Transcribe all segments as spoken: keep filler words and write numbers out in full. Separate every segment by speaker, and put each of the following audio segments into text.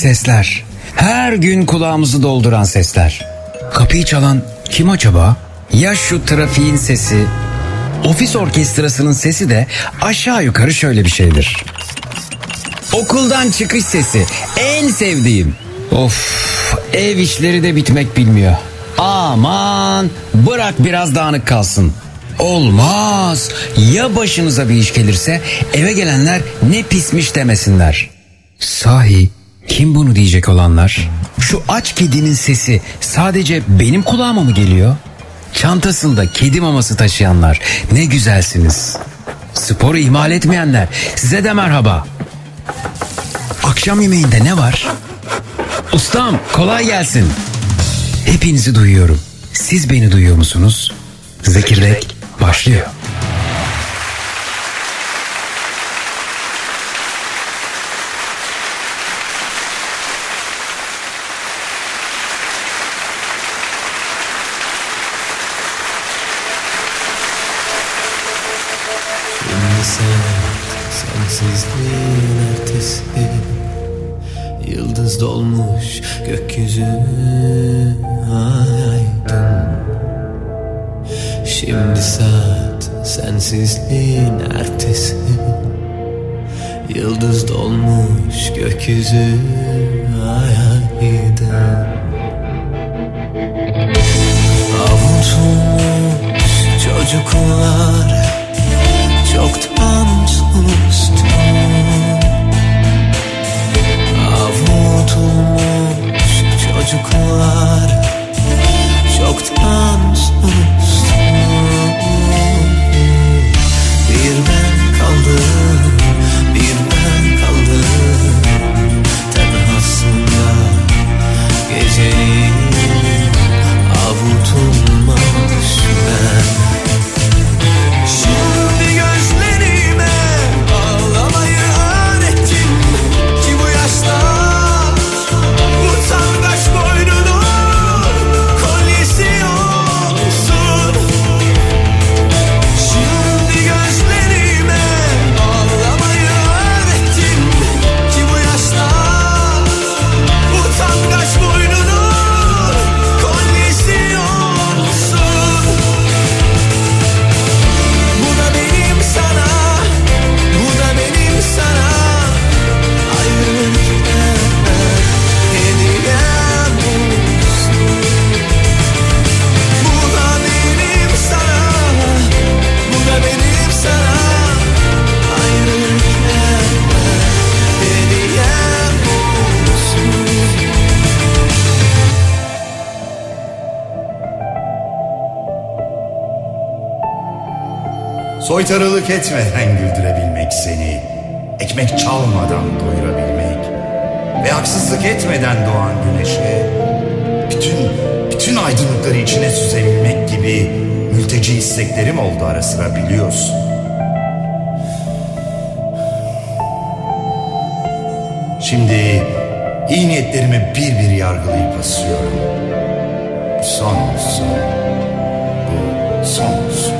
Speaker 1: sesler. Her gün kulağımızı dolduran sesler. Kapıyı çalan kim acaba? Ya şu trafiğin sesi, ofis orkestrasının sesi de aşağı yukarı şöyle bir şeydir. Okuldan çıkış sesi, en sevdiğim. Of, ev işleri de bitmek bilmiyor. Aman, bırak biraz dağınık kalsın. Olmaz. Ya başınıza bir iş gelirse eve gelenler ne pismiş demesinler. Sahi kim bunu diyecek olanlar? Şu aç kedinin sesi sadece benim kulağıma mı geliyor? Çantasında kedi maması taşıyanlar ne güzelsiniz. Sporu ihmal etmeyenler size de merhaba. Akşam yemeğinde ne var? Ustam kolay gelsin. Hepinizi duyuyorum. Siz beni duyuyor musunuz? Zekirdek başlıyor.
Speaker 2: Şimdi sen, sensizliğin ertesi, yıldız dolmuş gökyüzü aydın. Şimdi saat sensizliğin ertesi, yıldız dolmuş gökyüzü aydın. Avutulmuş çocuklar çoktan sustu. Avutulmuş çocuklar çoktan sustu. Bir ben kaldım, bir ben kaldım tenhasında gecenin avutulmuş ben. Şimdi gözlerime ağlamayı öğrettin ki bu yaşlar utangaç boynunun kolyesi olsun. Şimdi gözlerime ağlamayı öğrettin ki bu yaşlar utangaç boynunun kolyesi olsun. Bu da benim sana, bu da benim sana ayrılırken hediyem olsun. Bu da benim sana, bu da benim sana ayrılırken hediyem olsun.
Speaker 3: Soytarılık etmeden güldürebilmek seni, ekmek çalmadan doyurabilmek ve haksızlık etmeden doğan güneşe bütün bütün aydınlıkları içine süzebilmek gibi mülteci isteklerim oldu ara sıra, biliyorsun. Şimdi iyi niyetlerimi bir bir yargılayıp asıyorum. Bu son olsun, bu son olsun.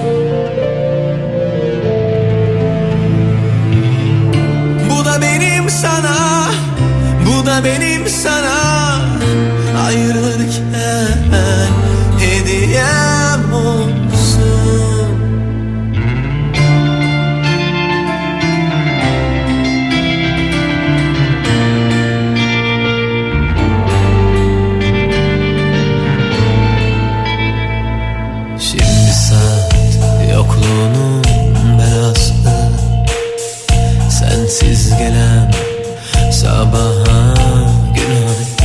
Speaker 2: Bu da benim sana, bu da benim sana ayrılırken hediyem olsun. Şimdi saat yokluğunun belası, sensiz gelen sabaha günaydın.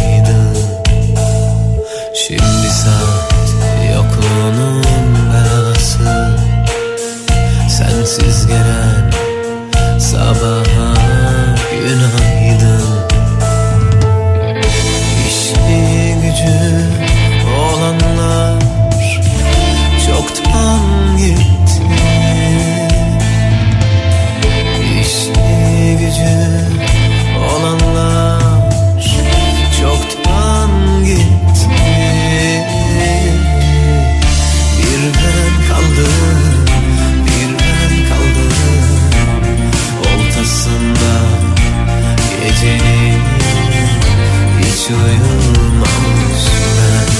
Speaker 2: aşığım ben.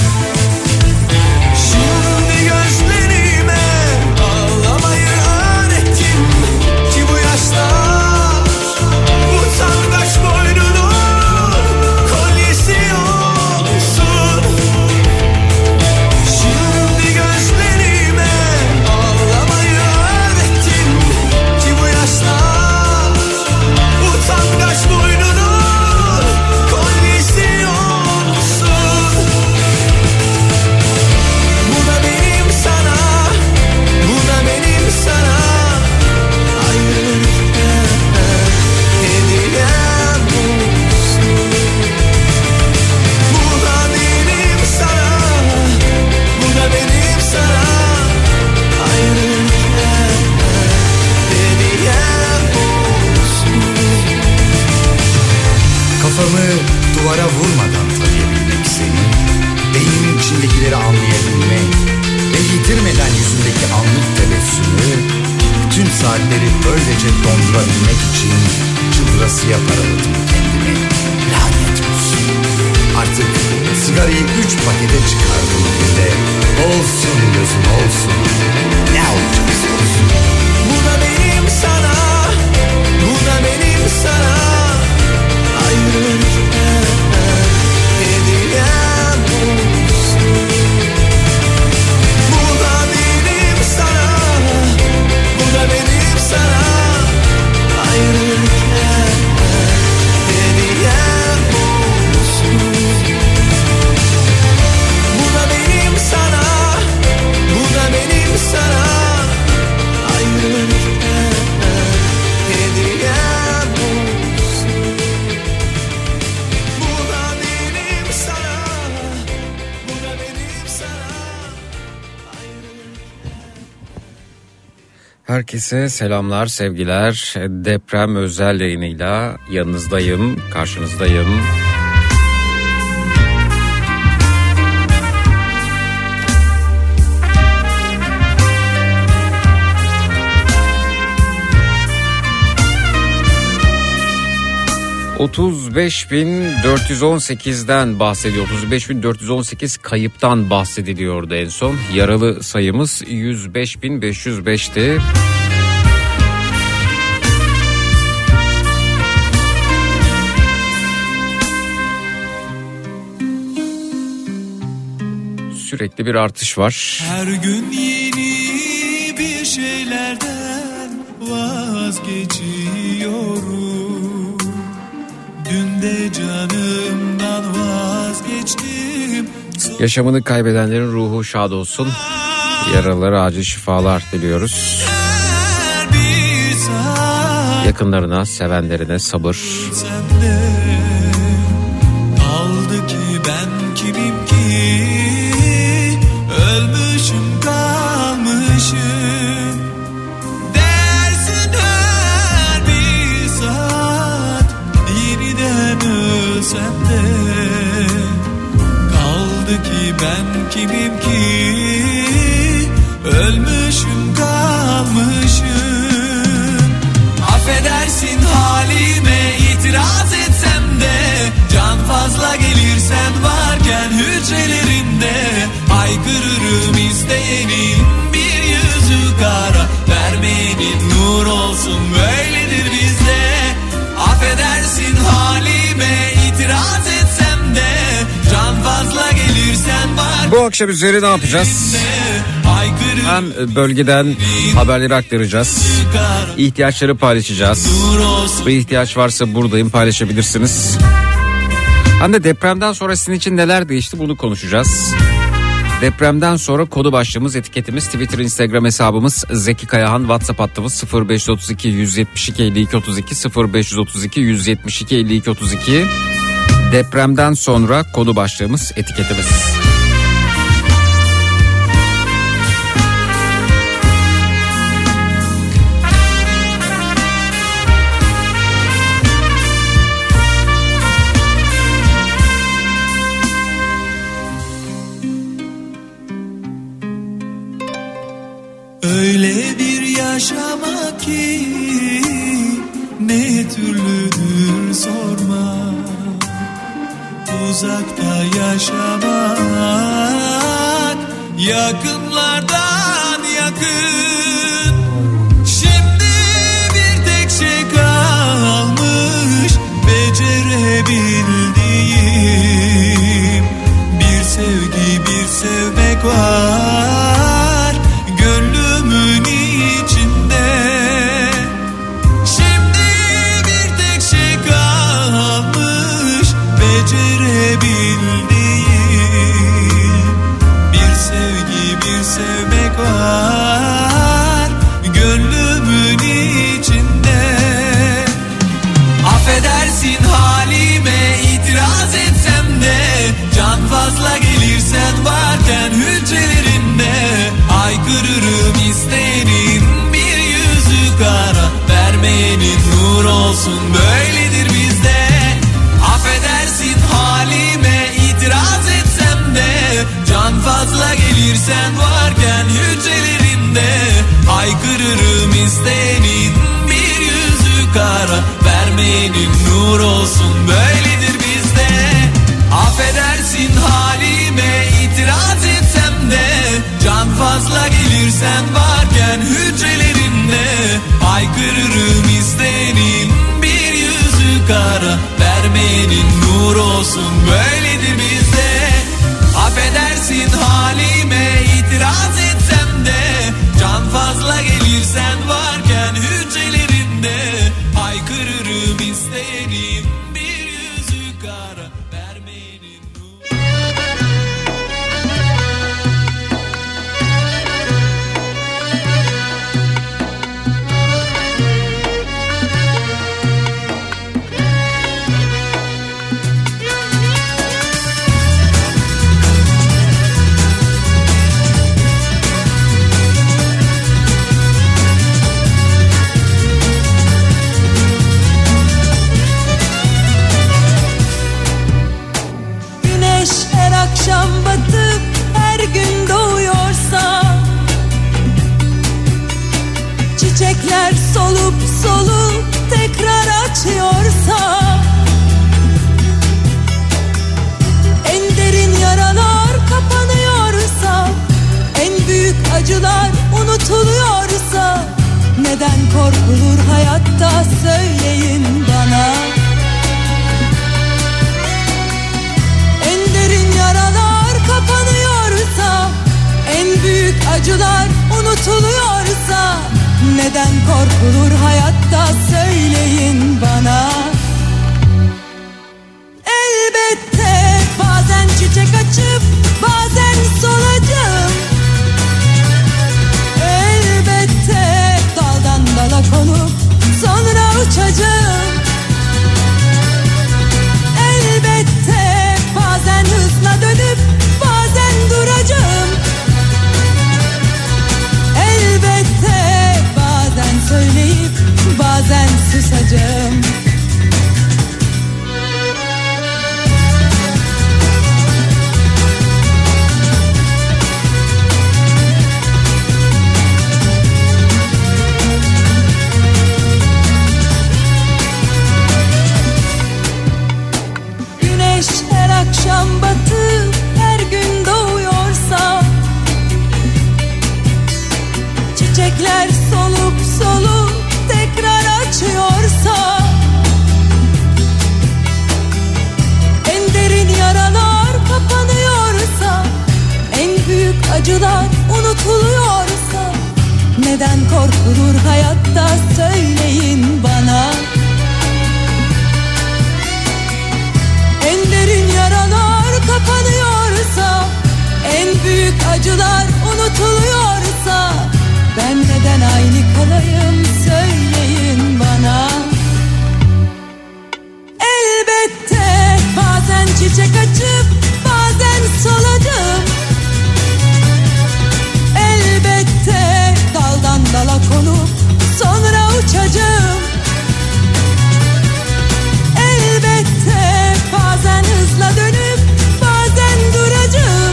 Speaker 2: Şimdi gözlerime ağlamayı öğrettim ki bu yaşlar utangaç boynunun kolyesi olsun. Şimdi gözlerime ağlamayı öğrettim ki bu yaşlar utangaç boynunun kolyesi olsun. Bu da benim sana, bu da benim sana ayrılırken hediyem olsun. Bu da benim sana, bu da benim sana ayrılırken hediyem olsun.
Speaker 3: Kafamı duvara vurmadan tanıyabilmek seni, beynimin içindekileri anlayabilmek ve yitirmeden yüzündeki anlık tebessümü, bütün saatleri böylece dondurabilmek için çıldırasıya paraladım kendimi. Lanet olsun. Artık sigarayı üç pakete çıkardım günde. Olsun gözüm olsun. Ne olacaksa olsun.
Speaker 2: Bu da benim sana, bu da benim sana ayrılırken hediyem olsun. Bu da benim sana, bu da benim sana ayrılırken hediyem olsun. Bu da benim sana, bu da benim sana ayrılırken hediyem olsun. Bu da benim sana, bu da benim sana ayrılırken.
Speaker 1: Herkese selamlar, sevgiler. Deprem özel yayınıyla yanınızdayım, karşınızdayım. otuz beş bin dört yüz on sekizden bahsediyor. otuz beş bin dört yüz on sekiz kayıptan bahsediliyordu en son. Yaralı sayımız yüz beş bin beş yüz beşti. Sürekli bir artış var.
Speaker 2: Her gün yeni bir şeylerden vazgeçiyorum. Dün de canımdan vazgeçtim.
Speaker 1: Yaşamını kaybedenlerin ruhu şad olsun. Yaralılara acil şifalar diliyoruz.
Speaker 2: Her bir saat
Speaker 1: Yakınlarına, sevenlerine sabır.
Speaker 2: sende kaldı ki ben kimim ki? Ölmüşüm kalmışım. Dersin her bir saat yeniden ölsem de kaldı ki ben kimim ki? Ölmüşüm kalmışım. Affedersin halime itiraz etsem de can fazla gelirsen varken hücrelerimde haykırırım isteyenin bir yüzü kara vermeyenin nur olsun böyledir bizde. Affedersin halime itiraz etsem de can fazla gelirsen varken
Speaker 1: Bu akşam üzeri ne yapacağız? Hem bölgeden haberleri aktaracağız. İhtiyaçları paylaşacağız. Bir ihtiyaç varsa buradayım, paylaşabilirsiniz. Hem de depremden sonra sizin için neler değişti bunu konuşacağız. Depremden sonra konu başlığımız, etiketimiz, Twitter, Instagram hesabımız Zeki Kayahan, WhatsApp hattımız sıfır beş otuz iki yüz yetmiş iki elli iki otuz iki sıfır beş otuz iki yüz yetmiş iki elli iki otuz iki. Depremden sonra konu başlığımız, etiketimiz.
Speaker 2: Öyle bir yaşama ki ne türlüdür sorma. uzakta yaşamak, yakınlardan yakın. Şimdi bir tek şey kalmış becerebildiğim, bir sevgi bir sevmek var gönlümün içinde. Şimdi bir tek şey kalmış becerebildiğim, bir sevgi bir sevmek var gönlümün içinde. Affedersin halime itiraz etsem de, can fazla gelirsen varken hücrelerinde, haykırırım isterim bir yüzü kara, vermeyenin nur olsun böyledir bizde. Affedersin halime itiraz etsem de, can fazla gelirsen varken hücrelerinde, haykırırım istenin bir yüzü kara, vermeyenin nur olsun böyledir bizde. Affedersin halime itiraz etsem de, can fazla gelirsen varken hücrelerinde, haykırırım istenin bir yüzü kara, vermeyenin nur olsun böyledir bizde. Affedersin halime itiraz etsem de, can fazla gelirsen varken hücrelerinde, haykırırım isterim bir yüzü kara, vermeyenin nur.
Speaker 4: Akşam batıp her gün doğuyorsa, çiçekler solup solup tekrar açıyorsa, en derin yaralar kapanıyorsa, en büyük acılar unutuluyorsa, neden korkulur hayatta söyleyin bana. Yaralar kapanıyorsa, en büyük acılar unutuluyorsa, neden korkulur hayatta söyleyin bana. Elbette bazen çiçek açıp bazen solacağım. Elbette daldan dala konup sonra uçacağım. Elbette bazen hızla dönüp bazen duracağım. Elbette bazen söyleyip bazen susacağım. Güneş her akşam batıp her gün doğuyorsa, çiçekler solup solup tekrar açıyorsa, en derin yaralar kapanıyorsa, en büyük acılar unutuluyorsa, neden korkulur hayatta söyleyin bana. En derin yaralar kapanıyorsa, en büyük acılar unutuluyorsa, ben neden aynı kalayım söyleyin bana. Elbette bazen çiçek açıp bazen solacağım. Elbette daldan dala konup sonra uçacağım. Elbette bazen hızla dönüp bazen duracağım.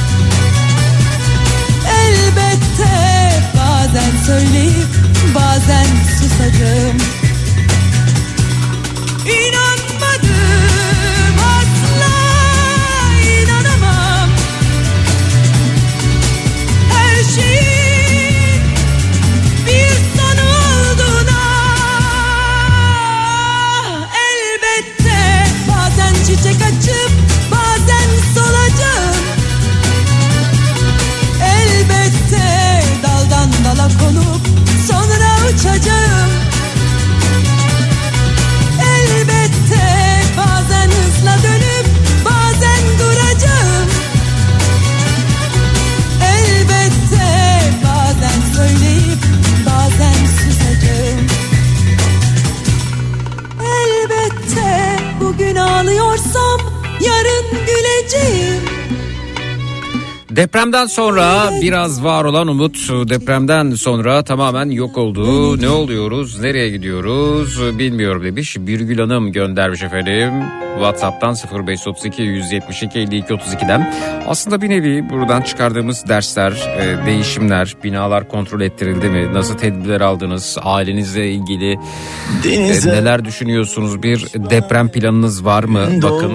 Speaker 4: Elbette bazen söyleyip bazen susacağım. İnanmadım asla. çiçek açıp bazen solacağım. Elbette daldan dala konup sonra uçacağım. Elbette bazen hızla dönüp bazen duracağım. Elbette bazen söyleyip bazen susacağım. Elbette bugün ağlıyorsam yarın güleceğim.
Speaker 1: Depremden sonra biraz var olan umut depremden sonra tamamen yok oldu. Ne oluyoruz, nereye gidiyoruz bilmiyorum demiş. Birgül Hanım göndermiş efendim. WhatsApp'tan sıfır beş otuz iki yüz yetmiş iki elli iki otuz iki'den. Aslında bir nevi buradan çıkardığımız dersler, değişimler, binalar kontrol ettirildi mi? Nasıl tedbirler aldınız? Ailenizle ilgili Denize, neler düşünüyorsunuz? Bir deprem planınız var mı? Bakın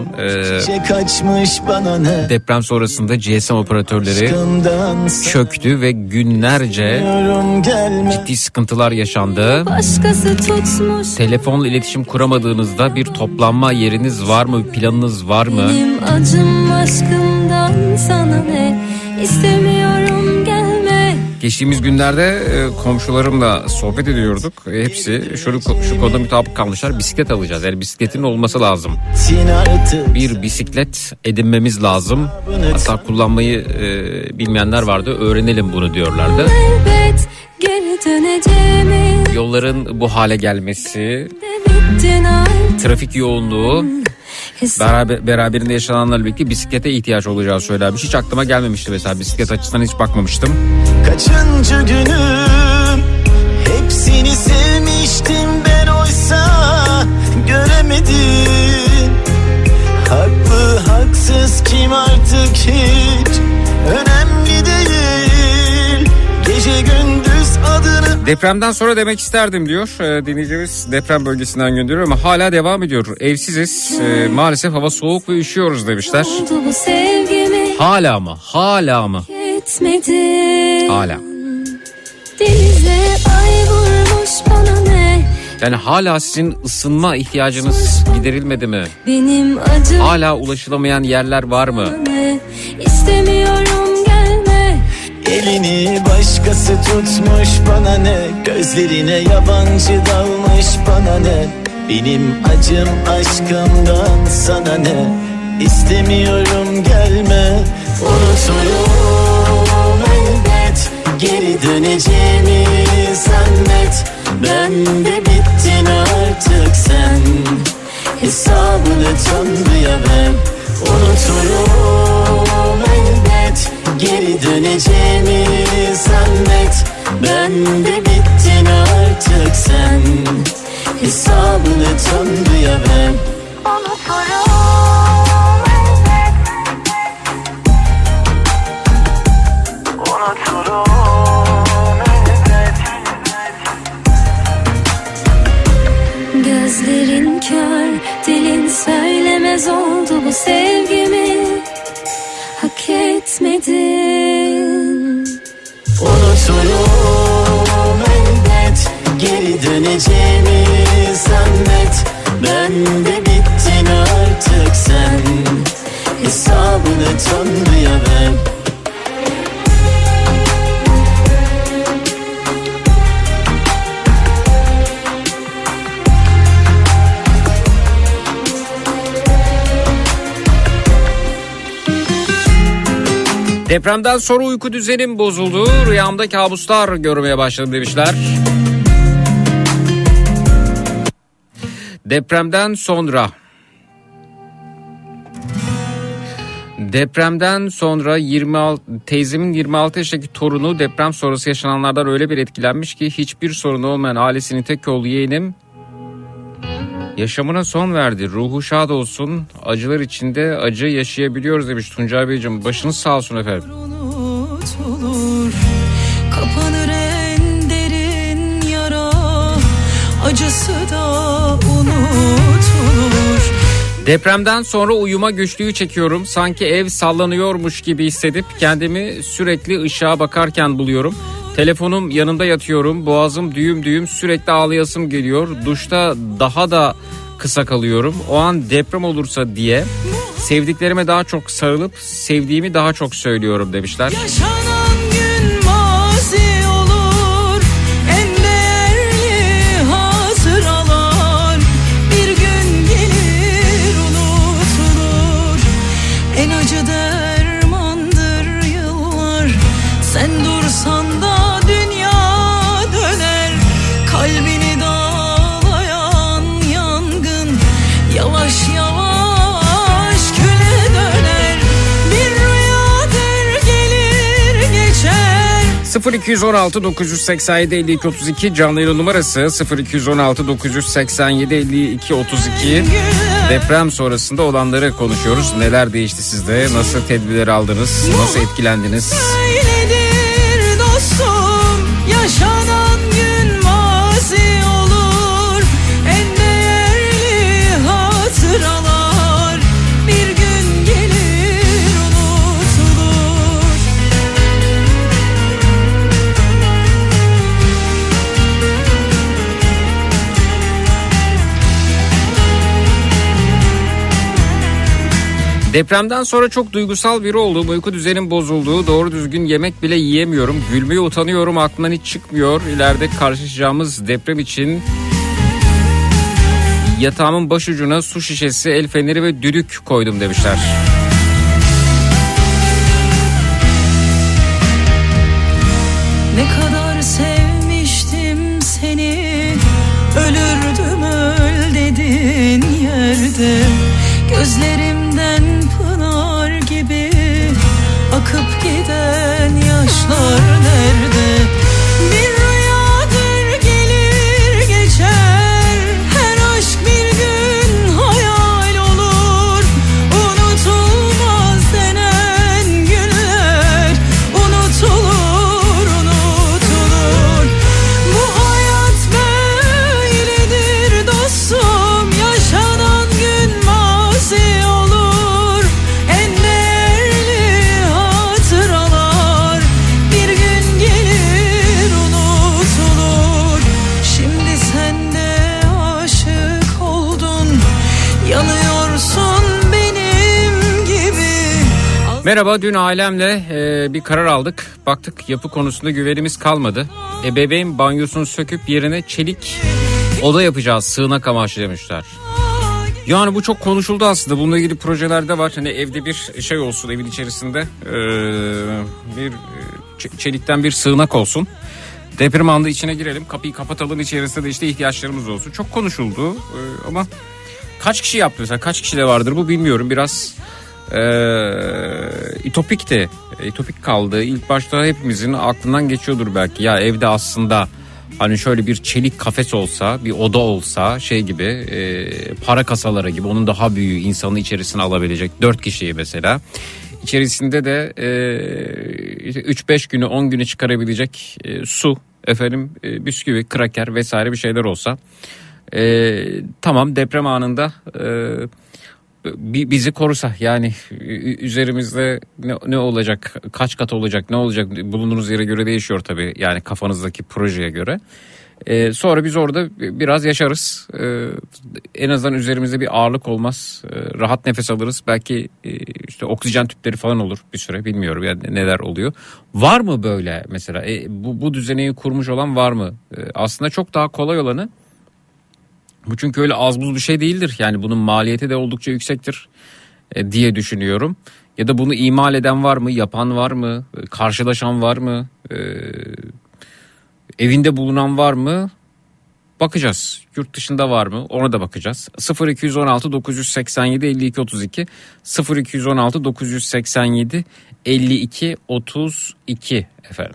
Speaker 1: e, deprem sonrasında G S M operatörleri çöktü ve günlerce ciddi sıkıntılar yaşandı. Telefonla iletişim kuramadığınızda bir toplanma yeriniz var mı? Planınız var mı?
Speaker 5: Benim acım aşkımdan sana ne? İstemiyorum gelme.
Speaker 1: Geçtiğimiz günlerde komşularımla sohbet ediyorduk. Hepsi şu, şu konuda mutabık kalmışlar. Bisiklet alacağız. Yani bisikletin olması lazım. Bir bisiklet edinmemiz lazım. Hatta kullanmayı e, bilmeyenler vardı. Öğrenelim bunu diyorlardı.
Speaker 5: Elbet geri döneceğimi.
Speaker 1: Yolların bu hale gelmesi, trafik yoğunluğu, beraber, beraberinde yaşananlarla birlikte bisiklete ihtiyaç olacağı söylenmiş. Hiç aklıma gelmemişti mesela, bisiklet açısından hiç bakmamıştım.
Speaker 2: Kaçıncı günüm, hepsini sevmiştim ben, oysa göremedim. Haklı haksız kim artık hiç önemli değil. Gece gündüz adını...
Speaker 1: Depremden sonra demek isterdim diyor e, dinleyicimiz, deprem bölgesinden gönderiyor ama hala devam ediyor. Evsiziz, e, maalesef hava soğuk ve üşüyoruz demişler. Hala mı? Hala mı? Hala.
Speaker 5: Denize ay vurmuş bana ne?
Speaker 1: Yani hala sizin ısınma ihtiyacınız giderilmedi mi?
Speaker 5: Benim acım
Speaker 1: hala ulaşılamayan yerler var mı?
Speaker 5: İstemiyorum gelme.
Speaker 2: Elini başkası tutmuş bana ne? Gözlerine yabancı dalmış bana ne? Benim acım aşkımdan sana ne? İstemiyorum gelme. Unuturum elbet, geri döneceğimi zannet. Ben de bittin artık sen, hesabını Tanrı'ya ver. Unuturum elbet, geri döneceğimi zannet. Ben de bittin artık sen, hesabını Tanrı'ya ver.
Speaker 5: Unuturum. Gözlerin kör, dilin söylemez oldu bu sevgimi. Hak etmedin.
Speaker 2: Unuturum elbet, geri döneceğimi zannet. Ben de bittin artık sen, hesabını Tanrı'ya ver.
Speaker 1: Depremden sonra uyku düzenim bozuldu. Rüyamda kabuslar görmeye başladım demişler. Depremden sonra Depremden sonra yirmi altı, teyzemin yirmi altı yaşındaki torunu deprem sonrası yaşananlardan öyle bir etkilenmiş ki hiçbir sorunu olmayan ailesinin tek oğlu yeğenim yaşamına son verdi. Ruhu şad olsun. Acılar içinde acı yaşayabiliyoruz demiş Tuncay Beyciğim. Başınız sağ olsun efendim.
Speaker 4: Unutulur, kapanır en derin yara, acısı da unutulur.
Speaker 1: Depremden sonra uyuma güçlüğü çekiyorum. Sanki ev sallanıyormuş gibi hissedip kendimi sürekli ışığa bakarken buluyorum. Telefonum yanında yatıyorum. Boğazım düğüm düğüm, sürekli ağlayasım geliyor. Duşta daha da
Speaker 6: kısa kalıyorum. O an deprem olursa diye sevdiklerime daha çok sarılıp sevdiğimi daha çok söylüyorum demişler.
Speaker 4: Yaşanan gün mazi olur, en değerli hatıralar bir gün gelir unutulur. En acı dermandır yıllar, sen dursan da dünya döner. Kalbini dağlayan yangın yavaş yavaş küle döner. Bir rüyadır gelir geçer.
Speaker 6: sıfır iki on altı dokuz seksen yedi elli iki otuz iki canlı yayın numarası sıfır iki on altı dokuz seksen yedi elli iki otuz iki. Deprem sonrasında olanları konuşuyoruz. Neler değişti sizde? Nasıl tedbirler aldınız? Nasıl etkilendiniz?
Speaker 4: Böyledir dostum, yaşanan gün mazi olur, en değerli hatıralar bir gün gelir unutulur.
Speaker 6: Depremden sonra çok duygusal biri oldum. Uyku düzenim bozuldu. Doğru düzgün yemek bile yiyemiyorum. Gülmeye utanıyorum. Aklımdan hiç çıkmıyor. İleride karşılaşacağımız deprem için yatağımın başucuna su şişesi, el feneri ve düdük koydum demişler.
Speaker 4: Ne kadar sevmiştim seni, ölürdüm öl dedin yerde. Gözlerimden pınar gibi akıp giden yaşlar nerede? Bir rüyadır gelir geçer, her aşk bir gün hayal olur. Unutulmaz denen günler unutulur, unutulur. Bu hayat böyledir dostum, yaşanan gün mazi olur, en değerli hatıralar bir gün gelir unutulur. Şimdi sen de aşık oldun, yanıyorsun benim gibi.
Speaker 6: Merhaba, dün ailemle e, bir karar aldık. Baktık yapı konusunda güvenimiz kalmadı. Ebeveyn banyosunu söküp yerine çelik oda yapacağız, sığınak amaçlı demişler. Yani bu çok konuşuldu aslında. Bununla ilgili projeler de var. Hani evde bir şey olsun, evin içerisinde e, bir ç- çelikten bir sığınak olsun. Deprem anında içine girelim, kapıyı kapatalım, içerisinde de işte ihtiyaçlarımız olsun. Çok konuşuldu e, ama kaç kişi yaptı mesela, kaç kişi de vardır bu bilmiyorum. Biraz e, ütopik de ütopik kaldı. İlk başta hepimizin aklından geçiyordur belki. Ya evde aslında hani şöyle bir çelik kafes olsa, bir oda olsa, şey gibi e, para kasaları gibi, onun daha büyüğü, insanı içerisine alabilecek dört kişiyi mesela. İçerisinde de e, üç beş günü on günü çıkarabilecek e, su, efendim e, bisküvi, kraker vesaire bir şeyler olsa. E, tamam, deprem anında e, bizi korusa, yani üzerimizde ne, ne olacak, kaç kat olacak, ne olacak, bulunduğunuz yere göre değişiyor tabii, yani kafanızdaki projeye göre. Ee, sonra biz orada biraz yaşarız, ee, en azından üzerimizde bir ağırlık olmaz, ee, rahat nefes alırız, belki e, işte oksijen tüpleri falan olur bir süre, bilmiyorum yani neler oluyor. Var mı böyle mesela e, bu, bu düzeneyi kurmuş olan var mı? Ee, aslında çok daha kolay olanı bu, çünkü öyle az buz bir şey değildir. Yani bunun maliyeti de oldukça yüksektir e, diye düşünüyorum. Ya da bunu imal eden var mı? Yapan var mı? E, karşılaşan var mı? E, evinde bulunan var mı? Bakacağız. Yurt dışında var mı? Ona da bakacağız. sıfır iki on altı dokuz seksen yedi elli iki otuz iki sıfır iki on altı dokuz seksen yedi elli iki otuz iki efendim.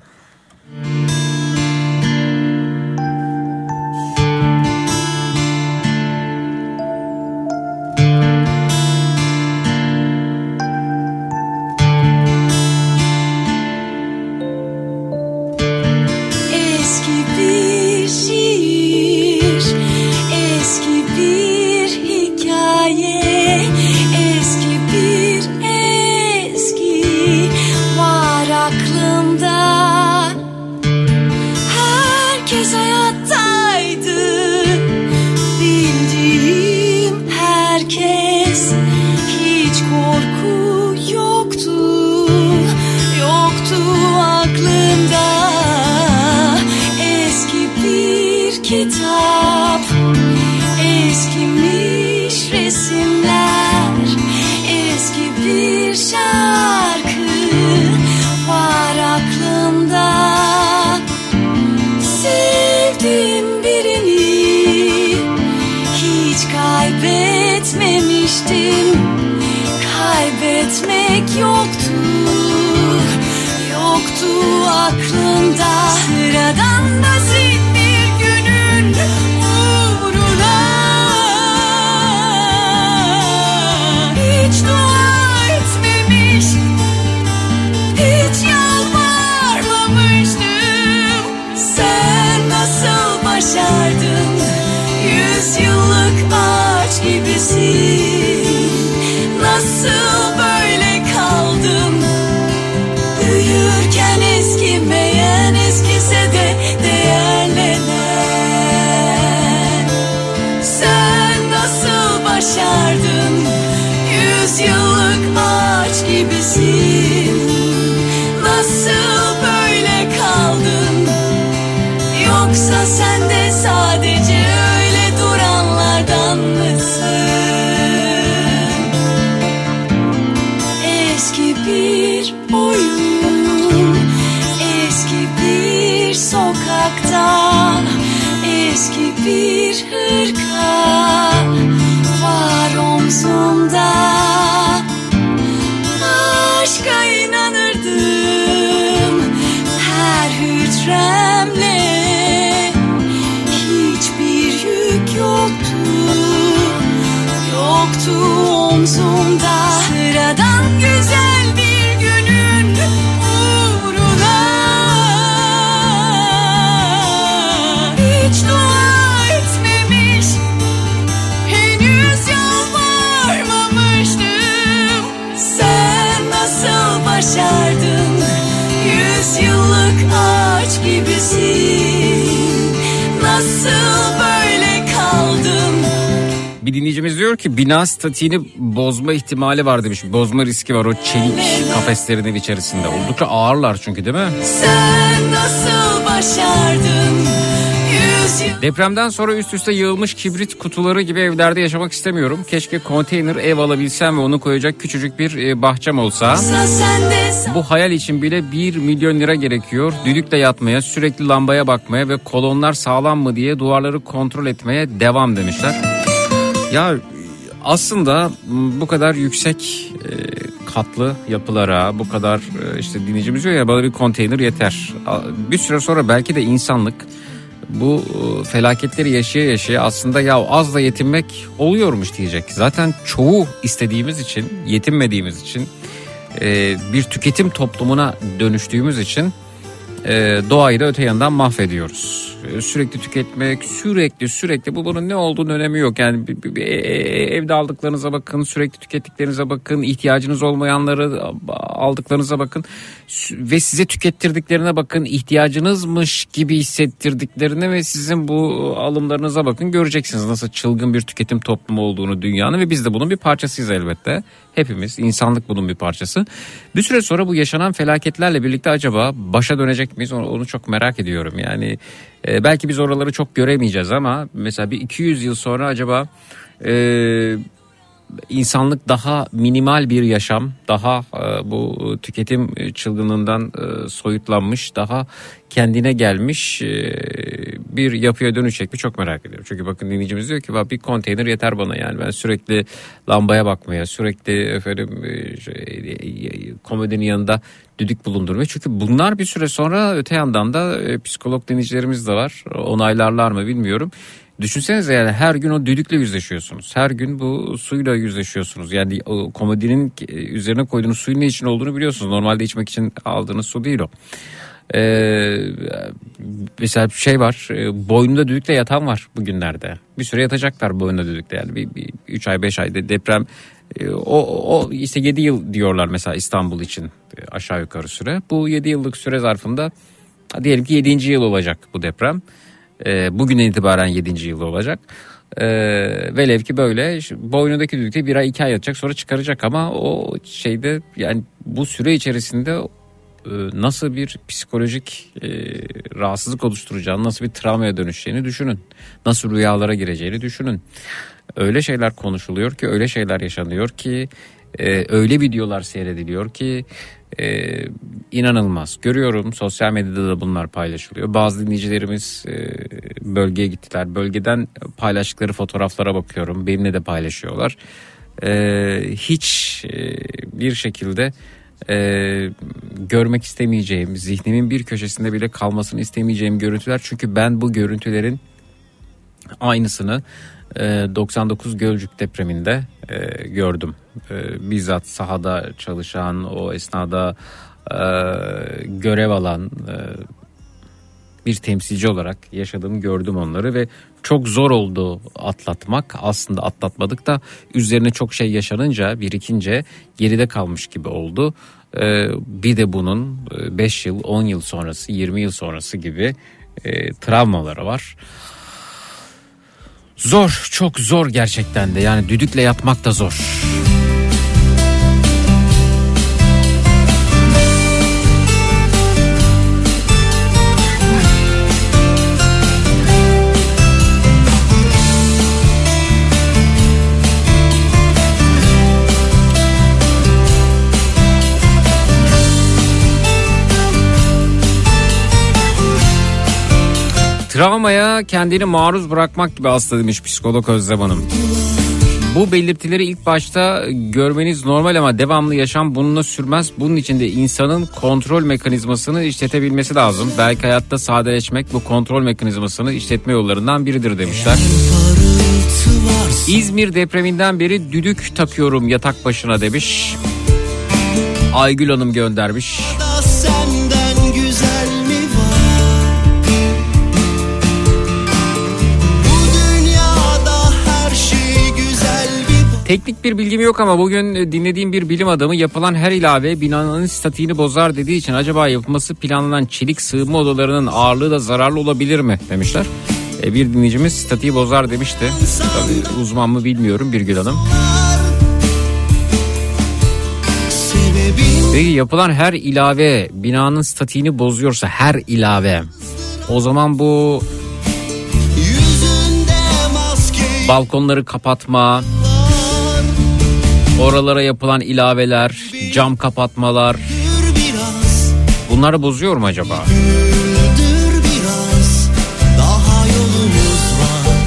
Speaker 4: etmek yoktu, yoktu aklında. Sıradan basit bir günün uğruna hiç dua etmemiş, hiç yalvarmamıştım. Sen nasıl başardın? Yüzyıllık ağaç gibisin. Nasıl böyle kaldın? Büyürken eskimeyen, eskise de değerlenen. Sen nasıl başardın? Yüzyıllık ağaç gibisin. Nasıl böyle kaldın? Yoksa sen de sadece öyle duranlardan mısın? Eski bir oyun, eski bir sokakta, eski bir hırka var omzumda. Aşka inanırdım her hücremle. Hiçbir yük yoktu, yoktu omzumda. Sıradan güzel bir günün uğruna hiç dua etmemiş, henüz yalvarmamıştım. Sen nasıl başardın? Yüzyıllık ağaç gibisin. Nasıl böyle kaldın?
Speaker 6: Bir dinleyicimiz diyor ki bina statiğini bozma ihtimali var demiş. Bozma riski var o çelik kafeslerinin içerisinde. Oldukça ağırlar çünkü, değil mi?
Speaker 4: Sen nasıl başardın? Yüzyıl...
Speaker 6: Depremden sonra üst üste yığılmış kibrit kutuları gibi evlerde yaşamak istemiyorum. Keşke konteyner ev alabilsem ve onu koyacak küçücük bir bahçem olsa.
Speaker 4: Sen de...
Speaker 6: Bu hayal için bile bir milyon lira gerekiyor. Düdükle yatmaya, sürekli lambaya bakmaya ve kolonlar sağlam mı diye duvarları kontrol etmeye devam demişler. Ya aslında bu kadar yüksek katlı yapılara, bu kadar işte dinleyicimiz diyor ya, bana bir konteyner yeter. Bir süre sonra belki de insanlık bu felaketleri yaşaya yaşaya aslında ya az da yetinmek oluyormuş diyecek. Zaten çoğu istediğimiz için, yetinmediğimiz için, bir tüketim toplumuna dönüştüğümüz için doğayı da öte yandan mahvediyoruz. Sürekli tüketmek, sürekli sürekli bu bunun ne olduğunu önemi yok. Yani bir, bir, bir, evde aldıklarınıza bakın, sürekli tükettiklerinize bakın, ihtiyacınız olmayanları aldıklarınıza bakın ve size tükettirdiklerine bakın, ihtiyacınızmış gibi hissettirdiklerine ve sizin bu alımlarınıza bakın, göreceksiniz nasıl çılgın bir tüketim toplumu olduğunu dünyanın ve biz de bunun bir parçasıyız elbette. Hepimiz, insanlık bunun bir parçası. Bir süre sonra bu yaşanan felaketlerle birlikte acaba başa dönecek miyiz? Onu, onu çok merak ediyorum. Yani e, belki biz oraları çok göremeyeceğiz ama mesela bir iki yüz yıl sonra acaba e, insanlık daha minimal bir yaşam, daha e, bu tüketim çılgınlığından e, soyutlanmış, daha kendine gelmiş e, bir yapıya dönüşecek mi çok merak ediyorum. Çünkü bakın dinleyicimiz diyor ki bir konteyner yeter bana, yani ben sürekli lambaya bakmaya, sürekli efendim e, şey, komodinin yanında düdük bulundurmaya. Çünkü bunlar bir süre sonra öte yandan da e, psikolog dinleyicilerimiz de var. Onaylarlar mı bilmiyorum. Düşünsenize, yani her gün o düdükle yüzleşiyorsunuz. Her gün bu suyla yüzleşiyorsunuz. Yani o komodinin üzerine koyduğunuz suyun ne için olduğunu biliyorsunuz. Normalde içmek için aldığınız su değil o. Ee, mesela şey var, boynunda düdükle yatan var bugünlerde. Bir süre yatacaklar boynunda düdükle, yani bir, bir üç ay beş ayda deprem o, o işte yedi yıl diyorlar mesela İstanbul için aşağı yukarı süre. Bu yedi yıllık süre zarfında diyelim ki yedinci yıl olacak bu deprem. E, bugünden itibaren yedinci yıl olacak. E, velev ki böyle boynundaki düdükte bir ay iki ay yatacak, sonra çıkaracak ama o şeyde yani bu süre içerisinde e, nasıl bir psikolojik e, rahatsızlık oluşturacağını, nasıl bir travmaya dönüşeceğini düşünün. Nasıl rüyalara gireceğini düşünün. Öyle şeyler konuşuluyor ki, öyle şeyler yaşanıyor ki, e, öyle videolar seyrediliyor ki e, inanılmaz. Görüyorum, sosyal medyada da bunlar paylaşılıyor. Bazı dinleyicilerimiz e, bölgeye gittiler. Bölgeden paylaştıkları fotoğraflara bakıyorum. Benimle de paylaşıyorlar. E, hiç e, bir şekilde e, görmek istemeyeceğim, zihnimin bir köşesinde bile kalmasını istemeyeceğim görüntüler. Çünkü ben bu görüntülerin aynısını e, doksan dokuz Gölcük depreminde e, gördüm. E, bizzat sahada çalışan, o esnada e, görev alan e, bir temsilci olarak yaşadığımı gördüm onları ve çok zor oldu atlatmak. Aslında atlatmadık da üzerine çok şey yaşanınca, birikince geride kalmış gibi oldu. Ee, bir de bunun beş yıl, on yıl sonrası, yirmi yıl sonrası gibi e, travmaları var. Zor, çok zor gerçekten de. Yani düdükle yapmak da zor. Travmaya kendini maruz bırakmak gibi hasta demiş psikolog Özlem Hanım. Bu belirtileri ilk başta görmeniz normal ama devamlı yaşam bununla sürmez. Bunun için de insanın kontrol mekanizmasını işletebilmesi lazım. Belki hayatta sadeleşmek bu kontrol mekanizmasını işletme yollarından biridir demişler. İzmir depreminden beri düdük takıyorum yatak başına demiş. Aygül Hanım göndermiş. Teknik bir bilgim yok ama bugün dinlediğim bir bilim adamı yapılan her ilave binanın statiğini bozar dediği için acaba yapılması planlanan çelik sığınma odalarının ağırlığı da zararlı olabilir mi demişler. E, bir dinleyicimiz statiği bozar demişti. Tabii uzman mı bilmiyorum Birgül Hanım. Peki yapılan her ilave binanın statiğini bozuyorsa her ilave o zaman bu balkonları kapatma, oralara yapılan ilaveler, cam kapatmalar bunları bozuyor mu acaba?
Speaker 2: Biraz, daha yolumuz var,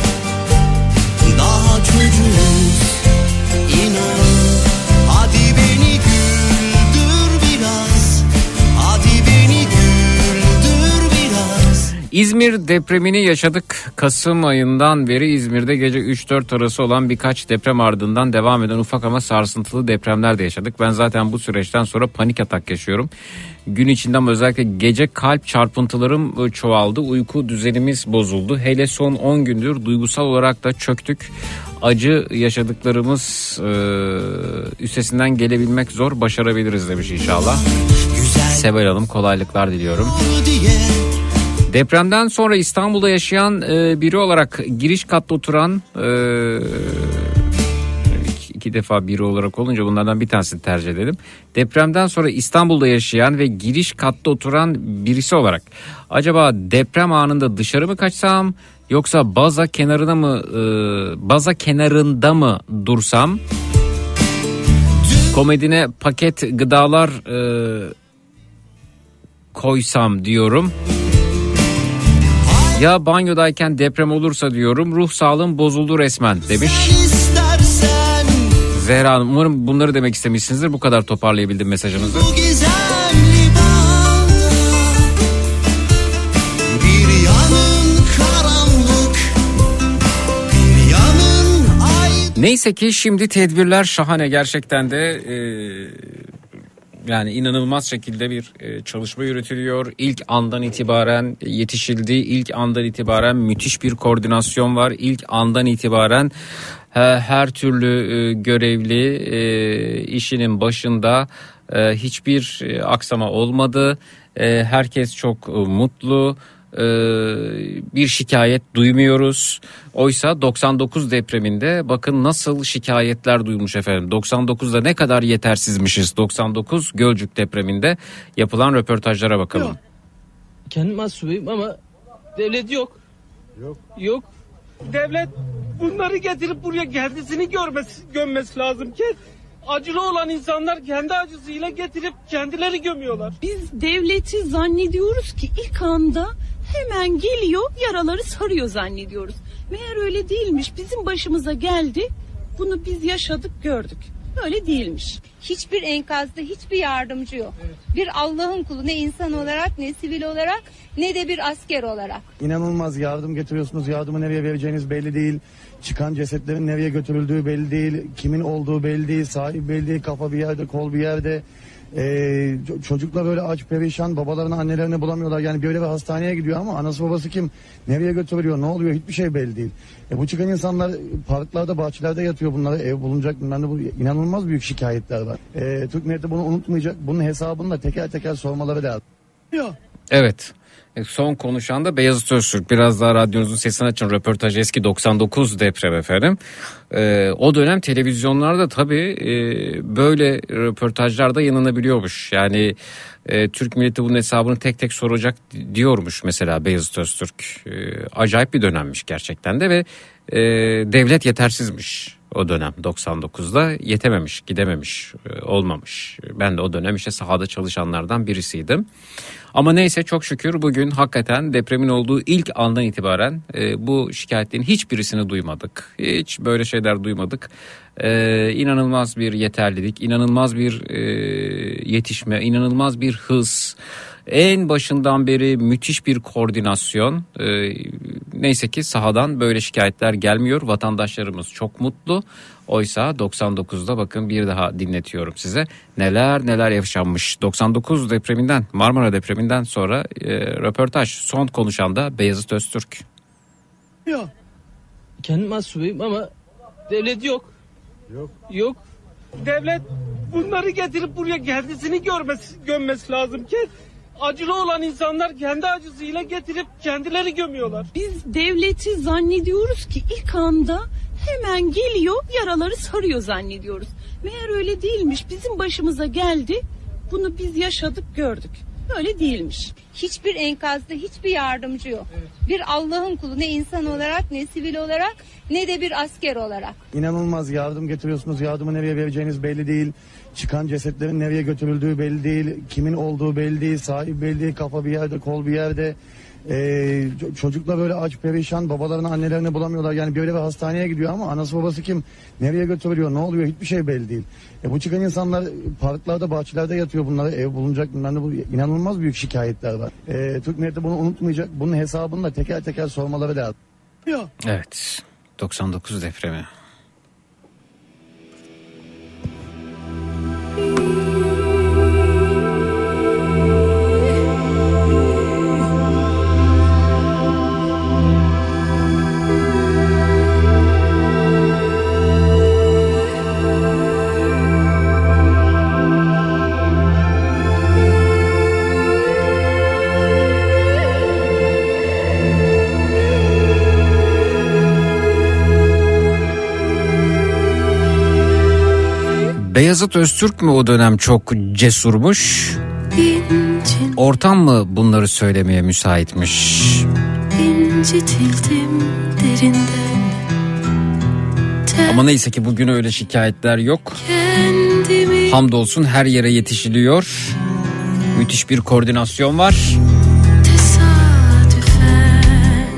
Speaker 2: daha çocuğuz, inan. Hadi beni güldür biraz, hadi beni güldür biraz.
Speaker 6: İzmir depremini yaşadık. Kasım ayından beri İzmir'de gece üç dört arası olan birkaç deprem ardından devam eden ufak ama sarsıntılı depremler de yaşadık. Ben zaten bu süreçten sonra panik atak yaşıyorum. Gün içinden özellikle gece kalp çarpıntılarım çoğaldı. Uyku düzenimiz bozuldu. Hele son on gündür duygusal olarak da çöktük. Acı yaşadıklarımız e, üstesinden gelebilmek zor. Başarabiliriz demiş inşallah. Seval Hanım kolaylıklar diliyorum. Depremden sonra İstanbul'da yaşayan e, biri olarak giriş katta oturan e, iki, iki defa biri olarak olunca bunlardan bir tanesini tercih edelim. Depremden sonra İstanbul'da yaşayan ve giriş katta oturan birisi olarak acaba deprem anında dışarı mı kaçsam yoksa baza kenarına mı e, baza kenarında mı dursam, komedine paket gıdalar e, koysam diyorum. Ya banyodayken deprem olursa diyorum, ruh sağlığım bozuldu resmen demiş. Zehra Hanım, umarım bunları demek istemişsinizdir. Bu kadar toparlayabildim mesajınızı. Neyse ki şimdi tedbirler şahane gerçekten de e, yani inanılmaz şekilde bir e, çalışma yürütülüyor. İlk andan itibaren yetişildi. İlk andan itibaren müthiş bir koordinasyon var. İlk andan itibaren e, her türlü e, görevli e, işinin başında e, hiçbir e, aksama olmadı. E, herkes çok e, mutlu. Bir şikayet duymuyoruz. Oysa doksan dokuz depreminde bakın nasıl şikayetler duymuş efendim. doksan dokuzda ne kadar yetersizmişiz. doksan dokuz Gölcük depreminde yapılan röportajlara bakalım.
Speaker 7: Yok. Kendim asubiyim ama devlet yok. Yok. Yok. Devlet bunları getirip buraya kendisini görmesi, gömmesi lazım ki. Acılı olan insanlar kendi acısıyla getirip kendileri gömüyorlar.
Speaker 8: Biz devleti zannediyoruz ki ilk anda hemen geliyor, yaraları sarıyor zannediyoruz. Meğer öyle değilmiş. Bizim başımıza geldi. Bunu biz yaşadık, gördük. Öyle değilmiş.
Speaker 9: Hiçbir enkazda hiçbir yardımcı yok. Evet. Bir Allah'ın kulu, ne insan olarak, ne sivil olarak, ne de bir asker olarak.
Speaker 10: İnanılmaz yardım getiriyorsunuz. Yardımı nereye vereceğiniz belli değil. Çıkan cesetlerin nereye götürüldüğü belli değil. Kimin olduğu belli değil. Sahibi belli değil. Kafa bir yerde, kol bir yerde. Ee, çocuklar böyle aç perişan, babalarını annelerini bulamıyorlar. Yani böyle bir hastaneye gidiyor ama anası babası kim, nereye götürülüyor, ne oluyor, hiçbir şey belli değil. E, bu çıkan insanlar parklarda, bahçelerde yatıyor, bunlara ev bulunacak. Bundan da bu inanılmaz büyük şikayetler var. E, Türk milleti bunu unutmayacak, bunun hesabını da teker teker sormaları lazım. Yok.
Speaker 6: Evet. Son konuşan da Beyazıt Öztürk. Biraz daha radyonuzun sesini açın. Röportaj eski doksan dokuz deprem efendim. Ee, o dönem televizyonlarda tabii e, böyle röportajlarda yanılabiliyormuş. Yani e, Türk milleti bunun hesabını tek tek soracak diyormuş mesela Beyazıt Öztürk. E, acayip bir dönemmiş gerçekten de ve e, devlet yetersizmiş. O dönem doksan dokuzda yetememiş, gidememiş, olmamış. Ben de o dönem işte sahada çalışanlardan birisiydim. Ama neyse çok şükür bugün hakikaten depremin olduğu ilk andan itibaren e, bu şikayetlerin hiçbirisini duymadık. Hiç böyle şeyler duymadık. E, inanılmaz bir yeterlilik, inanılmaz bir e, yetişme, inanılmaz bir hız. En başından beri müthiş bir koordinasyon. Ee, neyse ki sahadan böyle şikayetler gelmiyor. Vatandaşlarımız çok mutlu. Oysa doksan dokuzda bakın bir daha dinletiyorum size. Neler neler yaşanmış. doksan dokuz depreminden, Marmara depreminden sonra e, röportaj. Son konuşan da Beyazıt Öztürk.
Speaker 7: Yok. Kendim asubiyim ama devlet yok.
Speaker 10: Yok.
Speaker 7: Yok. Devlet bunları getirip buraya kendisini görmesi, gömmesi lazım ki. Acılı olan insanlar kendi acısıyla getirip kendileri gömüyorlar.
Speaker 8: Biz devleti zannediyoruz ki ilk anda hemen geliyor, yaraları sarıyor zannediyoruz. Meğer öyle değilmiş. Bizim başımıza geldi. Bunu biz yaşadık, gördük. Öyle değilmiş.
Speaker 9: Hiçbir enkazda hiçbir yardımcı yok. Evet. Bir Allah'ın kulu, ne insan olarak, ne sivil olarak, ne de bir asker olarak.
Speaker 10: İnanılmaz yardım getiriyorsunuz. Yardımı nereye vereceğiniz belli değil. Çıkan cesetlerin nereye götürüldüğü belli değil. Kimin olduğu belli değil. Sahibi belli değil. Kafa bir yerde, kol bir yerde. Ee, çocuklar böyle aç perişan, babalarını annelerini bulamıyorlar. Yani böyle bir hastaneye gidiyor ama anası babası kim, nereye götürülüyor, ne oluyor, hiçbir şey belli değil. E, bu çıkan insanlar parklarda, bahçelerde yatıyor, bunlara ev bulunacak. Bundan da bu inanılmaz büyük şikayetler var. E, Türk milleti bunu unutmayacak, bunun hesabını da teker teker sormaları lazım. Yok.
Speaker 6: Evet, doksan dokuz depremi. Beyazıt Öztürk mü o dönem çok cesurmuş? Ortam mı bunları söylemeye müsaitmiş?
Speaker 5: İncitildim derinden.
Speaker 6: Ama neyse ki bugün öyle şikayetler yok.
Speaker 5: Kendimi
Speaker 6: Hamdolsun her yere yetişiliyor. Müthiş bir koordinasyon var.
Speaker 5: tesadüfen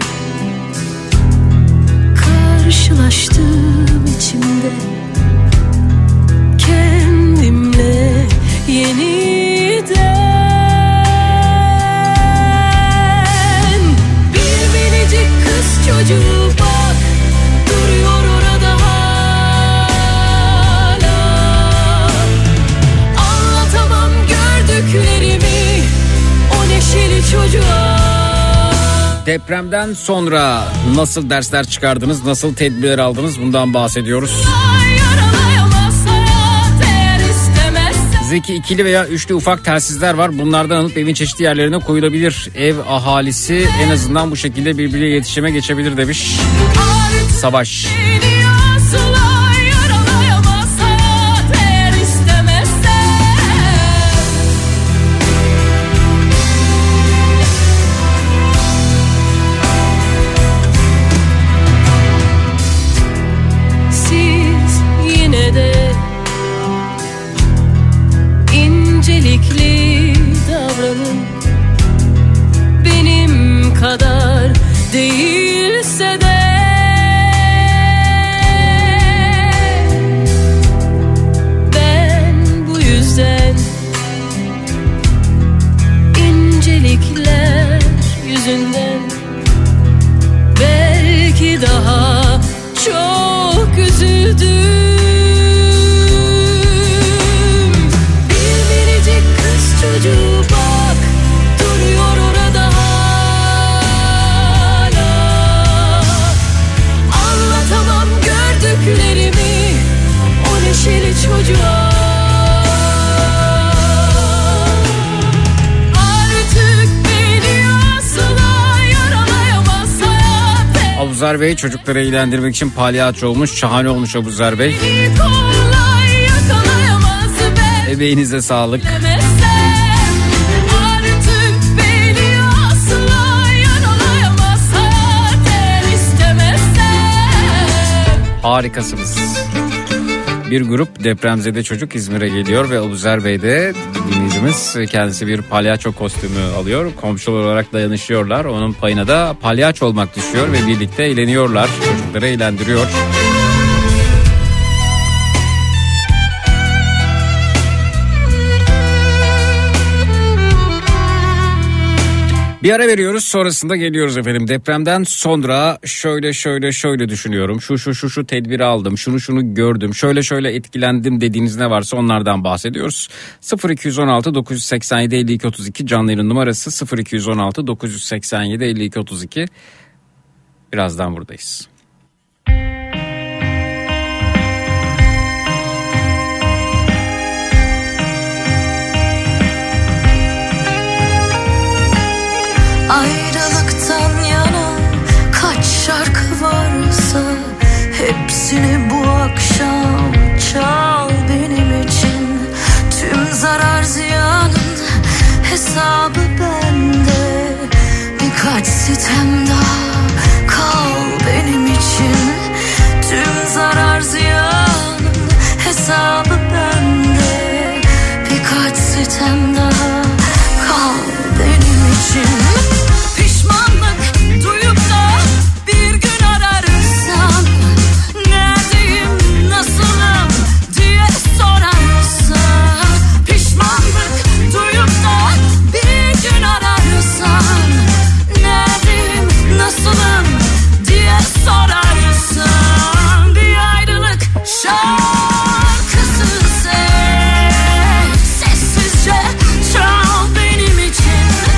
Speaker 5: karşılaştım içimde. Kendimle yeniden. Bir minicik kız çocuğu bak, duruyor orada hala. Anlatamam gördüklerimi o neşeli çocuğa.
Speaker 6: Depremden sonra nasıl dersler çıkardınız, nasıl tedbirler aldınız, bundan bahsediyoruz. Zeki ikili veya üçlü ufak telsizler var. Bunlardan alıp evin çeşitli yerlerine koyulabilir. Ev ahalisi en azından bu şekilde birbiriyle iletişime geçebilir demiş Savaş.
Speaker 5: Siz yine de incelikli davranın, benim kadar değilse de. çocuğa. Artık beni asla yaralayamaz hayat.
Speaker 6: Abuzer Bey çocukları eğlendirmek için palyaço olmuş. Şahane olmuş Abuzer Bey.
Speaker 5: Beni kolay yakalayamaz ben.
Speaker 6: Emeğinize sağlık. Harikasınız. Bir grup depremzede çocuk İzmir'e geliyor ve Abuzer Bey de dinleyicimiz kendisi bir palyaço kostümü alıyor. Komşular olarak dayanışıyorlar. Onun payına da palyaço olmak düşüyor ve birlikte eğleniyorlar. Çocukları eğlendiriyor. Bir ara veriyoruz, sonrasında geliyoruz efendim. Depremden sonra şöyle şöyle şöyle düşünüyorum. Şu şu şu şu tedbiri aldım. Şunu şunu gördüm. Şöyle şöyle etkilendim dediğiniz ne varsa onlardan bahsediyoruz. sıfır iki on altı dokuz seksen yedi elli iki otuz iki canlı yayın numarası sıfır iki on altı dokuz seksen yedi elli iki otuz iki. Birazdan buradayız.
Speaker 4: Ayrılıktan yana kaç şarkı varsa hepsini bu akşam çal benim için. Tüm zarar ziyanın hesabı bende. Birkaç sitem daha kal benim için. Tüm zarar ziyanın hesabı bende. Birkaç sitem daha kal benim için. Duyup da bir gün ararsan neredeyim, nasılım diye sorarsan. Pişmanlık duyup da bir gün ararsan neredeyim, nasılım diye sorarsan. Bir ayrılık şarkısı sev, sessizce çal benim için.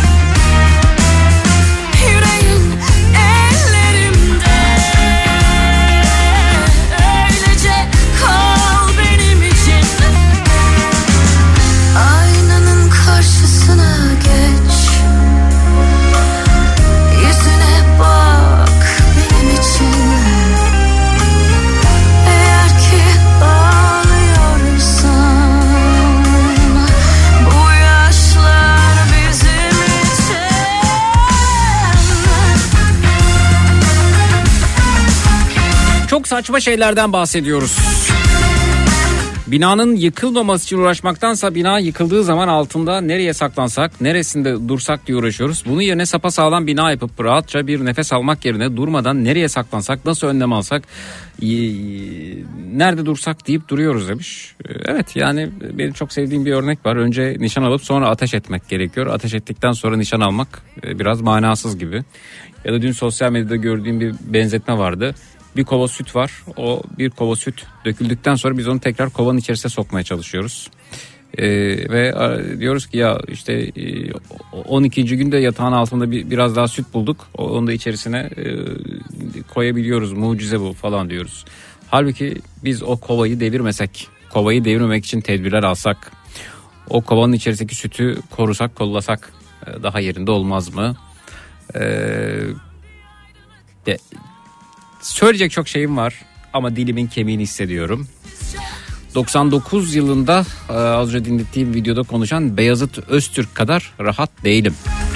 Speaker 6: Çok saçma şeylerden bahsediyoruz. Binanın yıkılmaması için uğraşmaktansa bina yıkıldığı zaman altında nereye saklansak, neresinde dursak diye uğraşıyoruz. Bunun yerine sapasağlam bina yapıp rahatça bir nefes almak yerine durmadan nereye saklansak, nasıl önlem alsak, nerede dursak deyip duruyoruz demiş. Evet, yani benim çok sevdiğim bir örnek var. Önce nişan alıp sonra ateş etmek gerekiyor. Ateş ettikten sonra nişan almak biraz manasız gibi. Ya da dün sosyal medyada gördüğüm bir benzetme vardı. Bir kova süt var. O bir kova süt döküldükten sonra biz onu tekrar kovanın içerisine sokmaya çalışıyoruz. Ee, ve diyoruz ki ya işte on ikinci günde yatağın altında bir, biraz daha süt bulduk. Onu da içerisine e, koyabiliyoruz. Mucize bu falan diyoruz. Halbuki biz o kovayı devirmesek, kovayı devirmemek için tedbirler alsak, o kovanın içerisindeki sütü korusak, kollasak daha yerinde olmaz mı? Eee... De, Söyleyecek çok şeyim var ama dilimin kemiğini hissediyorum. doksan dokuz yılında az önce dinlettiğim videoda konuşan Beyazıt Öztürk kadar rahat değilim.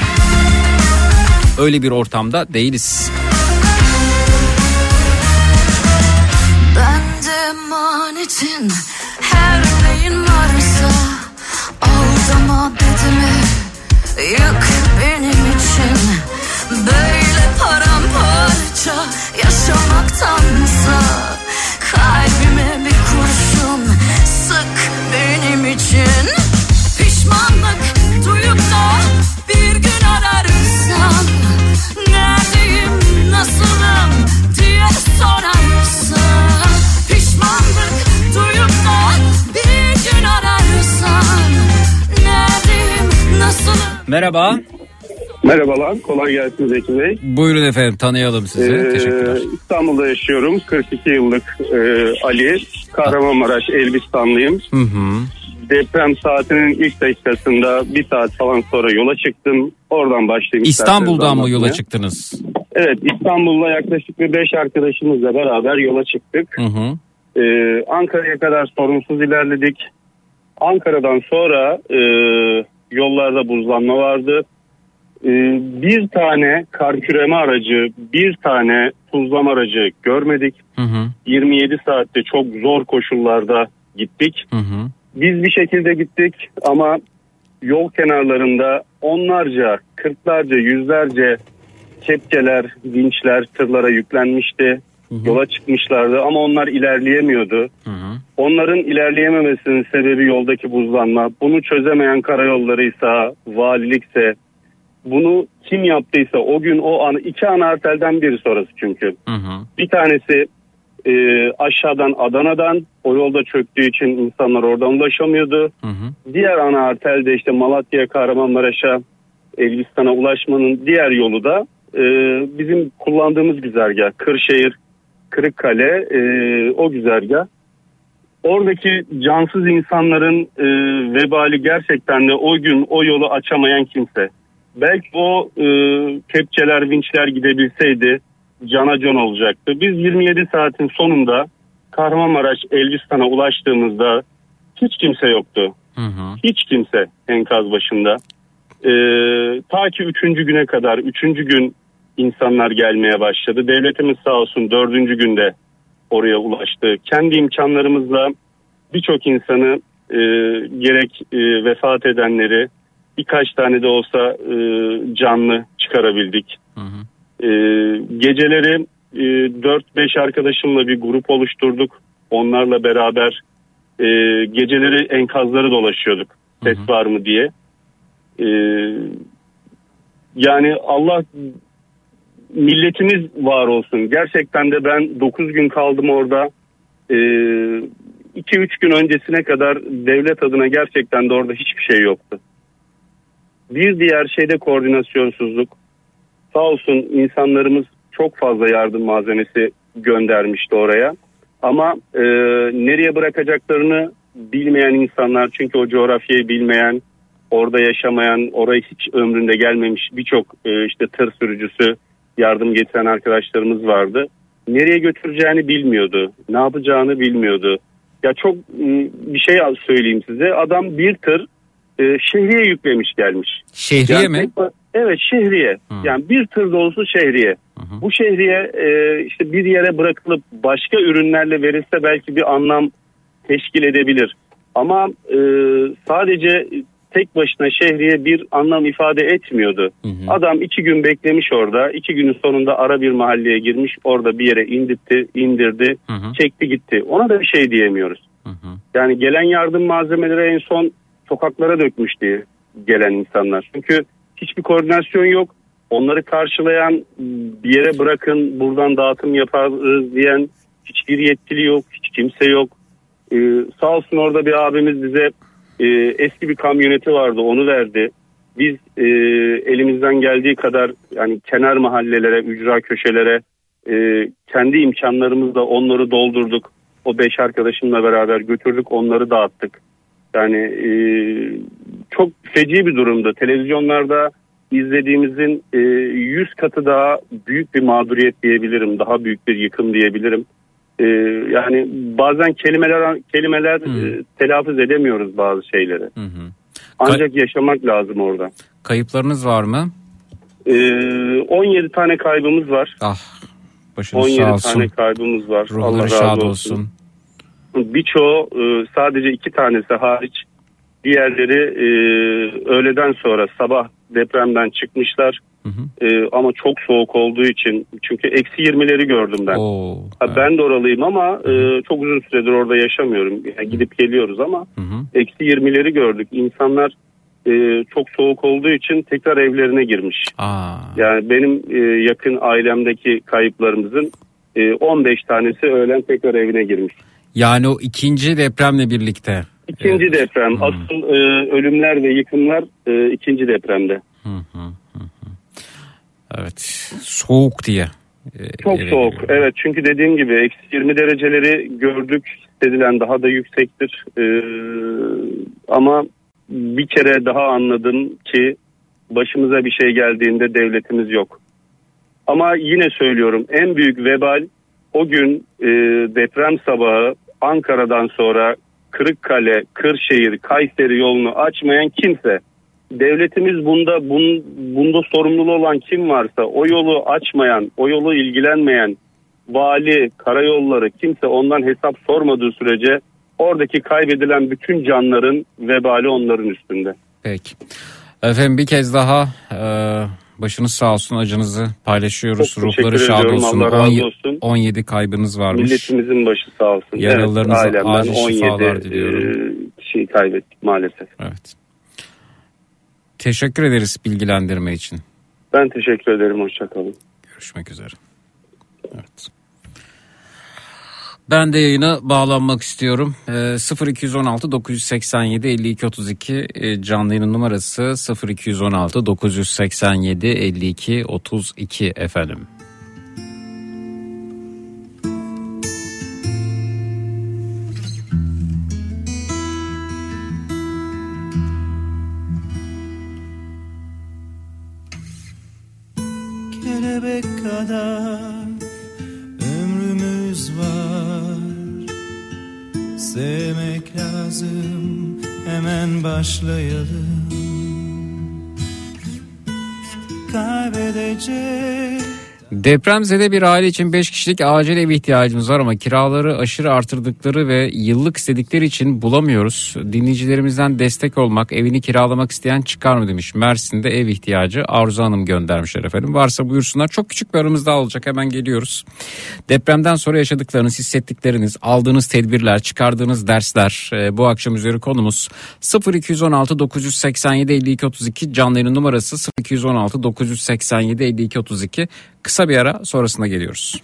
Speaker 6: Öyle bir ortamda değiliz.
Speaker 4: Bende emanetin her neyin varsa aldama bedimi yık benim için. Böyle paramparça yaşamaktansa kalbime bir kurşun sık benim için. Pişmanlık duyup da bir gün ararsan neredeyim, nasılım diye sorarsan. Pişmanlık duyup da bir gün ararsan neredeyim, nasılım.
Speaker 6: Merhaba.
Speaker 11: Merhabalar, kolay gelsin Zeki Bey.
Speaker 6: Buyurun efendim, tanıyalım sizi.
Speaker 11: Ee,
Speaker 6: Teşekkürler.
Speaker 11: İstanbul'da yaşıyorum. kırk iki yıllık e, Ali. Kahramanmaraş, Elbistanlıyım.
Speaker 6: Hı hı.
Speaker 11: Deprem saatinin ilk dakikasında bir saat falan sonra yola çıktım. Oradan başlayayım.
Speaker 6: İstanbul'dan mı yola çıktınız?
Speaker 11: Evet, İstanbul'da yaklaşık bir beş arkadaşımızla beraber yola çıktık.
Speaker 6: Hı hı.
Speaker 11: Ee, Ankara'ya kadar sorunsuz ilerledik. Ankara'dan sonra e, yollarda buzlanma vardı. E, bir tane kar küreme aracı, bir tane tuzlama aracı görmedik.
Speaker 6: Hı hı.
Speaker 11: yirmi yedi saatte çok zor koşullarda gittik.
Speaker 6: Hı hı.
Speaker 11: Biz bir şekilde gittik ama yol kenarlarında onlarca, kırklarca, yüzlerce kepçeler, vinçler tırlara yüklenmişti. Hı hı. Yola çıkmışlardı ama onlar ilerleyemiyordu. Hı hı. Onların ilerleyememesinin sebebi yoldaki buzlanma. Bunu çözemeyen karayollarıysa, valilikse, bunu kim yaptıysa o gün o an iki ana arterden biri sonrası çünkü. Hı hı. Bir tanesi e, aşağıdan Adana'dan, o yolda çöktüğü için insanlar oradan ulaşamıyordu. Hı hı. Diğer ana arterde işte Malatya, Kahramanmaraş'a, Elbistan'a ulaşmanın diğer yolu da e, bizim kullandığımız güzergah. Kırşehir, Kırıkkale, e, o güzergah. Oradaki cansız insanların e, vebali gerçekten de o gün o yolu açamayan kimse. Belki o e, kepçeler, vinçler gidebilseydi cana can olacaktı. Biz yirmi yedi saatin sonunda Kahramanmaraş, Elbistan'a ulaştığımızda hiç kimse yoktu. Hı hı. Hiç kimse enkaz başında. E, ta ki üçüncü güne kadar, üçüncü gün insanlar gelmeye başladı. Devletimiz sağ olsun dördüncü günde oraya ulaştı. Kendi imkanlarımızla birçok insanı e, gerek e, vefat edenleri birkaç tane de olsa e, canlı çıkarabildik. Hı hı. E, geceleri e, dört beş arkadaşımla bir grup oluşturduk. Onlarla beraber e, geceleri enkazları dolaşıyorduk. Ses var mı diye. E, yani Allah milletimiz var olsun. Gerçekten de ben dokuz gün kaldım orada. iki üç gün öncesine kadar devlet adına gerçekten de orada hiçbir şey yoktu. Bir diğer şey de koordinasyonsuzluk. Sağ olsun insanlarımız çok fazla yardım malzemesi göndermişti oraya. Ama e, nereye bırakacaklarını bilmeyen insanlar, çünkü o coğrafyayı bilmeyen, orada yaşamayan, oraya hiç ömründe gelmemiş birçok e, işte tır sürücüsü, yardım getiren arkadaşlarımız vardı. Nereye götüreceğini bilmiyordu. Ne yapacağını bilmiyordu. Ya çok bir şey söyleyeyim size. Adam bir tır e, şehriye yüklemiş gelmiş.
Speaker 6: Şehriye
Speaker 11: yani,
Speaker 6: mi?
Speaker 11: Evet, şehriye. Hı. Yani bir tır dolusu şehriye. Hı hı. Bu şehriye e, işte bir yere bırakılıp başka ürünlerle verilse belki bir anlam teşkil edebilir. Ama e, sadece tek başına şehriye bir anlam ifade etmiyordu. Hı hı. Adam iki gün beklemiş orada. İki günün sonunda ara bir mahalleye girmiş. Orada bir yere indirdi, indirdi, hı hı. çekti gitti. Ona da bir şey diyemiyoruz. Hı hı. Yani gelen yardım malzemeleri en son sokaklara dökmüştü gelen insanlar. Çünkü hiçbir koordinasyon yok. Onları karşılayan, bir yere bırakın buradan dağıtım yaparız diyen hiçbir yetkili yok. Hiç kimse yok. Ee, sağ olsun orada bir abimiz bize Ee, eski bir kamyoneti vardı, onu verdi. Biz e, elimizden geldiği kadar yani kenar mahallelere, ücra köşelere e, kendi imkanlarımızla onları doldurduk. O beş arkadaşımla beraber götürdük, onları dağıttık. Yani e, çok feci bir durumda. Televizyonlarda izlediğimizin e, yüz katı daha büyük bir mağduriyet diyebilirim. Daha büyük bir yıkım diyebilirim. Ee, yani bazen kelimeler kelimeler e, telaffuz edemiyoruz bazı şeyleri. Hı hı. Ancak Kay- yaşamak lazım orada.
Speaker 6: Kayıplarınız var mı?
Speaker 11: Ee, on yedi tane kaybımız var.
Speaker 6: Ah, başınız sağ olsun.
Speaker 11: on yedi tane kaybımız var.
Speaker 6: Ruhları
Speaker 11: Allah razı
Speaker 6: şad
Speaker 11: olsun.
Speaker 6: olsun.
Speaker 11: Birçoğu e, sadece iki tanesi hariç, diğerleri e, öğleden sonra sabah depremden çıkmışlar. Hı hı. Ee, ama çok soğuk olduğu için, çünkü eksi yirmileri gördüm ben. Oo, ha, evet. Ben de oralıyım ama e, çok uzun süredir orada yaşamıyorum. Yani gidip geliyoruz ama hı hı. eksi yirmileri gördük. İnsanlar e, çok soğuk olduğu için tekrar evlerine girmiş. Aa. Yani benim e, yakın ailemdeki kayıplarımızın e, on beş tanesi öğlen tekrar evine girmiş.
Speaker 6: Yani o ikinci depremle birlikte.
Speaker 11: İkinci evet. deprem. Hı. Asıl e, ölümler ve yıkımlar e, ikinci depremde. Hı hı.
Speaker 6: Evet, soğuk diye.
Speaker 11: Çok
Speaker 6: Eve
Speaker 11: soğuk.
Speaker 6: geliyorum.
Speaker 11: Evet, çünkü dediğim gibi eksi yirmi dereceleri gördük. Hissedilen daha da yüksektir. Ee, ama bir kere daha anladım ki başımıza bir şey geldiğinde devletimiz yok. Ama yine söylüyorum, en büyük vebal o gün e, deprem sabahı Ankara'dan sonra Kırıkkale, Kırşehir, Kayseri yolunu açmayan kimse. Devletimiz bunda bun, bunda sorumlu olan kim varsa, o yolu açmayan, o yolu ilgilenmeyen vali, karayolları, kimse ondan hesap sormadığı sürece oradaki kaybedilen bütün canların vebali onların üstünde.
Speaker 6: Peki. Efendim bir kez daha e, başınız sağ olsun, acınızı paylaşıyoruz.
Speaker 11: Çok
Speaker 6: Ruhları
Speaker 11: teşekkür
Speaker 6: şad
Speaker 11: ediyorum,
Speaker 6: olsun.
Speaker 11: Allah razı olsun.
Speaker 6: on yedi kaybınız varmış.
Speaker 11: Milletimizin başı sağ olsun.
Speaker 6: Yaralılarınıza
Speaker 11: Evet, ailemden
Speaker 6: acil şifalar
Speaker 11: on yedi
Speaker 6: diliyorum.
Speaker 11: e, kişiyi kaybettik maalesef.
Speaker 6: Evet. Teşekkür ederiz bilgilendirme için.
Speaker 11: Ben teşekkür ederim. Hoşçakalın.
Speaker 6: Görüşmek üzere. Evet. Ben de yayına bağlanmak istiyorum. E, sıfır iki on altı dokuz seksen yedi elli iki otuz iki e, canlı yayın numarası sıfır iki on altı dokuz seksen yedi elli iki otuz iki efendim.
Speaker 2: Kelebek kadar ömrümüz var. Sevmek lazım, hemen başlayalım. Kaybedecek.
Speaker 6: Depremzede bir aile için beş kişilik acil ev ihtiyacımız var ama kiraları aşırı artırdıkları ve yıllık istedikleri için bulamıyoruz. Dinleyicilerimizden destek olmak, evini kiralamak isteyen çıkar mı demiş. Mersin'de ev ihtiyacı Arzu Hanım göndermişler efendim. Varsa buyursunlar. Çok küçük bir aramız daha olacak, hemen geliyoruz. Depremden sonra yaşadıklarınız, hissettikleriniz, aldığınız tedbirler, çıkardığınız dersler, e, bu akşam üzeri konumuz sıfır iki on altı dokuz seksen yedi elli iki otuz iki canlı yayın numarası sıfır iki on altı dokuz seksen yedi elli iki otuz iki. Kısa bir ara sonrasında geliyoruz.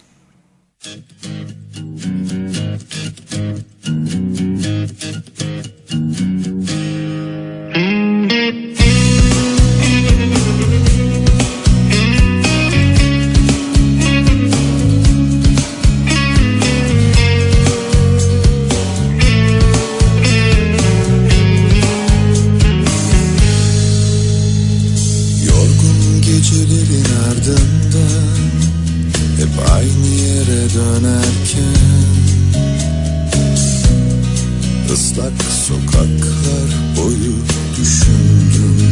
Speaker 2: Yorgun gecelerin ardından hep aynı yere dönerken ıslak sokaklar boyu düşündüm.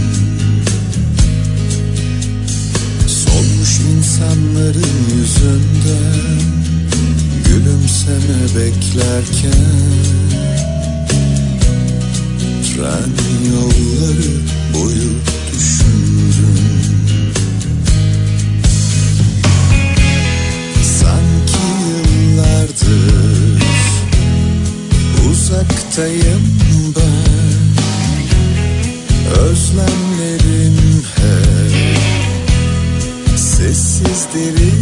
Speaker 2: Solmuş insanların yüzünden gülümseme beklerken tren yolları boyu düşündüm. Sanki yıllardır uzaktayım ben. Özlemlerim hep sessiz derinde.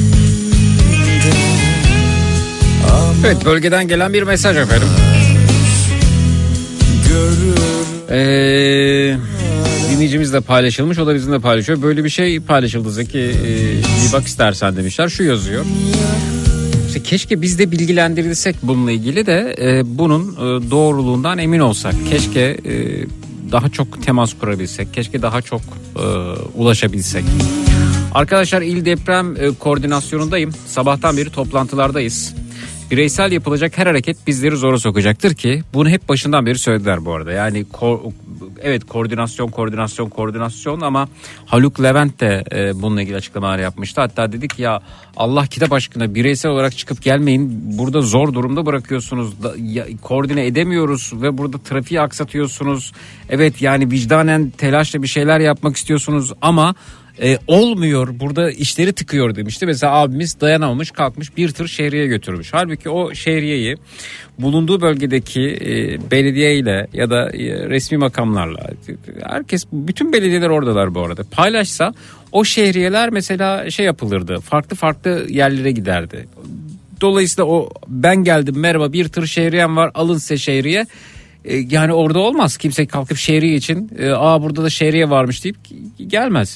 Speaker 6: Evet, bölgeden gelen bir mesaj efendim. Ee, dinleyicimiz de paylaşılmış, o da bizimle paylaşıyor. Böyle bir şey paylaşıldı Zeki, ee, bir bak istersen demişler. Şu yazıyor. İşte keşke biz de bilgilendirilsek bununla ilgili de e, bunun e, doğruluğundan emin olsak. Keşke e, daha çok temas kurabilsek. Keşke daha çok e, ulaşabilsek. Arkadaşlar, il deprem e, koordinasyonundayım. Sabahtan beri toplantılardayız. Bireysel yapılacak her hareket bizleri zora sokacaktır ki bunu hep başından beri söylediler bu arada. Yani ko- evet koordinasyon koordinasyon koordinasyon ama Haluk Levent de e, bununla ilgili açıklamalar yapmıştı. Hatta dedik ya, Allah kitap aşkına bireysel olarak çıkıp gelmeyin, burada zor durumda bırakıyorsunuz, da, ya, koordine edemiyoruz ve burada trafiği aksatıyorsunuz. Evet, yani vicdanen telaşla bir şeyler yapmak istiyorsunuz ama E, olmuyor, burada işleri tıkıyor demişti. Mesela abimiz dayanamamış, kalkmış bir tır şehriye götürmüş. Halbuki o şehriyeyi bulunduğu bölgedeki e, belediyeyle ya da e, resmi makamlarla, herkes, bütün belediyeler oradalar bu arada, paylaşsa o şehriyeler mesela şey yapılırdı, farklı farklı yerlere giderdi. Dolayısıyla o ben geldim merhaba bir tır şehriyem var alın size şehriye. Yani orada olmaz. Kimse kalkıp şehriye için aa burada da şehriye varmış deyip gelmez.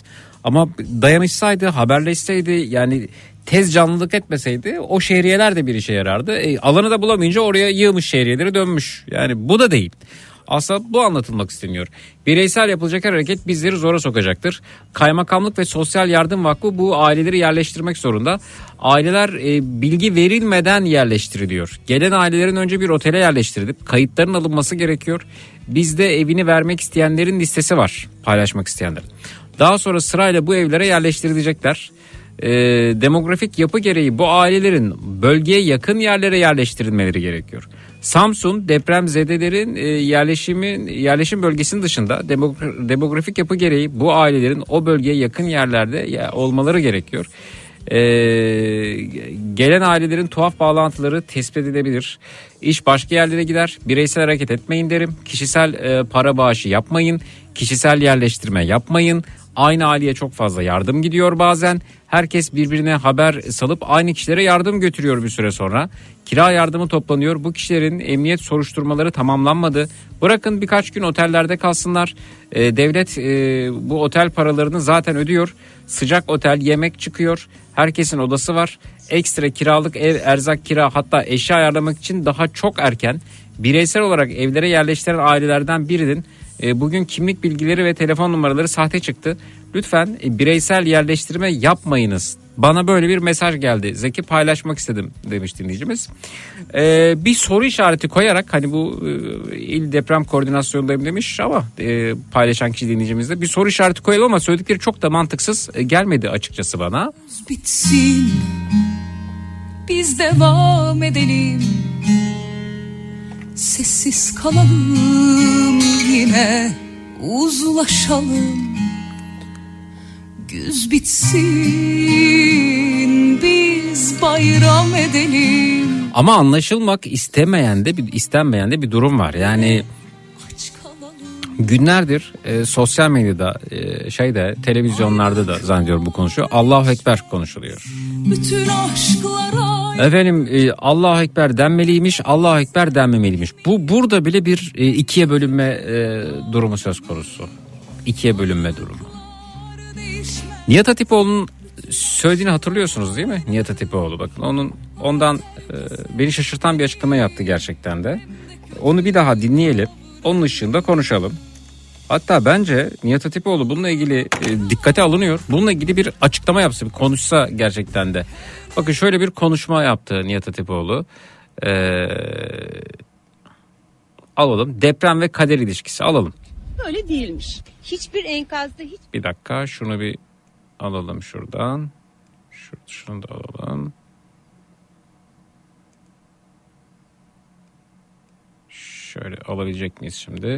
Speaker 6: Ama dayanışsaydı, haberleşseydi, yani tez canlılık etmeseydi o şehriyeler de bir işe yarardı. E, alanı da bulamayınca oraya yığmış şehriyeleri dönmüş. Yani bu da değil. Aslında bu anlatılmak isteniyor. Bireysel yapılacak her hareket bizleri zora sokacaktır. Kaymakamlık ve Sosyal Yardım Vakfı bu aileleri yerleştirmek zorunda. Aileler e, bilgi verilmeden yerleştiriliyor. Gelen ailelerin önce bir otele yerleştirilip kayıtların alınması gerekiyor. Bizde evini vermek isteyenlerin listesi var, paylaşmak isteyenler. Daha sonra sırayla bu evlere yerleştirilecekler. E, demografik yapı gereği bu ailelerin bölgeye yakın yerlere yerleştirilmeleri gerekiyor. Samsun depremzedelerin e, yerleşimin yerleşim bölgesinin dışında demogra- demografik yapı gereği bu ailelerin o bölgeye yakın yerlerde ya, olmaları gerekiyor. E, gelen ailelerin tuhaf bağlantıları tespit edilebilir. İş başka yerlere gider. Bireysel hareket etmeyin derim. Kişisel e, para bağışı yapmayın. Kişisel yerleştirme yapmayın. Aynı aileye çok fazla yardım gidiyor bazen. Herkes birbirine haber salıp aynı kişilere yardım götürüyor bir süre sonra. Kira yardımı toplanıyor. Bu kişilerin emniyet soruşturmaları tamamlanmadı. Bırakın birkaç gün otellerde kalsınlar. Ee, devlet e, bu otel paralarını zaten ödüyor. Sıcak otel, yemek çıkıyor. Herkesin odası var. Ekstra kiralık ev, erzak, kira, hatta eşya ayarlamak için daha çok erken. Bireysel olarak evlere yerleştiren ailelerden birinin bugün kimlik bilgileri ve telefon numaraları sahte çıktı. Lütfen bireysel yerleştirme yapmayınız. Bana böyle bir mesaj geldi. Zeki, paylaşmak istedim demiş dinleyicimiz. Ee, bir soru işareti koyarak, hani bu e, il deprem koordinasyonundayım demiş ama e, paylaşan kişi dinleyicimiz de bir soru işareti koyalım ama söyledikleri çok da mantıksız e, gelmedi açıkçası bana.
Speaker 5: Bitsin, biz devam edelim. Sessiz kalalım, yine uzlaşalım. Güz bitsin, biz bayram edelim.
Speaker 6: Ama anlaşılmak istemeyen de bir istenmeyen de bir durum var. Yani günlerdir e, sosyal medyada, e, şeyde, televizyonlarda da zannediyorum bu konuşuyor. Allahu Ekber konuşuluyor.
Speaker 5: Bütün aşklara
Speaker 6: Efendim e, Allahu Ekber denmeliymiş, Allahu Ekber denmemeliymiş. Bu burada bile bir e, ikiye bölünme e, durumu söz konusu. İkiye bölünme durumu. Nihat Hatipoğlu'nun söylediğini hatırlıyorsunuz değil mi? Nihat Hatipoğlu, bakın onun ondan e, beni şaşırtan bir açıklama yaptı gerçekten de. Onu bir daha dinleyelim. Onun ışığında konuşalım. Hatta bence Nihat Hatipoğlu bununla ilgili e, dikkate alınıyor. Bununla ilgili bir açıklama yapsa, bir konuşsa gerçekten de. Bakın şöyle bir konuşma yaptı Nihat Hatipoğlu. Ee, alalım. Deprem ve kader ilişkisi alalım.
Speaker 8: Öyle değilmiş.
Speaker 9: Hiçbir enkazda hiç...
Speaker 6: Bir dakika, şunu bir alalım şuradan. Şur, şunu da alalım. Şöyle alabilecek miyiz şimdi?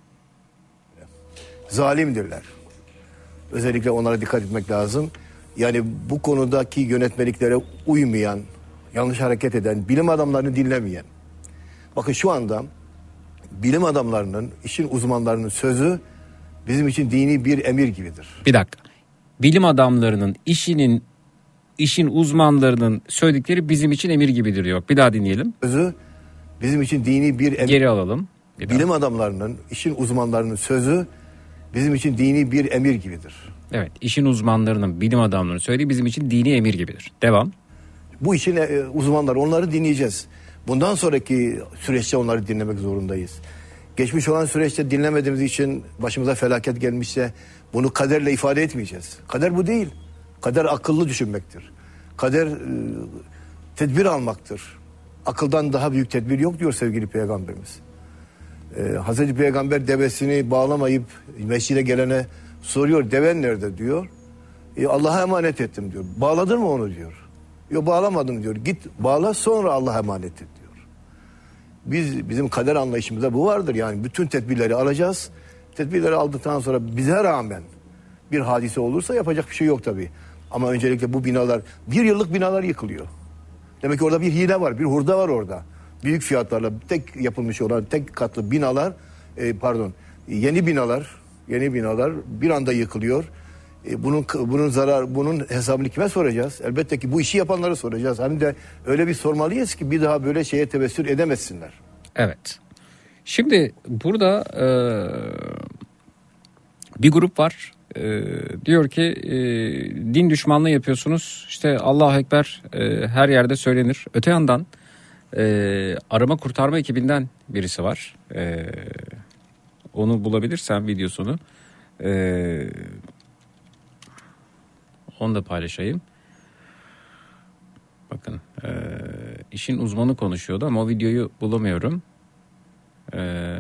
Speaker 12: Zalimdirler. Özellikle onlara dikkat etmek lazım. Yani bu konudaki yönetmeliklere uymayan, yanlış hareket eden, bilim adamlarını dinlemeyen. Bakın şu anda bilim adamlarının, işin uzmanlarının sözü bizim için dini bir emir gibidir.
Speaker 6: Bir dakika. Bilim adamlarının, işinin, işin uzmanlarının söyledikleri bizim için emir gibidir diyor. Bir daha dinleyelim.
Speaker 12: Sözü bizim için dini bir emir.
Speaker 6: Geri alalım.
Speaker 12: Bilim adamlarının, işin uzmanlarının sözü bizim için dini bir emir gibidir.
Speaker 6: Evet, işin uzmanlarının, bilim adamlarının söylediği bizim için dini emir gibidir. Devam.
Speaker 12: Bu işin e, uzmanları, onları dinleyeceğiz. Bundan sonraki süreçte onları dinlemek zorundayız. Geçmiş olan süreçte dinlemediğimiz için başımıza felaket gelmişse bunu kaderle ifade etmeyeceğiz. Kader bu değil. Kader akıllı düşünmektir. Kader e, tedbir almaktır. Akıldan daha büyük tedbir yok diyor sevgili Peygamberimiz. Ee, Hazreti Peygamber devesini bağlamayıp mescide gelene soruyor, deven nerede diyor. E, Allah'a emanet ettim diyor. Bağladın mı onu diyor. Yok, bağlamadım diyor. Git bağla, sonra Allah'a emanet et diyor. Biz bizim kader anlayışımızda bu vardır. Yani bütün tedbirleri alacağız. Tedbirleri aldıktan sonra bize rağmen bir hadise olursa yapacak bir şey yok tabii. Ama öncelikle bu binalar, bir yıllık binalar yıkılıyor. Demek ki orada bir hile var, bir hurda var orada. Büyük fiyatlarla tek yapılmış olan tek katlı binalar, e, pardon, yeni binalar, yeni binalar bir anda yıkılıyor. E, bunun bunun zarar, bunun hesabını kime soracağız? Elbette ki bu işi yapanlara soracağız. Hem de öyle bir sormalıyız ki bir daha böyle şeye tevessül edemezsinler.
Speaker 6: Evet. Şimdi burada e, bir grup var. Ee, diyor ki e, din düşmanlığı yapıyorsunuz. İşte Allahu Ekber e, her yerde söylenir. Öte yandan e, arama kurtarma ekibinden birisi var. E, onu bulabilirsem videosunu e, onu da paylaşayım. Bakın e, işin uzmanı konuşuyordu ama o videoyu bulamıyorum. E,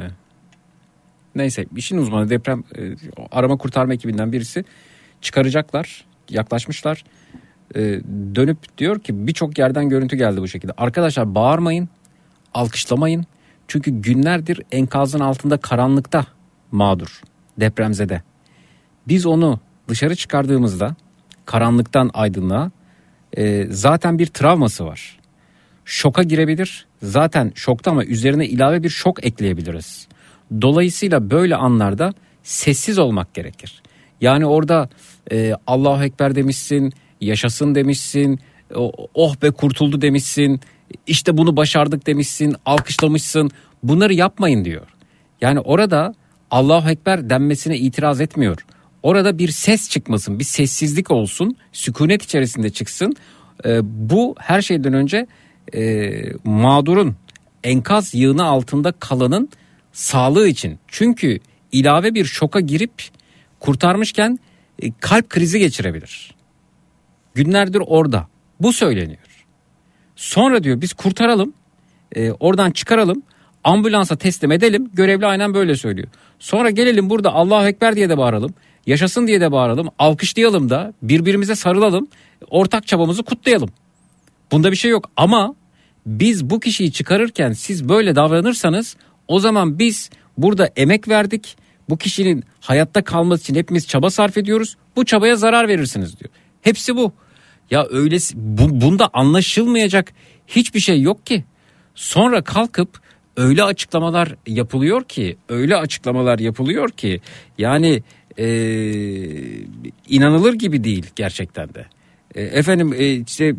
Speaker 6: neyse işin uzmanı deprem e, arama kurtarma ekibinden birisi çıkaracaklar, yaklaşmışlar. E, dönüp diyor ki birçok yerden görüntü geldi bu şekilde. Arkadaşlar bağırmayın, alkışlamayın. Çünkü günlerdir enkazın altında karanlıkta mağdur, depremzede. Biz onu dışarı çıkardığımızda karanlıktan aydınlığa e, zaten bir travması var. Şoka girebilir. Zaten şokta ama üzerine ilave bir şok ekleyebiliriz. Dolayısıyla böyle anlarda sessiz olmak gerekir. Yani orada e, Allahu Ekber demişsin, yaşasın demişsin, oh be kurtuldu demişsin, işte bunu başardık demişsin, alkışlamışsın. Bunları yapmayın diyor. Yani orada Allahu Ekber denmesine itiraz etmiyor. Orada bir ses çıkmasın, bir sessizlik olsun, sükunet içerisinde çıksın. E, bu her şeyden önce e, mağdurun, enkaz yığını altında kalanın sağlığı için. Çünkü ilave bir şoka girip kurtarmışken e, kalp krizi geçirebilir. Günlerdir orada. Bu söyleniyor. Sonra diyor biz kurtaralım, e, oradan çıkaralım, ambulansa teslim edelim. Görevli aynen böyle söylüyor. Sonra gelelim burada Allahu Ekber diye de bağıralım. Yaşasın diye de bağıralım. Alkışlayalım da birbirimize sarılalım. Ortak çabamızı kutlayalım. Bunda bir şey yok ama biz bu kişiyi çıkarırken siz böyle davranırsanız o zaman biz burada emek verdik. Bu kişinin hayatta kalması için hepimiz çaba sarf ediyoruz. Bu çabaya zarar verirsiniz diyor. Hepsi bu. Ya öylesi bu, bunda anlaşılmayacak hiçbir şey yok ki. Sonra kalkıp öyle açıklamalar yapılıyor ki, öyle açıklamalar yapılıyor ki yani e, inanılır gibi değil gerçekten de. E, efendim e, işte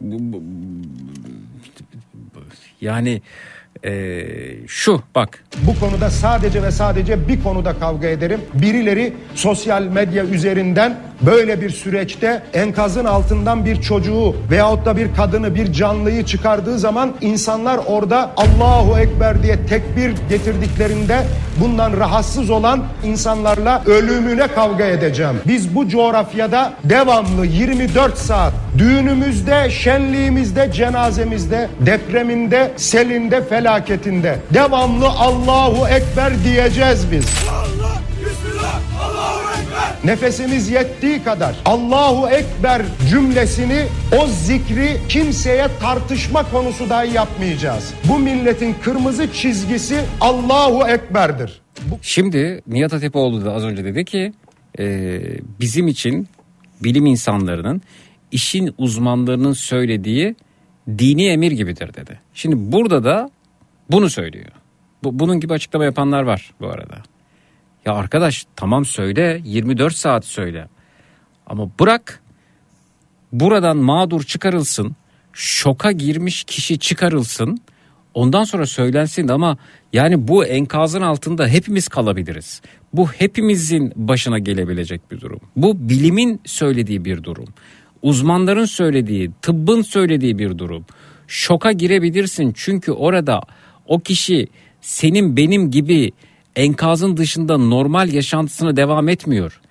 Speaker 6: yani e, şu bak.
Speaker 13: Bu konuda sadece ve sadece bir konuda kavga ederim. Birileri sosyal medya üzerinden böyle bir süreçte enkazın altından bir çocuğu veyahut da bir kadını, bir canlıyı çıkardığı zaman insanlar orada Allahu Ekber diye tekbir getirdiklerinde bundan rahatsız olan insanlarla ölümüne kavga edeceğim. Biz bu coğrafyada devamlı yirmi dört saat düğünümüzde, şenliğimizde, cenazemizde, depreminde, selinde, felaketinde devamlı Allahu Ekber diyeceğiz biz. Allah, Bismillah, Allahu Ekber. Nefesimiz yettiği kadar Allahu Ekber cümlesini, o zikri kimseye tartışma konusu dahi yapmayacağız. Bu milletin kırmızı çizgisi Allahu Ekber'dir. Bu...
Speaker 6: Şimdi Nihat Hatipoğlu da az önce dedi ki e, bizim için bilim insanlarının, işin uzmanlarının söylediği dini emir gibidir dedi. Şimdi burada da bunu söylüyor. Bu, bunun gibi açıklama yapanlar var bu arada. Ya arkadaş tamam söyle, yirmi dört saat söyle. Ama bırak buradan mağdur çıkarılsın, şoka girmiş kişi çıkarılsın. Ondan sonra söylensin ama yani bu enkazın altında hepimiz kalabiliriz. Bu hepimizin başına gelebilecek bir durum. Bu bilimin söylediği bir durum. Uzmanların söylediği, tıbbın söylediği bir durum. Şoka girebilirsin çünkü orada o kişi senin benim gibi enkazın dışında normal yaşantısına devam etmiyor.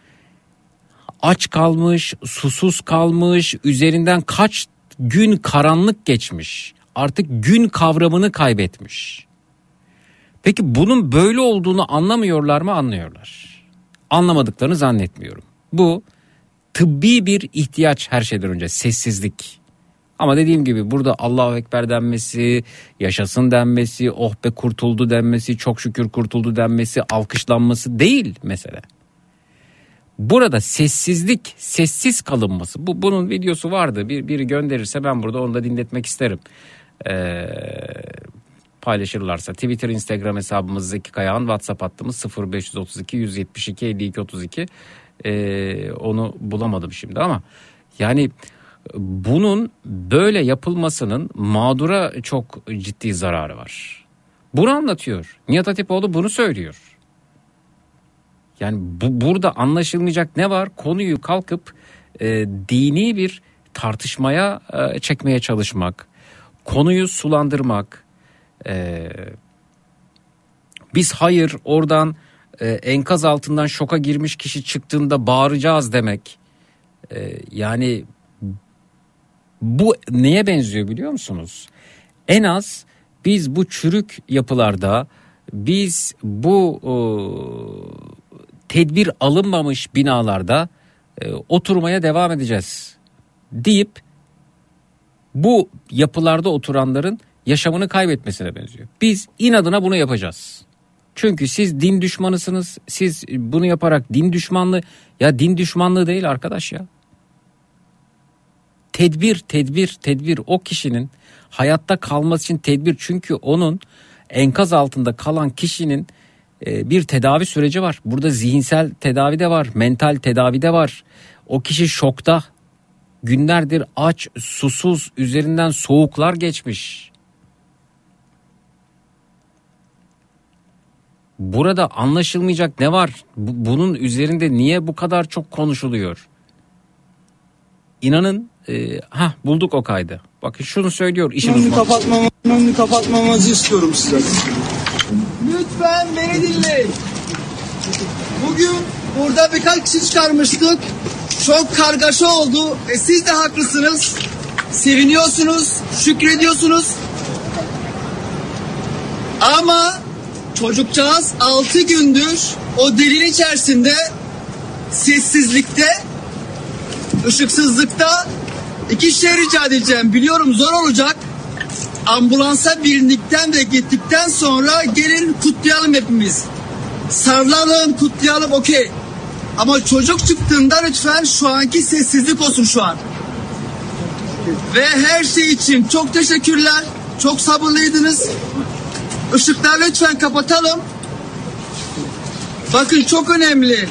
Speaker 6: Aç kalmış, susuz kalmış, üzerinden kaç gün karanlık geçmiş. Artık gün kavramını kaybetmiş. Peki bunun böyle olduğunu anlamıyorlar mı? Anlıyorlar. Anlamadıklarını zannetmiyorum. Bu tıbbi bir ihtiyaç her şeyden önce, sessizlik. Ama dediğim gibi burada Allahu Ekber denmesi, yaşasın denmesi, oh be kurtuldu denmesi, çok şükür kurtuldu denmesi, alkışlanması değil mesele. Burada sessizlik, sessiz kalınması. Bu bunun videosu vardı. Bir biri gönderirse ben burada onu da dinletmek isterim. Ee, paylaşırlarsa Twitter, Instagram hesabımız Zeki Kayağan, WhatsApp hattımız sıfır beş otuz iki yüz yetmiş iki elli iki otuz iki. Ee, onu bulamadım şimdi ama yani bunun böyle yapılmasının mağdura çok ciddi zararı var. Bunu anlatıyor. Nihat Hatipoğlu bunu söylüyor. Yani bu, burada anlaşılmayacak ne var? Konuyu kalkıp e, dini bir tartışmaya e, çekmeye çalışmak, konuyu sulandırmak. E, biz hayır oradan e, enkaz altından şoka girmiş kişi çıktığında bağıracağız demek. E, yani bu neye benziyor biliyor musunuz? En az biz bu çürük yapılarda, biz bu e, tedbir alınmamış binalarda e, oturmaya devam edeceğiz deyip bu yapılarda oturanların yaşamını kaybetmesine benziyor. Biz inadına bunu yapacağız. Çünkü siz din düşmanısınız. Siz bunu yaparak din düşmanlığı, ya din düşmanlığı değil arkadaş ya. Tedbir, tedbir, tedbir o kişinin hayatta kalması için tedbir. Çünkü onun enkaz altında kalan kişinin e, bir tedavi süreci var. Burada zihinsel tedavi de var, mental tedavi de var. O kişi şokta, günlerdir aç, susuz, üzerinden soğuklar geçmiş. Burada anlaşılmayacak ne var? Bu, bunun üzerinde niye bu kadar çok konuşuluyor? İnanın, e, ha bulduk o kaydı. Bakın şunu söylüyor işin uzmanı.
Speaker 14: Kapatmamı, önünü kapatmamanızı istiyorum size. Lütfen beni dinleyin. Bugün burada birkaç kişi çıkarmıştık. Çok kargaşa oldu. E siz de haklısınız. Seviniyorsunuz, şükrediyorsunuz. Ama çocukcağız altı gündür o delil içerisinde, sessizlikte, ışıksızlıkta. İki şey rica edeceğim. Biliyorum zor olacak. Ambulansa birindikten ve gittikten sonra gelin kutlayalım hepimiz. Sarılalım, kutlayalım, okey. Ama çocuk çıktığında lütfen şu anki sessizlik olsun şu an. Ve her şey için çok teşekkürler. Çok sabırlıydınız. Işıkları lütfen kapatalım. Bakın çok önemli.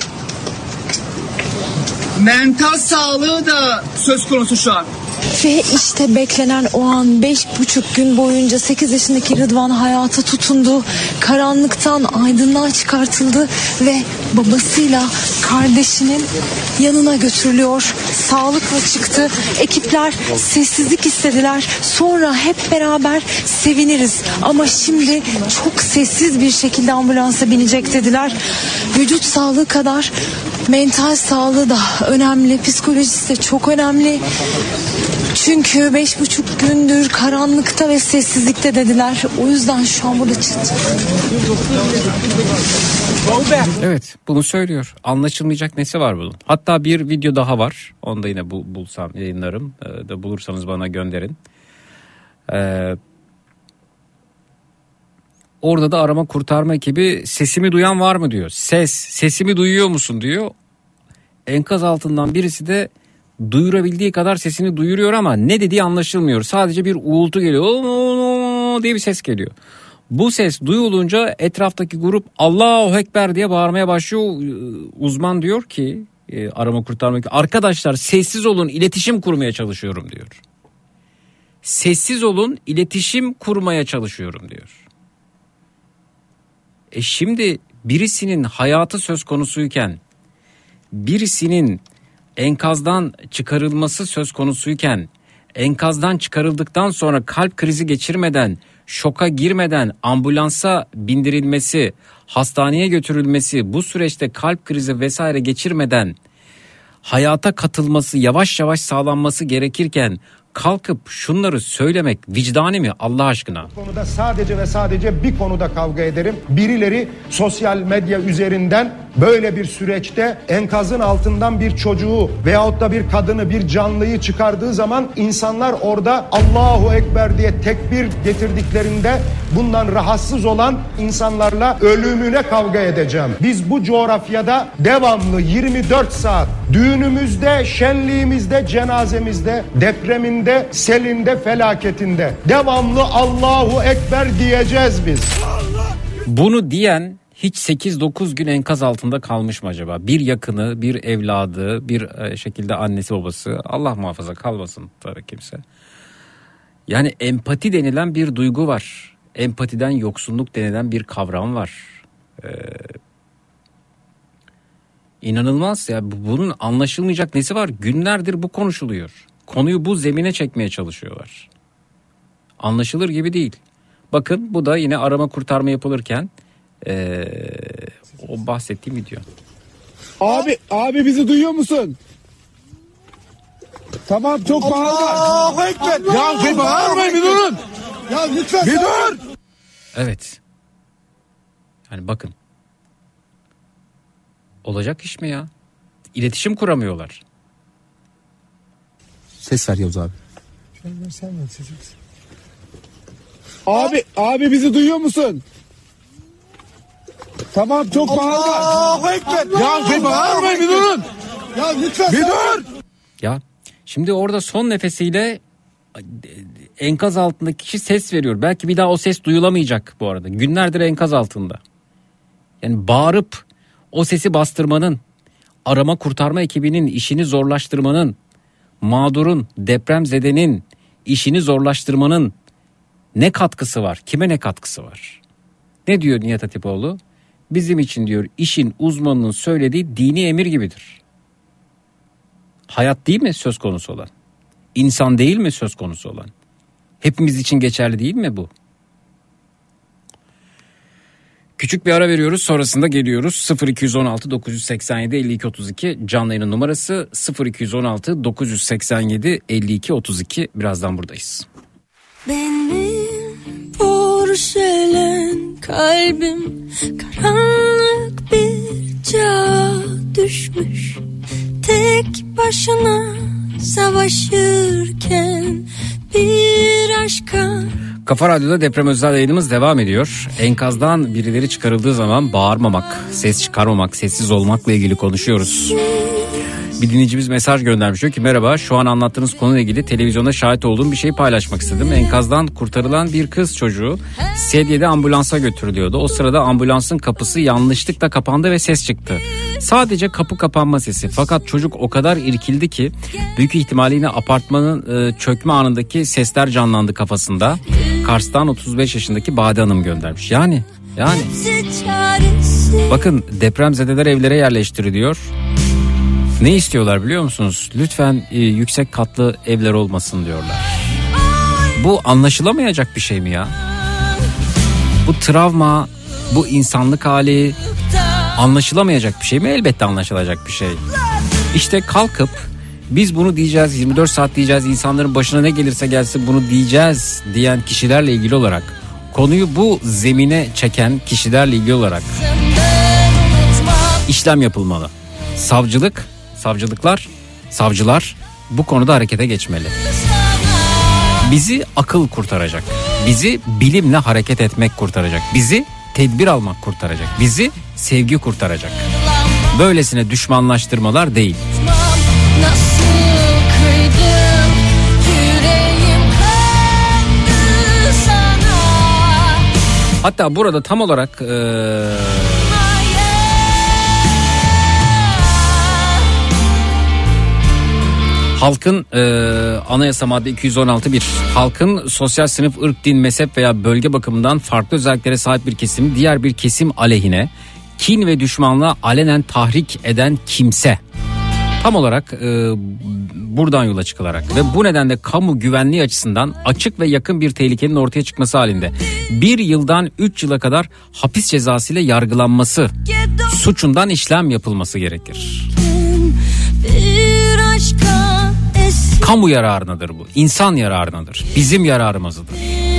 Speaker 14: Mental sağlığı da söz konusu şu an.
Speaker 15: Ve işte beklenen o an, beş buçuk gün boyunca sekiz yaşındaki Rıdvan hayata tutundu. Karanlıktan aydınlığa çıkartıldı ve babasıyla kardeşinin yanına götürülüyor. Sağlıkla çıktı. Ekipler sessizlik istediler. Sonra hep beraber seviniriz. Ama şimdi çok sessiz bir şekilde ambulansa binecek dediler. Vücut sağlığı kadar mental sağlığı da önemli. Psikolojisi de çok önemli. Çünkü beş buçuk gündür karanlıkta ve sessizlikte dediler. O yüzden şu an burada çıktı.
Speaker 6: Evet, bunu söylüyor. Anlaşılmayacak nesi var bunun? Hatta bir video daha var. Onu da yine bul, bulsam yayınlarım. Ee, da bulursanız bana gönderin. Ee, orada da arama kurtarma ekibi sesimi duyan var mı diyor. Ses, sesimi duyuyor musun diyor. Enkaz altından birisi de duyurabildiği kadar sesini duyuruyor ama ne dediği anlaşılmıyor. Sadece bir uğultu geliyor. Oo diye bir ses geliyor. Bu ses duyulunca etraftaki grup Allahu Ekber diye bağırmaya başlıyor. Uzman diyor ki e, arama kurtarma ekibi, arkadaşlar sessiz olun, iletişim kurmaya çalışıyorum diyor. Sessiz olun, iletişim kurmaya çalışıyorum diyor. E şimdi birisinin hayatı söz konusuyken, birisinin enkazdan çıkarılması söz konusuyken, enkazdan çıkarıldıktan sonra kalp krizi geçirmeden, şoka girmeden ambulansa bindirilmesi, hastaneye götürülmesi, bu süreçte kalp krizi vesaire geçirmeden hayata katılması, yavaş yavaş sağlanması gerekirken kalkıp şunları söylemek vicdani mi Allah aşkına?
Speaker 13: Bu konuda sadece ve sadece bir konuda kavga ederim. Birileri sosyal medya üzerinden böyle bir süreçte enkazın altından bir çocuğu veyahut da bir kadını, bir canlıyı çıkardığı zaman insanlar orada Allahu Ekber diye tekbir getirdiklerinde bundan rahatsız olan insanlarla ölümüne kavga edeceğim. Biz bu coğrafyada devamlı yirmi dört saat düğünümüzde, şenliğimizde, cenazemizde, depreminde, selinde, felaketinde devamlı Allahu Ekber diyeceğiz biz.
Speaker 6: Bunu diyen hiç sekiz dokuz gün enkaz altında kalmış mı acaba? Bir yakını, bir evladı, bir şekilde annesi babası, Allah muhafaza kalmasın tabii kimse. Yani empati denilen bir duygu var. Empatiden yoksunluk denilen bir kavram var. Ee, İnanılmaz ya, bunun anlaşılmayacak nesi var? Günlerdir bu konuşuluyor. Konuyu bu zemine çekmeye çalışıyorlar. Anlaşılır gibi değil. Bakın bu da yine arama kurtarma yapılırken ee, o bahsettiğim video.
Speaker 16: Abi abi bizi duyuyor musun? Tamam çok bağırma.
Speaker 13: Allahu Ekber.
Speaker 16: Ya bir bağırmayın, bir durun.
Speaker 13: Ya lütfen.
Speaker 16: Bir dur.
Speaker 6: Evet. Yani bakın. Olacak iş mi ya? İletişim kuramıyorlar.
Speaker 17: Ses ver Yavuz abi.
Speaker 13: Sen ver sesi.
Speaker 16: Abi abi bizi duyuyor musun? Tamam çok bağırma.
Speaker 13: Allahu Ekber.
Speaker 16: Ya bir bağırmayın, bir durun.
Speaker 13: Ya lütfen.
Speaker 16: Bir dur.
Speaker 6: Ya şimdi orada son nefesiyle enkaz altındaki kişi ses veriyor. Belki bir daha o ses duyulamayacak bu arada. Günlerdir enkaz altında. Yani bağırıp o sesi bastırmanın, arama kurtarma ekibinin işini zorlaştırmanın, mağdurun, depremzedenin işini zorlaştırmanın ne katkısı var? Kime ne katkısı var? Ne diyor Nihat Hatipoğlu? Bizim için diyor işin uzmanının söylediği dini emir gibidir. Hayat değil mi söz konusu olan? İnsan değil mi söz konusu olan? Hepimiz için geçerli değil mi bu? Küçük bir ara veriyoruz, sonrasında geliyoruz. sıfır iki on altı dokuz yüz seksen yedi elli iki otuz iki canlı yayının numarası sıfır iki on altı dokuz yüz seksen yedi elli iki otuz iki. Birazdan buradayız.
Speaker 5: Benim porselen kalbim karanlık bir çağa düşmüş. Tek başına savaşırken bir aşka.
Speaker 6: Kafa Radyo'da deprem özel yayınımız devam ediyor. Enkazdan birileri çıkarıldığı zaman bağırmamak, ses çıkarmamak, sessiz olmakla ilgili konuşuyoruz. Bir dinleyicimiz mesaj göndermiş, diyor ki merhaba, şu an anlattığınız konuyla ilgili televizyonda şahit olduğum bir şeyi paylaşmak istedim. Enkazdan kurtarılan bir kız çocuğu sedyede ambulansa götürülüyordu. O sırada ambulansın kapısı yanlışlıkla kapandı ve ses çıktı. Sadece kapı kapanma sesi, fakat çocuk o kadar irkildi ki büyük ihtimalle yine apartmanın e, çökme anındaki sesler canlandı kafasında. Kars'tan otuz beş yaşındaki Bade Hanım göndermiş. Yani yani bakın, depremzedeler evlere yerleştiriliyor. Ne istiyorlar biliyor musunuz? Lütfen e, yüksek katlı evler olmasın diyorlar. Bu anlaşılamayacak bir şey mi ya? Bu travma, bu insanlık hali anlaşılamayacak bir şey mi? Elbette anlaşılacak bir şey. İşte kalkıp biz bunu diyeceğiz, yirmi dört saat diyeceğiz, insanların başına ne gelirse gelsin bunu diyeceğiz diyen kişilerle ilgili olarak, konuyu bu zemine çeken kişilerle ilgili olarak işlem yapılmalı. Savcılık, savcılıklar, savcılar bu konuda harekete geçmeli. Bizi akıl kurtaracak. Bizi bilimle hareket etmek kurtaracak. Bizi tedbir almak kurtaracak. Bizi sevgi kurtaracak. Böylesine düşmanlaştırmalar değil. Hatta burada tam olarak ee... halkın e, anayasa madde iki yüz on altı bir halkın sosyal sınıf, ırk, din, mezhep veya bölge bakımından farklı özelliklere sahip bir kesim diğer bir kesim aleyhine kin ve düşmanlığa alenen tahrik eden kimse. Tam olarak e, buradan yola çıkılarak ve bu nedenle kamu güvenliği açısından açık ve yakın bir tehlikenin ortaya çıkması halinde bir yıldan üç yıla kadar hapis cezası ile yargılanması, suçundan işlem yapılması gerekir. Kamu yararınadır bu. İnsan yararınadır. Bizim yararımızdır.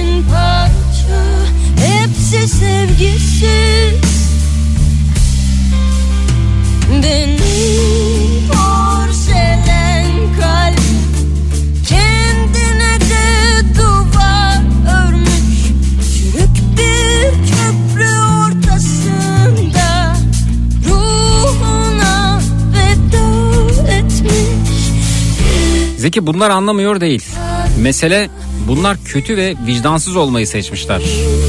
Speaker 5: Hepsi sevgisiz. Benim porselen kalp kendine de duvar örmüş. Çürük bir köprü ortasında ruhuna veda etmiş.
Speaker 6: Zeki bunlar anlamıyor değil. Mesele bunlar kötü ve vicdansız olmayı seçmişler.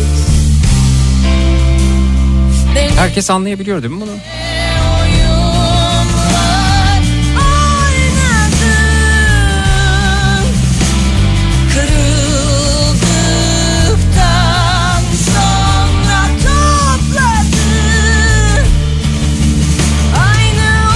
Speaker 6: Herkes anlayabiliyor değil mi bunu?
Speaker 5: Aynı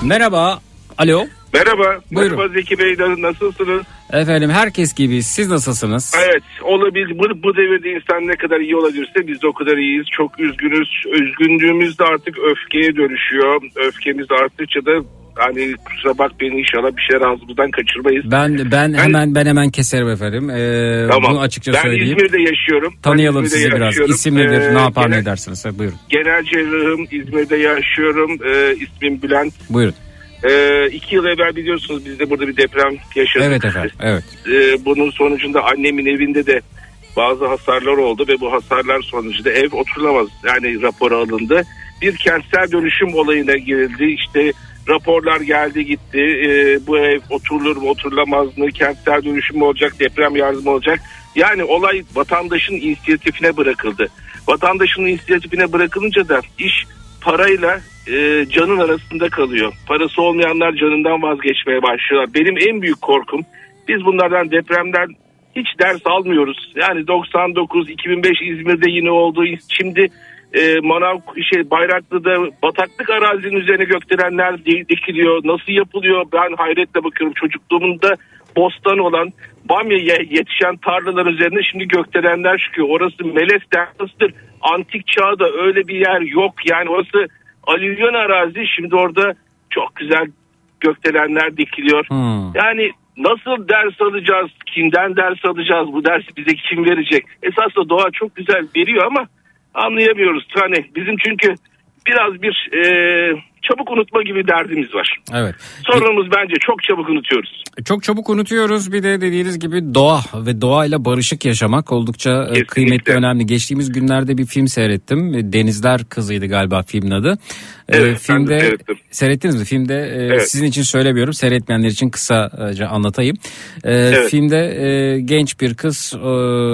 Speaker 6: Merhaba. Alo.
Speaker 17: Merhaba.
Speaker 6: Buyurun.
Speaker 17: Merhaba Zeki Bey, nasılsınız?
Speaker 6: Efendim herkes gibi siz nasılsınız?
Speaker 17: Evet, olabilir. Bu, bu devirde insan ne kadar iyi olabilirse biz de o kadar iyiyiz. Çok üzgünüz. Üzgünlüğümüz de artık öfkeye dönüşüyor. Öfkemiz arttıkça da hani kusura bakmayın, inşallah bir şeyler ağzımızdan kaçırmayız.
Speaker 6: Ben ben, ben hemen ben hemen keserim efendim. Ee,
Speaker 17: tamam.
Speaker 6: Bunu açıkça
Speaker 17: ben
Speaker 6: söyleyeyim.
Speaker 17: Ben İzmir'de yaşıyorum.
Speaker 6: Tanıyalım
Speaker 17: İzmir'de
Speaker 6: sizi biraz.
Speaker 17: yaşıyorum.
Speaker 6: İsim nedir?
Speaker 17: Ee,
Speaker 6: ne yapar
Speaker 17: genel,
Speaker 6: ne dersiniz? Buyurun.
Speaker 17: Genel cerrahım, İzmir'de yaşıyorum. Ee, ismim Bülent.
Speaker 6: Buyurun.
Speaker 17: Ee, iki yıl evvel biliyorsunuz biz de burada bir deprem yaşadık.
Speaker 6: Evet efendim. Evet.
Speaker 17: Ee, bunun sonucunda annemin evinde de bazı hasarlar oldu ve bu hasarlar sonucunda ev oturulamaz yani raporu alındı. Bir kentsel dönüşüm olayına girildi. İşte raporlar geldi gitti. Ee, bu ev oturulur mu oturulamaz mı? Kentsel dönüşüm mü olacak? Deprem yardımı olacak? Yani olay vatandaşın inisiyatifine bırakıldı. Vatandaşın inisiyatifine bırakılınca da iş parayla e, canın arasında kalıyor. Parası olmayanlar canından vazgeçmeye başlıyorlar. Benim en büyük korkum, biz bunlardan, depremden hiç ders almıyoruz. Yani doksan dokuz iki bin beş İzmir'de yine oldu. Şimdi e, Manav şey Bayraklı'da bataklık arazinin üzerine gökdelenler dikiliyor. Nasıl yapılıyor? Ben hayretle bakıyorum. Çocukluğumda bostan olan, bamya yetişen tarlalar üzerine şimdi gökdelenler çıkıyor. Orası Melez Dertlası'dır. Antik çağda öyle bir yer yok. Yani orası alüvyon arazi. Şimdi orada çok güzel gökdelenler dikiliyor. Hmm. Yani nasıl ders alacağız? Kimden ders alacağız? Bu dersi bize kim verecek? Esasında doğa çok güzel veriyor ama anlayamıyoruz. Hani bizim çünkü biraz bir e, çabuk unutma gibi derdimiz var.
Speaker 6: Evet.
Speaker 17: Sorunumuz bence çok çabuk unutuyoruz.
Speaker 6: Çok çabuk unutuyoruz. Bir de dediğiniz gibi doğa ve doğayla barışık yaşamak oldukça Kesinlikle. kıymetli, önemli. Geçtiğimiz günlerde bir film seyrettim. Denizler Kızı'ydı galiba filmin adı.
Speaker 17: Evet,
Speaker 6: ee, filmde seyrettiniz mi? Filmde e, evet. sizin için söylemiyorum. Seyretmeyenler için kısaca anlatayım. Ee, evet. Filmde e, genç bir kız e,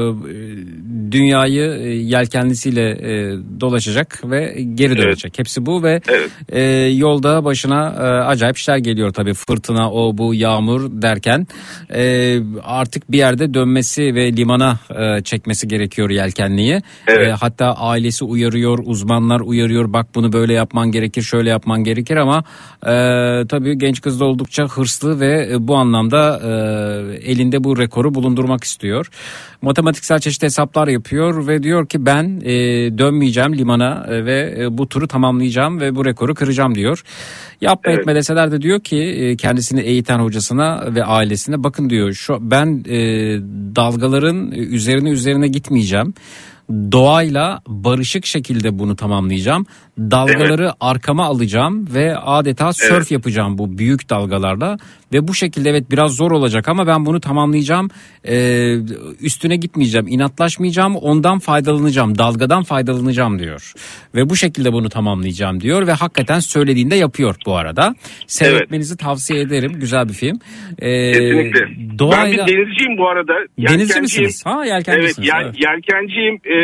Speaker 6: dünyayı e, yelkenlisiyle e, dolaşacak ve geri dönecek. Evet. Hepsi bu ve evet. e, yolda başına e, acayip şeyler geliyor tabii. Fırtına, o bu, yağmur derken e, artık bir yerde dönmesi ve limana e, çekmesi gerekiyor yelkenliyi. Evet. E, hatta ailesi uyarıyor, uzmanlar uyarıyor. Bak bunu böyle yapman gerekiyor. Gerekir, şöyle yapman gerekir ama e, tabii genç kız da oldukça hırslı ve e, bu anlamda e, elinde bu rekoru bulundurmak istiyor. Matematiksel çeşitli hesaplar yapıyor ve diyor ki ben e, dönmeyeceğim limana e, ve e, bu turu tamamlayacağım ve bu rekoru kıracağım diyor. Yapma evet. etme deseler de diyor ki e, kendisini eğiten hocasına ve ailesine, bakın diyor, şu ben e, dalgaların üzerine üzerine gitmeyeceğim. Doğayla barışık şekilde bunu tamamlayacağım. Dalgaları evet. arkama alacağım ve adeta sörf evet. yapacağım bu büyük dalgalarla. Ve bu şekilde evet biraz zor olacak ama ben bunu tamamlayacağım. Ee, üstüne gitmeyeceğim, inatlaşmayacağım, ondan faydalanacağım, dalgadan faydalanacağım diyor. Ve bu şekilde bunu tamamlayacağım diyor ve hakikaten söylediğinde yapıyor bu arada. Seyretmenizi evet. tavsiye ederim. Güzel bir film. Ee,
Speaker 17: Kesinlikle.
Speaker 6: Doğayla...
Speaker 17: Ben bir denizciyim bu arada.
Speaker 6: Denizci misiniz? Ha, yelkencisiniz.
Speaker 17: Evet, yel, evet. yelkenciyim. Ee,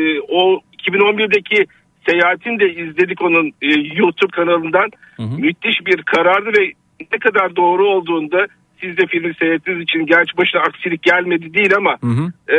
Speaker 17: o iki bin on birdeki seyahatini de izledik onun e, YouTube kanalından. Hı hı. Müthiş bir karardı ve ne kadar doğru olduğunda, siz de filmi seyrettiğiniz için gerçi başına aksilik gelmedi değil ama hı hı. E,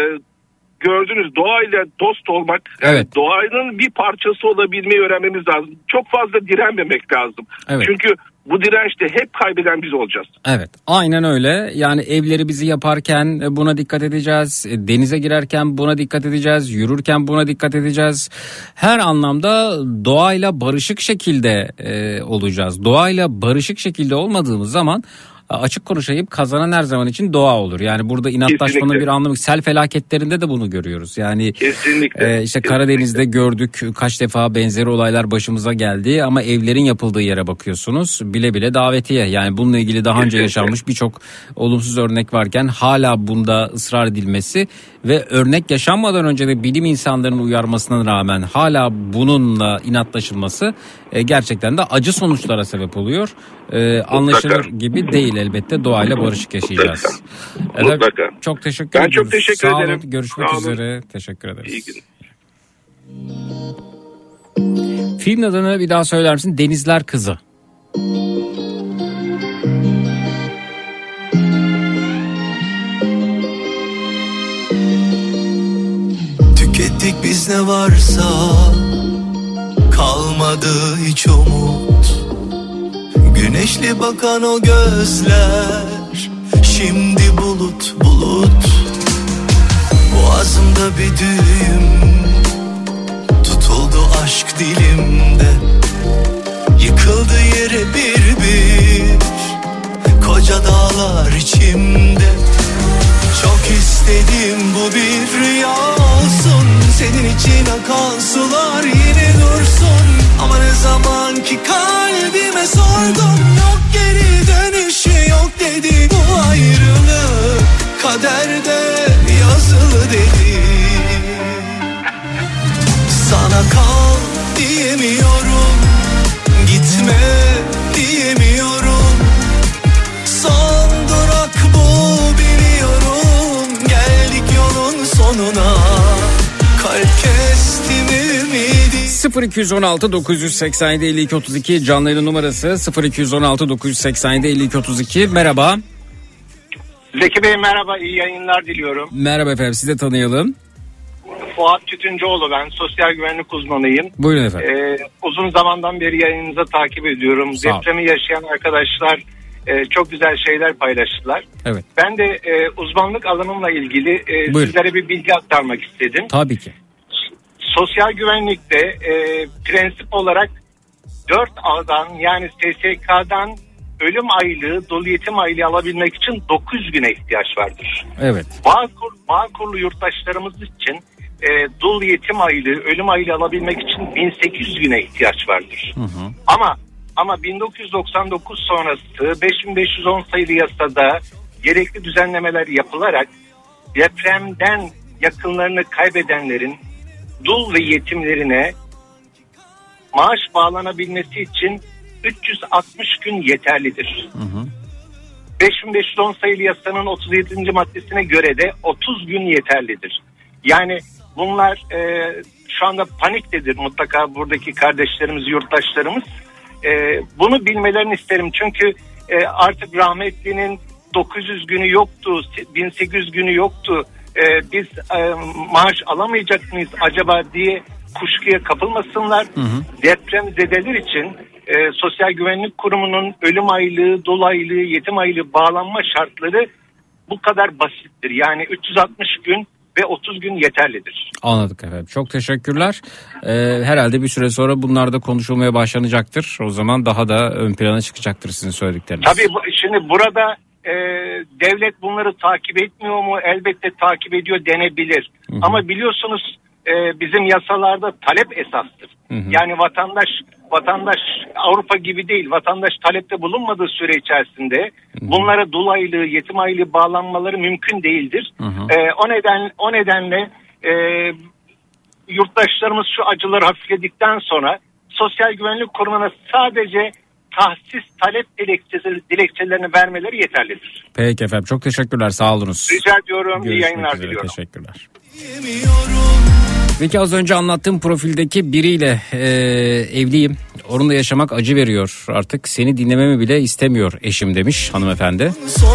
Speaker 17: gördünüz, doğayla dost olmak, evet. yani doğanın bir parçası olabilmeyi öğrenmemiz lazım. Çok fazla direnmemek lazım. Evet. Çünkü bu dirençte hep kaybeden biz olacağız.
Speaker 6: Evet, aynen öyle. Yani evleri bizi yaparken buna dikkat edeceğiz. Denize girerken buna dikkat edeceğiz. Yürürken buna dikkat edeceğiz. Her anlamda doğayla barışık şekilde e, olacağız. Doğayla barışık şekilde olmadığımız zaman, açık konuşayım, kazanan her zaman için doğa olur. Yani burada inatlaşmanın Kesinlikle. bir anlamı. Sel felaketlerinde de bunu görüyoruz. Yani
Speaker 17: Kesinlikle.
Speaker 6: E, işte Kesinlikle. Karadeniz'de gördük, kaç defa benzeri olaylar başımıza geldi ama evlerin yapıldığı yere bakıyorsunuz, bile bile davetiye. Yani bununla ilgili daha Kesinlikle. önce yaşanmış birçok olumsuz örnek varken hala bunda ısrar edilmesi ve örnek yaşanmadan önce de bilim insanlarının uyarmasına rağmen hala bununla inatlaşılması e, gerçekten de acı sonuçlara sebep oluyor. E, anlaşılır gibi değil elbette. Doğayla barışık yaşayacağız.
Speaker 17: Mutlaka.
Speaker 6: Evet, çok teşekkür
Speaker 17: ben
Speaker 6: ederim.
Speaker 17: Ben çok teşekkür
Speaker 6: Sağ
Speaker 17: ederim.
Speaker 6: Olun. Görüşmek Sağ üzere. Olun. Teşekkür ederiz.
Speaker 17: İyi günler.
Speaker 6: Filmin adını bir daha söyler misin? Denizler Kızı.
Speaker 2: Tükettik biz ne varsa, kalmadı hiç umut. Güneşli bakan o gözler şimdi bulut bulut. Boğazımda bir düğüm tutuldu aşk dilimde. Yıkıldı yere bir bir koca dağlar içimde. Çok istedim bu bir rüya olsun, senin için akan sular yine dursun. Ama ne zaman ki kalbime sordum, yok geri dönüşü yok dedi. Bu ayrılık kaderde yazılı dedi. Sana kal diyemiyorum, gitme diyemiyorum. Son durak bu biliyorum, geldik yolun sonuna. Kalp kestim ümidi.
Speaker 6: sıfır iki on altı dokuz seksen yedi elli iki otuz iki canlı yayın numarası sıfır iki on altı dokuz seksen yedi elli iki otuz iki. Merhaba.
Speaker 18: Zeki Bey merhaba, iyi yayınlar diliyorum.
Speaker 6: Merhaba efendim, sizi de tanıyalım.
Speaker 18: Fuat Tütüncüoğlu ben, sosyal güvenlik uzmanıyım.
Speaker 6: Buyurun efendim.
Speaker 18: Ee, uzun zamandan beri yayınınızı takip ediyorum.
Speaker 6: Sağ ol.
Speaker 18: Depremi yaşayan arkadaşlar e, çok güzel şeyler paylaştılar.
Speaker 6: Evet.
Speaker 18: Ben de e, uzmanlık alanımla ilgili e,
Speaker 6: Buyurun.
Speaker 18: sizlere bir bilgi aktarmak istedim.
Speaker 6: Tabii ki.
Speaker 18: Sosyal güvenlikte e, prensip olarak dört A'dan yani S S K'dan ölüm aylığı, dul yetim aylığı alabilmek için dokuz güne ihtiyaç vardır.
Speaker 6: Evet.
Speaker 18: Bağkur, Bağkurlu yurttaşlarımız için e, dul yetim aylığı, ölüm aylığı alabilmek için bin sekiz yüz güne ihtiyaç vardır.
Speaker 6: Hı hı.
Speaker 18: Ama ama bin dokuz yüz doksan dokuz sonrası beş bin beş yüz on sayılı yasada gerekli düzenlemeler yapılarak depremden yakınlarını kaybedenlerin dul ve yetimlerine maaş bağlanabilmesi için üç yüz altmış gün yeterlidir.
Speaker 6: Hı hı.
Speaker 18: beş bin beş yüz on sayılı yasanın otuz yedinci maddesine göre de otuz gün yeterlidir. Yani bunlar e, şu anda paniktedir mutlaka buradaki kardeşlerimiz, yurttaşlarımız. E, bunu bilmelerini isterim çünkü e, artık rahmetlinin dokuz yüz günü yoktu, bin sekiz yüz günü yoktu. E, biz e, maaş alamayacak mıyız acaba diye kuşkuya kapılmasınlar. Hı hı. Depremzedeler için e, Sosyal Güvenlik Kurumu'nun ölüm aylığı, dul aylığı, yetim aylığı bağlanma şartları bu kadar basittir. Yani üç yüz altmış gün ve otuz gün yeterlidir.
Speaker 6: Anladık efendim. Çok teşekkürler. Ee, herhalde bir süre sonra bunlar da konuşulmaya başlanacaktır. O zaman daha da ön plana çıkacaktır sizin söyledikleriniz.
Speaker 18: Tabii şimdi burada e, devlet bunları takip etmiyor mu? Elbette takip ediyor denebilir. Hı hı. Ama biliyorsunuz e, bizim yasalarda talep esastır. Hı hı. Yani vatandaş vatandaş Avrupa gibi değil. Vatandaş talepte bulunmadığı süre içerisinde hı hı. bunlara dul aylığı, yetim aylığı bağlanmaları mümkün değildir. Hı hı. E, o neden o nedenle e, yurttaşlarımız şu acıları hafifledikten sonra Sosyal Güvenlik Kurumu'na sadece tahsis talep dilekçesi, dilekçelerini vermeleri yeterlidir.
Speaker 6: Peki efendim, çok teşekkürler, sağ olunuz.
Speaker 18: Rica ediyorum.
Speaker 6: Görüşmek
Speaker 18: İyi yayınlar
Speaker 6: üzere,
Speaker 18: diliyorum.
Speaker 6: Teşekkürler. Peki az önce anlattığım profildeki biriyle e, evliyim. Onunla yaşamak acı veriyor. Artık seni dinlememi bile istemiyor eşim demiş hanımefendi.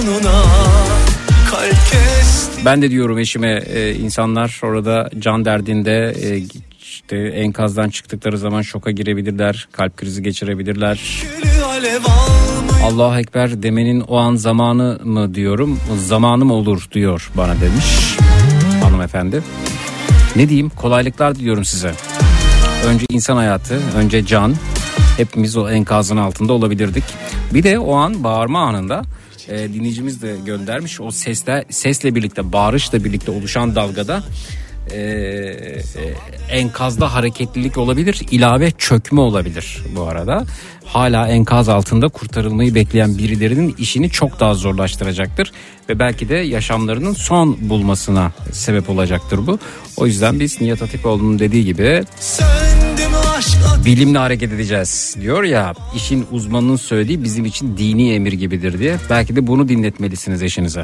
Speaker 6: Ben de diyorum eşime e, insanlar orada can derdinde e, işte enkazdan çıktıkları zaman şoka girebilirler. Kalp krizi geçirebilirler. Allahu Ekber demenin o an zamanı mı diyorum. Zamanı mı olur diyor bana demiş hanımefendi. Ne diyeyim, kolaylıklar diliyorum size. Önce insan hayatı, önce can. Hepimiz o enkazın altında olabilirdik. Bir de o an bağırma anında e, dinleyicimiz de göndermiş. O sesle, sesle birlikte, bağırışla birlikte oluşan dalgada e, e, enkazda hareketlilik olabilir. İlave çökme olabilir bu arada. Hala enkaz altında kurtarılmayı bekleyen birilerinin işini çok daha zorlaştıracaktır. Ve belki de yaşamlarının son bulmasına sebep olacaktır bu. O yüzden biz Nihat Hatipoğlu'nun dediği gibi bilimle hareket edeceğiz diyor ya, işin uzmanının söylediği bizim için dini emir gibidir diye. Belki de bunu dinletmelisiniz eşinize.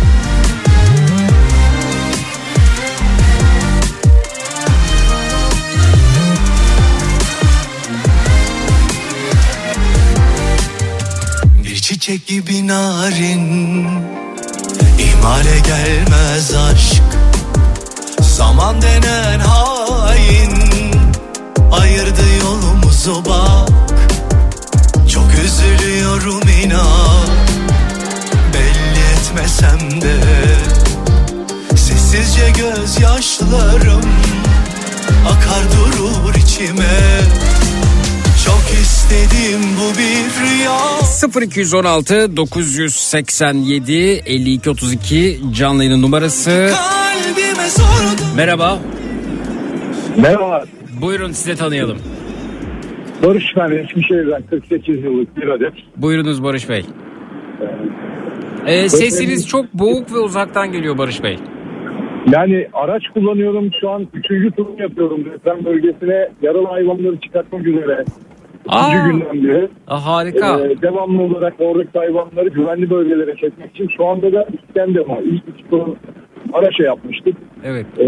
Speaker 2: Bir çiçek gibi narin, ihmale gelmez aşk. Zaman denen hain ayırdı yolumuzu bak. Çok üzülüyorum içime. Çok istedim bu bir rüya.
Speaker 6: sıfır iki on altı dokuz seksen yedi elli iki otuz iki canlı yayın numarası.
Speaker 2: Kalbime sordum.
Speaker 6: Merhaba.
Speaker 19: Merhaba.
Speaker 6: Buyurun, sizi tanıyalım.
Speaker 19: Barış ben Eskişehir'den kırk sekiz yıllık bir adet.
Speaker 6: Buyurunuz Barış Bey. Ee, sesiniz çok boğuk ve uzaktan geliyor Barış Bey.
Speaker 19: Yani araç kullanıyorum, şu an üçüncü turum yapıyorum deprem bölgesine, yaralı hayvanları çıkartmak üzere. İkinci günden beri.
Speaker 6: Aa, harika.
Speaker 19: Ee, devamlı olarak oradaki hayvanları güvenli bölgelere çekmek için şu anda da İskenderun'a ilk üç turum araça yapmıştık.
Speaker 6: Evet.
Speaker 19: Ee,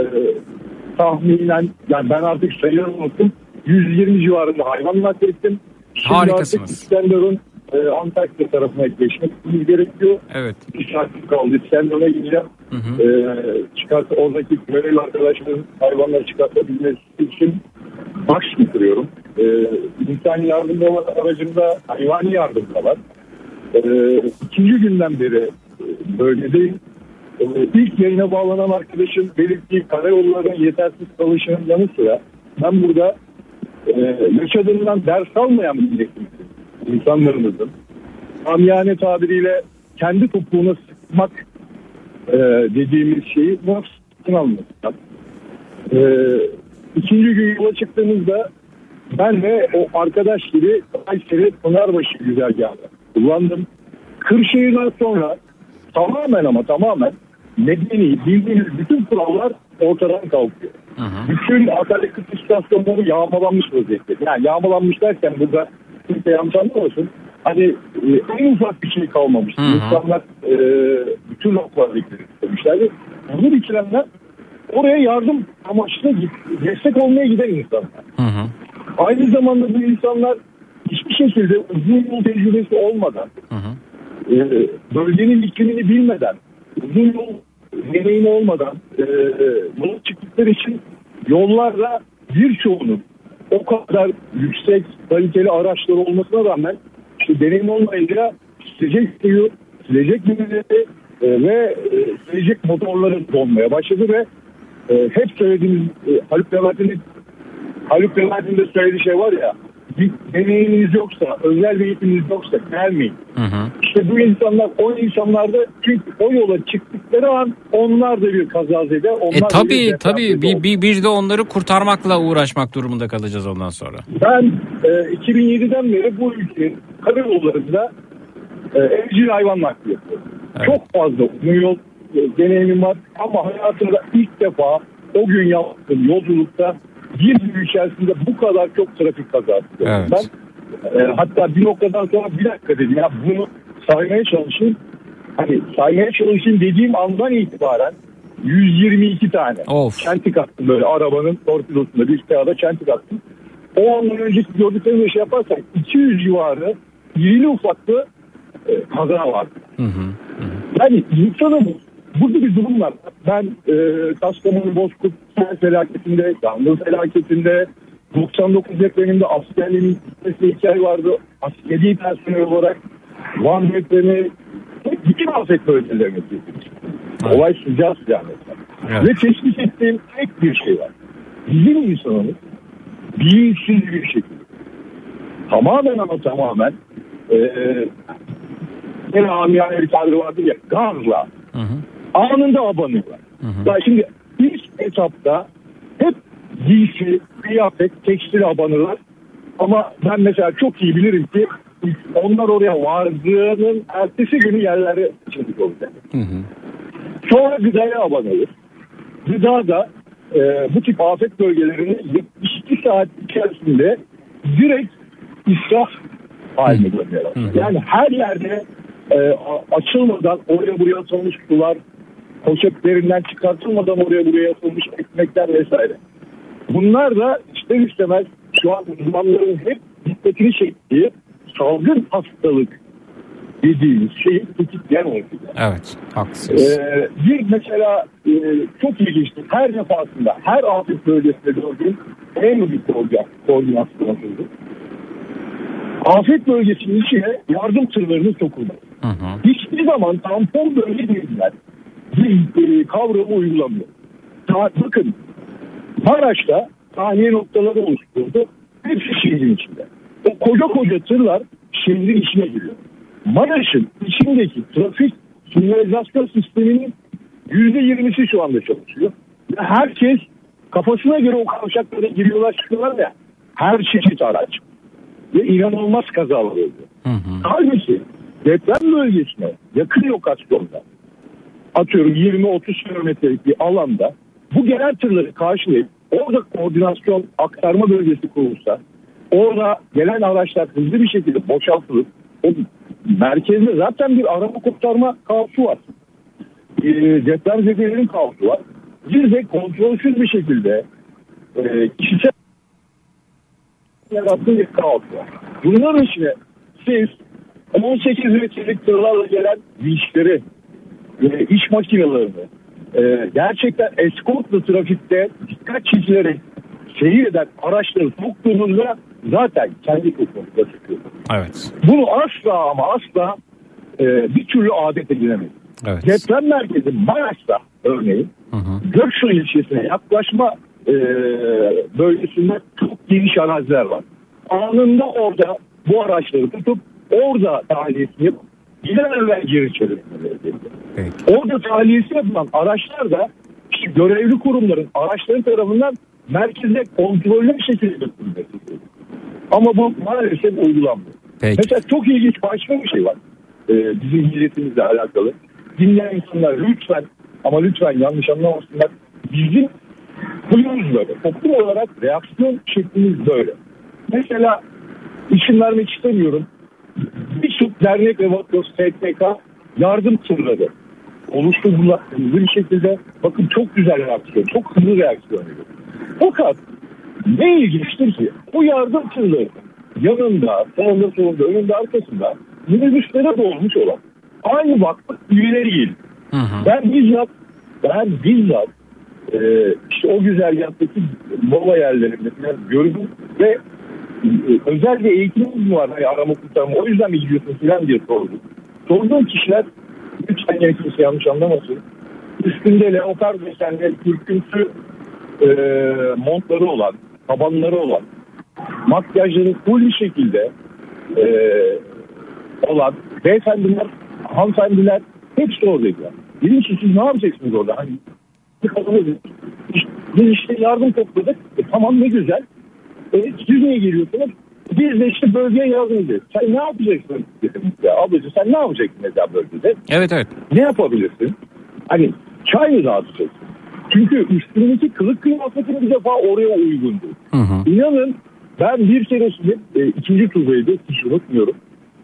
Speaker 19: tahminen yani ben artık sayıları unuttum. yüz yirmi civarında hayvan naklettim. Şimdi
Speaker 6: Harikasınız.
Speaker 19: artık İskenderun e, Antakya tarafına geçmemiz gerekiyor.
Speaker 6: Evet.
Speaker 19: Bir saat kaldı. İskenderun'a gideceğim.
Speaker 6: Hı hı.
Speaker 19: E, çıkart, oradaki görevli arkadaşların hayvanları çıkartabilmesi için baş getiriyorum. E, insan yardımda olan aracımda hayvani yardım da var. E, ikinci günden beri e, bölgedeyim. E, ilk yayına bağlanan arkadaşım belirttiği karayollarının yetersiz çalışanın yanı sıra ben burada e, yaşadığından ders almayan bir milletim. İnsanlarımızın amiyane tabiriyle kendi topuğuna sıkmak e, dediğimiz şeyi nasıl almak. E, ikinci gün yola çıktığımızda ben ve o arkadaş gibi Kayseri Pınarbaşı güzergahı kullandım. Kırşehir'den sonra tamamen ama tamamen medeni bildiğiniz bütün kurallar ortadan kalkıyor. Hı hı. Bütün akaryakıt istasyonları yağmalanmış vaziyette. Yani yağmalanmış derken burada kimse yanlış anlamasın. Hani e, en ufak bir şey kalmamış. Hı hı. İnsanlar e, bütün lokmaları istemişlerdi. Bunu bitirenler oraya yardım amaçlı destek olmaya giden insanlar. Hı hı. Aynı zamanda bu insanlar hiçbir şekilde uzun yol tecrübesi olmadan, hı hı. E, bölgenin iklimini bilmeden, uzun yol deneyimi olmadan e, bunu çıktıkları için yollarda birçoğunun o kadar yüksek kaliteli araçları olmasına rağmen işte deneyim olmayınca silecek suyu, silecek minleri e, ve e, silecek motorları donmaya başladı ve e, hep söylediğimiz e, Haluk Levent'in Haluk Levent'in de söylediği şey var ya, bir deneyiminiz yoksa, özel bir eğitiminiz yoksa gelmeyin. Hı hı. İşte bu insanlar, o insanlarda çünkü o yola çıktıkları an onlar da bir kazazede. Onlar
Speaker 6: e tabii tabii bir, bir, bir de onları kurtarmakla uğraşmak durumunda kalacağız ondan sonra.
Speaker 19: Ben e, iki bin yediden beri bu ülkenin karayollarında e, evcil hayvan nakli yapıyorum. Evet. Çok fazla uzun yol e, deneyimim var ama hayatımda ilk defa o gün yaptığım yolculukta bir gün içerisinde bu kadar çok trafik kazası. Evet. Ben e, hatta bir noktadan sonra bir dakika dedim ya bunu saymaya çalışayım. Hani saymaya çalışayım dediğim andan itibaren yüz yirmi iki tane of. Çentik attım böyle arabanın torpidosunda bir kağıda çentik attım. O andan önceki gördüklerimi şey yaparsak iki yüz civarı irili ufaklı e, kaza vardı. Hı hı. Hı. Yani insanın burada bir durum var. Ben e, Kastamonu Bozkurt felaketinde, yangın felaketinde, doksan dokuz depreminde askerliğimin gitmesine iki ay vardı. Askeri personel olarak Van depremi, bütün afet bölgelerine gittik. Olay sıcağı sıcağı mesela. Evet. Ve tespit ettiğim tek bir şey var. Bizim insanımız bilinçsiz bir şekilde tamamen ama tamamen e, yine amiyane bir tabiri vardır ya, gazla hı hı. anında abanıyorlar. Hı hı. Daha şimdi ilk etapta hep giysi, kıyafet, tekstil abanırlar. Ama ben mesela çok iyi bilirim ki onlar oraya vardığının ertesi günü yerleri çabuk olacak. Hı hı. Sonra gıdaya abanılır. Gıda da e, bu tip afet bölgelerini yetmiş iki saat içerisinde direkt israf haline dönüyor. Yani her yerde e, açılmadan oraya buraya atılmış sular, poşetlerinden çıkartılmadan oraya buraya atılmış ekmekler vesaire. Bunlar da ister istemez şu an uzmanların hep dikkatini çektiği salgın hastalık dediğimiz şeyi tetikleyen oldu.
Speaker 6: Evet, haklısınız.
Speaker 19: Ee, bir mesela e, çok ilginçti. Her defasında, her afet bölgesinde gördüğüm en büyük koordinasyon oldu. Afet bölgesinin içine yardım tırlarının sokuldu. Hı hı. Hiçbir zaman tampon bölge değiller. Bir e, kavramı uygulamıyor. Ta, bakın, Maraş'ta tahliye noktaları oluşturuldu. Hepsi şehrin içinde. O koca koca tırlar şehrin içine giriyor. Maraş'ın içindeki trafik sinyalizasyon sisteminin yüzde yirmisi şu anda çalışıyor. Ve herkes kafasına göre o kavşaklara giriyorlar çıkıyorlar ya. Her çeşit araç. Ve inanılmaz kazalar oluyor. Halbuki deprem bölgesine yakın lokasyonda atıyorum yirmi otuz kilometrelik bir alanda bu gelen tırları karşılayıp orada koordinasyon aktarma bölgesi kurulsa, orada gelen araçlar hızlı bir şekilde boşaltılıp o merkezde zaten bir arama kurtarma kaosu var. E, depremzedelerin kaosu var. Bir de kontrolsüz bir şekilde e, kişisel yarattığı bir kaos var. Bunların içine siz on sekiz metrelik tırlarla gelen vinçleri, e, iş makinelerini, e, gerçekten eskortlu trafikte dikkat çizilerek seyir eden araçları soktuğunuzda zaten kendi kokunuza çıkıyor.
Speaker 6: Evet.
Speaker 19: Bunu asla ama asla e, bir türlü adet edilemeyiz.
Speaker 6: Evet.
Speaker 19: Deprem merkezi Maraş'ta örneğin Göksu ilçesine yaklaşma e, bölgesinde çok geniş araziler var. Anında orada bu araçları tutup orada tahliyesini yapıp bir an evvel geri çevirmeleri gerekiyor. Orada tahliyesi yapılan araçlar da işte görevli kurumların araçları tarafından merkeze kontrollü bir şekilde götürülmesi gerekiyor. Ama bu maalesef uygulanmıyor.
Speaker 6: Peki.
Speaker 19: Mesela çok ilginç başka bir şey var. Ee, bizim milletimizle alakalı. Dinleyen insanlar lütfen ama lütfen yanlış anlamasınlar. Bizim huyumuz böyle. Toplum olarak reaksiyon şeklimiz böyle. Mesela isim vermek istemiyorum. Birçok dernek ve vakıf, S T K yardım tırları oluşturdular hızlı bir şekilde. Bakın çok güzel reaksiyon, çok hızlı reaksiyon ediyor. Fakat ne ilginçtir ki o yardım tırları yanında, sağında solunda, önünde arkasında minibüslere dolmuş olan aynı vakfın üyeleri. Ben bizzat, ben bizzat e, işte o güzergahtaki mola yerlerinde falan gördüm ve e, özel bir eğitimimiz mi var? Hani arama kurtarma, o yüzden mi gidiyorsun falan diye sordum. Sorduğum kişiler, lütfen yani kimse yanlış anlamasın, üstünde leopar desenli kürkümsü e, montları olan, tabanları olan, makyajları full bir şekilde e, olan beyefendiler, hanımefendiler hepsi oradaydılar. Dedim ki siz ne yapacaksınız orada? Hani biz işte yardım topladık. E, tamam ne güzel. E, siz niye geliyorsunuz? Biz de işte bölgeye yardım ediyoruz. Sen ne yapacaksın? Dedim ya ablacığım sen ne yapacaksın mesela bölgede?
Speaker 6: Evet evet.
Speaker 19: Ne yapabilirsin? Hani çay mı dağıtacaksın? Çünkü üstündeki kılık kıyafetin bir defa oraya uygundu. Hı hı. İnanın ben bir keresinde e, ikinci turdaydı. Hiç unutmuyorum.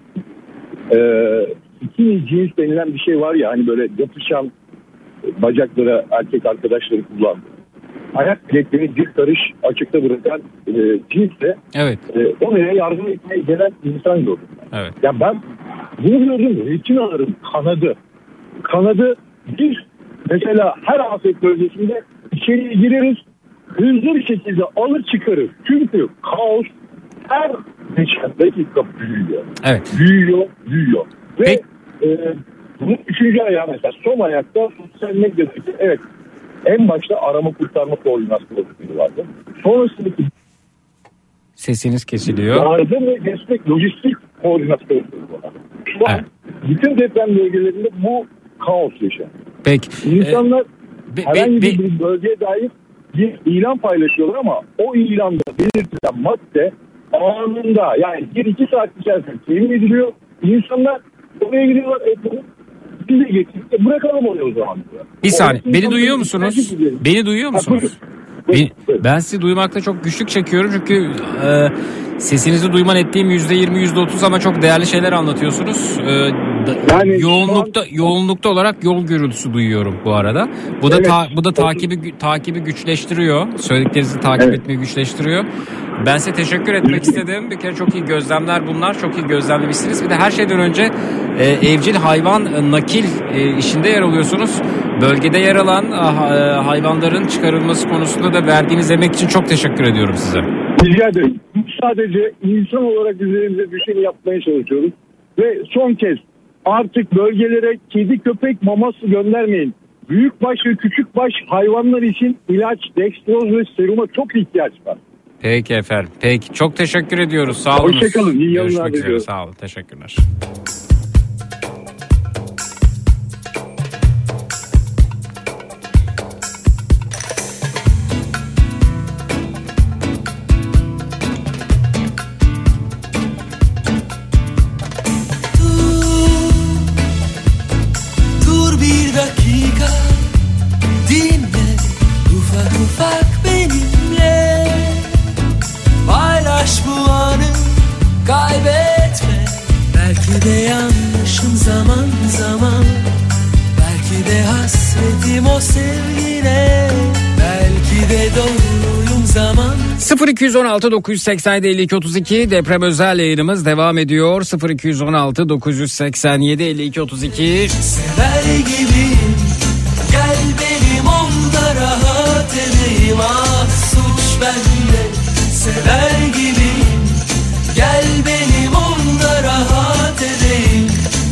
Speaker 19: Eee İki cins denilen bir şey var ya hani böyle yapışan bacaklara erkek arkadaşları kullandı. Ayak bileklerini bir karış açıkta bırakan e, cinsle
Speaker 6: evet.
Speaker 19: e, oraya yardım etmeye gelen insan gördüm.
Speaker 6: Evet.
Speaker 19: Ya ben bunu gördüm. Retinaların kanadı. Kanadı bir mesela her afet bölgesinde içeriye gireriz. Hızlı bir şekilde alır çıkarır. Çünkü kaos her geçen dakika büyüyor.
Speaker 6: Evet.
Speaker 19: Büyüyor, büyüyor. Ve e, bunun üçüncü ayağı mesela son ayakta sosyal medyadaki evet en başta arama kurtarma koordinasyonu vardı. Sonrasındaki
Speaker 6: sesiniz kesiliyor.
Speaker 19: Yardım ve destek lojistik koordinasyonu var. Şu an evet. Bütün deprem bölgelerinde bu kaos yaşanıyor.
Speaker 6: Peki.
Speaker 19: İnsanlar
Speaker 6: be,
Speaker 19: herhangi
Speaker 6: be,
Speaker 19: bir bölgeye dair bir ilan paylaşıyorlar ama o ilanda belirtilen madde anında yani bir iki saat içerisinde temin ediliyor. İnsanlar oraya gidiyorlar etleri. Biz de getirip bırakalım oraya o zaman.
Speaker 6: Bir saniye. Beni duyuyor musunuz? Beni duyuyor musunuz? Ben, ben sizi duymakta çok güçlük çekiyorum çünkü e, sesinizi duyman ettiğim yüzde yirmi yüzde otuz ama çok değerli şeyler anlatıyorsunuz. E, da, yani yoğunlukta an... yoğunlukta olarak yol gürültüsü duyuyorum bu arada. Bu da evet. ta, bu da takibi takibi güçleştiriyor. Söylediklerinizi takip evet. etmeyi güçleştiriyor. Ben size teşekkür etmek istedim. Bir kere çok iyi gözlemler bunlar. Çok iyi gözlemlemişsiniz. Bir de her şeyden önce e, evcil hayvan e, nakil e, işinde yer alıyorsunuz. Bölgede yer alan e, hayvanların çıkarılması konusunda da verdiğiniz emek için çok teşekkür ediyorum size.
Speaker 19: Rica ederim. Sadece insan olarak üzerimize düşeni yapmaya çalışıyoruz. Ve son kez artık bölgelere kedi köpek maması göndermeyin. büyükbaş ve küçükbaş hayvanlar için ilaç, dextroz ve seruma çok ihtiyaç var.
Speaker 6: Peki efendim. Peki. Çok teşekkür ediyoruz. Sağ olun.
Speaker 19: Hoşçakalın. İyi yayınlar
Speaker 6: Görüşmek üzere.
Speaker 19: diliyorum.
Speaker 6: Sağ olun. Teşekkürler.
Speaker 2: Dur bir dakika, dinle ufak ufak benimle. Paylaş bu anı, kaybetme. Belki de yanlışım zaman zaman. Belki de hasretim o sevgine. Belki de doğruyum zaman.
Speaker 6: sıfır iki on altı dokuz yüz seksen yedi elli iki otuz iki deprem özel yayınımız devam ediyor. sıfır iki on altı dokuz yüz seksen yedi elli iki otuz iki.
Speaker 2: Sever gibi gel benim onda rahat edeyim, ah suç bende. Sever gibi gel benim onda rahat edeyim.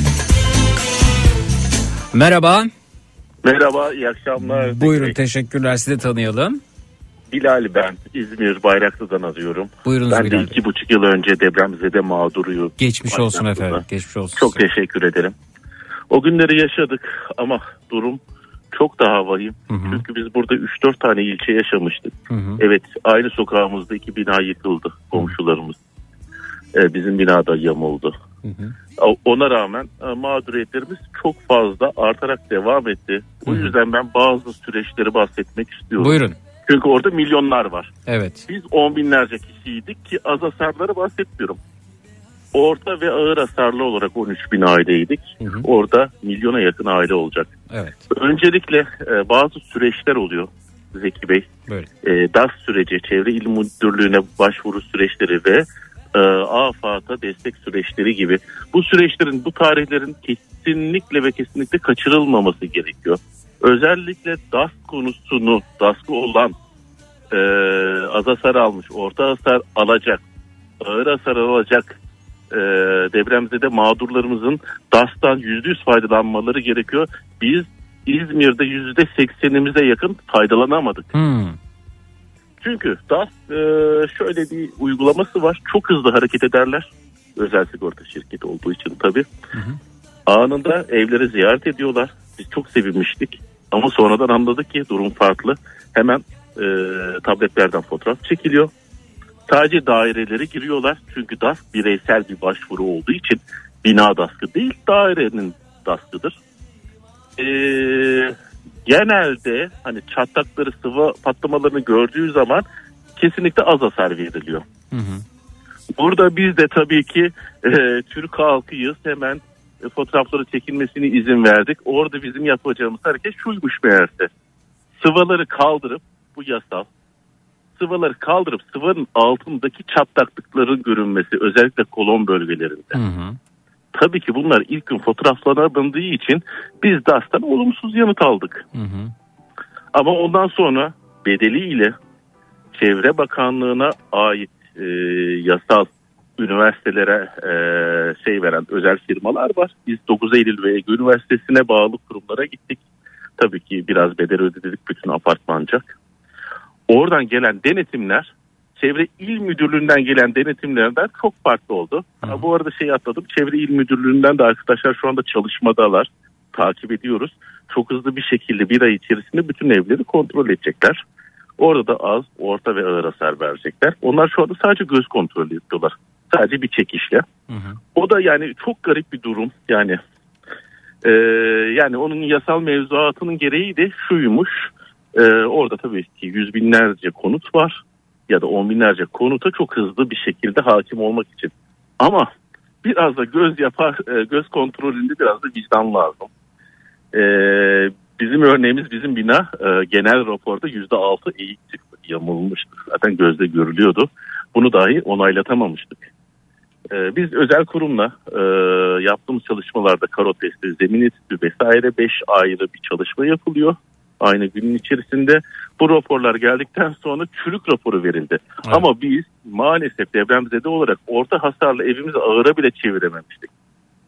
Speaker 6: Merhaba.
Speaker 20: Merhaba, iyi akşamlar.
Speaker 6: Buyurun, teşekkürler. Sizi de tanıyalım.
Speaker 20: Bilal ben. İzmir Bayraklı'dan arıyorum.
Speaker 6: Buyurunuz
Speaker 20: ben
Speaker 6: Bilal
Speaker 20: de
Speaker 6: Bey.
Speaker 20: iki buçuk yıl önce depremzede mağduruyum.
Speaker 6: Geçmiş olsun
Speaker 20: Bayraklı'da.
Speaker 6: efendim. Geçmiş olsun.
Speaker 20: Çok teşekkür ederim. O günleri yaşadık ama durum çok daha vahim. Çünkü biz burada üç dört tane ilçe yaşamıştık.
Speaker 6: Hı hı.
Speaker 20: Evet, aynı sokağımızda iki bina yıkıldı komşularımız. Ee, bizim binada yamuldu.
Speaker 6: Hı hı.
Speaker 20: Ona rağmen e, mağduriyetlerimiz çok fazla artarak devam etti. O yüzden ben bazı süreçleri bahsetmek istiyorum.
Speaker 6: Buyurun.
Speaker 20: Çünkü orada milyonlar var.
Speaker 6: Evet.
Speaker 20: Biz on binlerce kişiydik ki az hasarları bahsetmiyorum. Orta ve ağır hasarlı olarak on üç bin aileydik. Hı hı. Orada milyona yakın aile olacak.
Speaker 6: Evet.
Speaker 20: Öncelikle e, bazı süreçler oluyor Zeki Bey.
Speaker 6: Böyle.
Speaker 20: E, D A S süreci, Çevre İl Müdürlüğü'ne başvuru süreçleri ve e, AFAD'a destek süreçleri gibi. Bu süreçlerin, bu tarihlerin kesinlikle ve kesinlikle kaçırılmaması gerekiyor. Özellikle D A S konusunu, D A S'ı olan e, az hasar almış, orta hasar alacak, ağır hasar alacak e, depremzede mağdurlarımızın D A S'tan yüzde yüz faydalanmaları gerekiyor. Biz İzmir'de yüzde seksenimize yakın faydalanamadık.
Speaker 6: Hmm.
Speaker 20: Çünkü D A S e, şöyle bir uygulaması var. Çok hızlı hareket ederler. Özel sigorta şirketi olduğu için tabii. Hı hı. Anında evleri ziyaret ediyorlar. Biz çok sevinmiştik. Ama sonradan anladık ki durum farklı. Hemen e, tabletlerden fotoğraf çekiliyor. Sadece dairelere giriyorlar. Çünkü D A S bireysel bir başvuru olduğu için bina D A S'ı değil, dairenin D A S'ıdır. Eee genelde hani çatlakları, sıvı patlamalarını gördüğü zaman kesinlikle az hasar veriliyor.
Speaker 6: Hı hı.
Speaker 20: Burada biz de tabii ki e, Türk halkıyız, hemen e, fotoğrafları çekilmesini izin verdik. Orada bizim yapacağımız hareket şuymuş meğerse. Sıvaları kaldırıp, bu yasal, sıvaları kaldırıp sıvanın altındaki çatlaklıkların görünmesi, özellikle kolon bölgelerinde.
Speaker 6: Hı hı.
Speaker 20: Tabii ki bunlar ilk gün fotoğraflanabildiği için biz D A S'tan olumsuz yanıt aldık.
Speaker 6: Hı hı.
Speaker 20: Ama ondan sonra bedeliyle Çevre Bakanlığı'na ait e, yasal üniversitelere e, şey veren özel firmalar var. Biz dokuz Eylül ve Ege Üniversitesi'ne bağlı kurumlara gittik. Tabii ki biraz bedel ödedik bütün apartmancak. Oradan gelen denetimler Çevre İl Müdürlüğü'nden gelen denetimlerden çok farklı oldu. Ha, bu arada şey atladım. Çevre İl Müdürlüğü'nden de arkadaşlar şu anda çalışmadalar. Takip ediyoruz. Çok hızlı bir şekilde bir ay içerisinde bütün evleri kontrol edecekler. Orada da az, orta ve ağır hasar verecekler. Onlar şu anda sadece göz kontrolü yapıyorlar. Sadece bir çekişle. Hı hı. O da yani çok garip bir durum. Yani e, yani onun yasal mevzuatının gereği de şuymuş. E, orada tabii ki yüz binlerce konut var. Ya da on binlerce konuta çok hızlı bir şekilde hakim olmak için. Ama biraz da göz yapar, göz kontrolünde biraz da vicdan lazım. Ee, bizim örneğimiz, bizim bina e, genel raporda yüzde altı eğik yamulmuştu. Zaten gözle görülüyordu. Bunu dahi onaylatamamıştık. Ee, biz özel kurumla e, yaptığımız çalışmalarda karot testi, zemin etüdü vesaire beş ayrı bir çalışma yapılıyor. Aynı günün içerisinde bu raporlar geldikten sonra çürük raporu verildi. Evet. Ama biz maalesef depremzede olarak orta hasarlı evimizi ağıra bile çevirememiştik. Evet.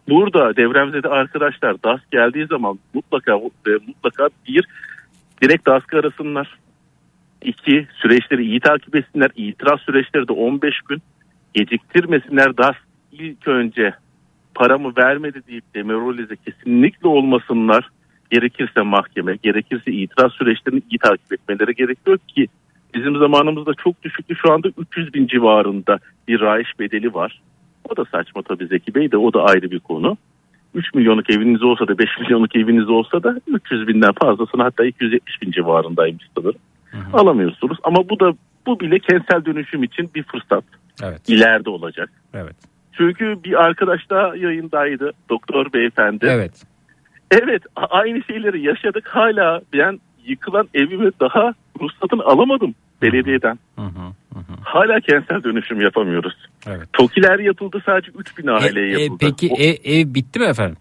Speaker 20: Burada depremzede arkadaşlar D A S K geldiği zaman mutlaka ve mutlaka bir direkt D A S K'ı arasınlar. İki, süreçleri iyi takip etsinler. İtiraz süreçleri de on beş gün geciktirmesinler. D A S K ilk önce paramı vermedi deyip demoralize kesinlikle olmasınlar. Gerekirse mahkeme, gerekirse itiraz süreçlerini iyi takip etmeleri gerekiyor ki bizim zamanımızda çok düşüktü. Şu anda üç yüz bin civarında bir rayiç bedeli var. O da saçma tabii Zeki Bey de, o da ayrı bir konu. üç milyonluk eviniz olsa da beş milyonluk eviniz olsa da üç yüz binden fazlasını, hatta iki yüz yetmiş bin civarındaymış sanırım. Alamıyorsunuz ama bu da bu bile kentsel dönüşüm için bir fırsat.
Speaker 6: Evet.
Speaker 20: İleride olacak.
Speaker 6: Evet.
Speaker 20: Çünkü bir arkadaş da yayındaydı, doktor beyefendi.
Speaker 6: Evet.
Speaker 20: Evet, aynı şeyleri yaşadık. Hala ben yıkılan evime daha ruhsatını alamadım belediyeden. Hı hı, hı. Hala kentsel dönüşüm yapamıyoruz.
Speaker 6: Evet.
Speaker 20: TOKİ'ler yapıldı, sadece üç bin aileye
Speaker 6: e,
Speaker 20: yapıldı.
Speaker 6: E, peki
Speaker 20: o...
Speaker 6: ev, ev bitti mi efendim?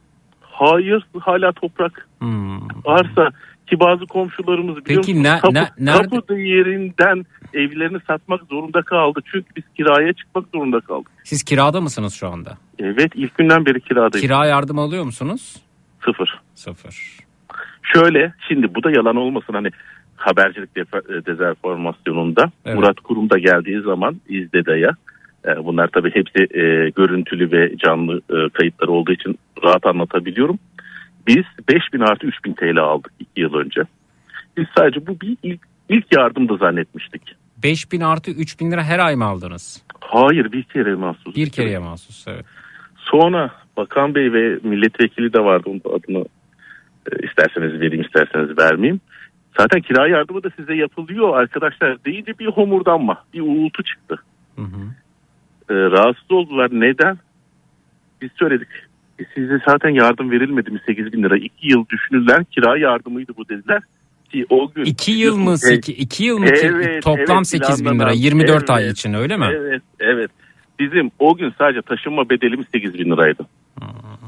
Speaker 20: Hayır, hala toprak.
Speaker 6: Hmm.
Speaker 20: Arsa ki bazı komşularımız biliyor
Speaker 6: Peki
Speaker 20: musunuz?
Speaker 6: ne,
Speaker 20: Tapu,
Speaker 6: ne, nerede?
Speaker 20: tapu değerinden evlerini satmak zorunda kaldı. Çünkü biz kiraya çıkmak zorunda kaldık.
Speaker 6: Siz kirada mısınız şu anda?
Speaker 20: Evet, ilk günden beri kiradayım.
Speaker 6: Kira yardım alıyor musunuz?
Speaker 20: Sıfır.
Speaker 6: Sıfır.
Speaker 20: Şöyle, şimdi bu da yalan olmasın, hani habercilik dezenformasyonunda evet. Murat Kurum da geldiği zaman İzdeda'ya, bunlar tabii hepsi e, görüntülü ve canlı e, kayıtları olduğu için rahat anlatabiliyorum. Biz beş bin artı üç bin T L aldık iki yıl önce. Biz sadece bu bir ilk, ilk yardımda zannetmiştik.
Speaker 6: beş bin artı üç bin lira her ay mı aldınız?
Speaker 20: Hayır, bir kere mahsus.
Speaker 6: Bir kereye mahsus, evet.
Speaker 20: Sonra Bakan Bey ve milletvekili de vardı, onun adını e, isterseniz vereyim isterseniz vermeyeyim. Zaten kira yardımı da size yapılıyor arkadaşlar deyince bir homurdanma, bir uğultu çıktı. Hı hı. E, rahatsız oldular. Neden? Biz söyledik. E, size zaten yardım verilmedi mi sekiz bin lira? iki yıl düşünülen kira yardımıydı bu dediler. Ki o gün.
Speaker 6: iki yıl mı? E, iki yıl mı? Evet, toplam evet, sekiz bin lira yirmi dört evet, ay için öyle mi?
Speaker 20: Evet, evet. Bizim o gün sadece taşınma bedelimiz sekiz bin liraydı. Hmm.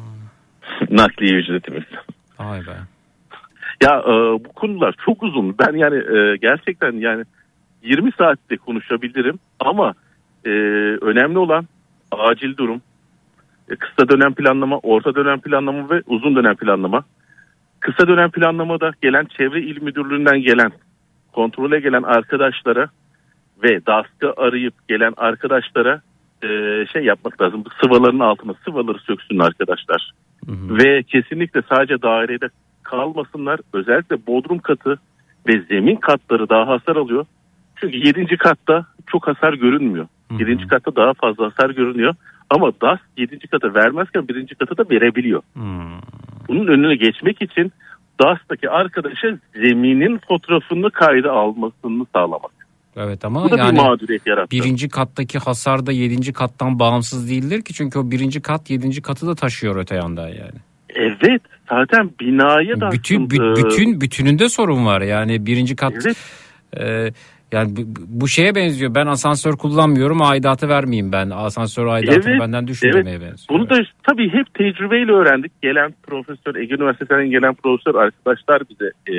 Speaker 20: Nakliye ücretimiz.
Speaker 6: Vay be.
Speaker 20: Ya e, bu konular çok uzun. Ben yani e, gerçekten yani yirmi saatte konuşabilirim ama e, önemli olan acil durum, e, kısa dönem planlama, orta dönem planlama ve uzun dönem planlama. Kısa dönem planlamada gelen çevre il müdürlüğünden gelen, kontrole gelen arkadaşlara ve D A S K'ı arayıp gelen arkadaşlara e, şey yapmak lazım. Bu sıvaların altına sıvaları söksün arkadaşlar. Hı hı. Ve kesinlikle sadece dairede kalmasınlar. Özellikle bodrum katı ve zemin katları daha hasar alıyor. Çünkü yedinci katta çok hasar görünmüyor. yedinci katta daha fazla hasar görünüyor. Ama D A S yedinci kata vermezken birinci kata da verebiliyor. Hmm. Bunun önüne geçmek için D A S'taki arkadaşa zeminin fotoğrafını kayda almasını sağlamak.
Speaker 6: Evet ama
Speaker 20: bu da
Speaker 6: yani
Speaker 20: bir mağduriyet yarattı.
Speaker 6: Birinci kattaki hasar da yedinci kattan bağımsız değildir ki. Çünkü o birinci kat yedinci katı da taşıyor öte yandan yani.
Speaker 20: Evet, zaten binaya da
Speaker 6: bütün
Speaker 20: aslında...
Speaker 6: bütün bütününde sorun var yani birinci kat.
Speaker 20: Evet.
Speaker 6: E, yani bu, bu şeye benziyor. Ben asansör kullanmıyorum, aidatı vermeyeyim ben. Asansör aidatını evet,
Speaker 20: evet.
Speaker 6: benden düşürmeye benziyor.
Speaker 20: Bunu da tabii hep tecrübeyle öğrendik. Gelen profesör, Ege Üniversitesi'nden gelen profesör arkadaşlar bize e,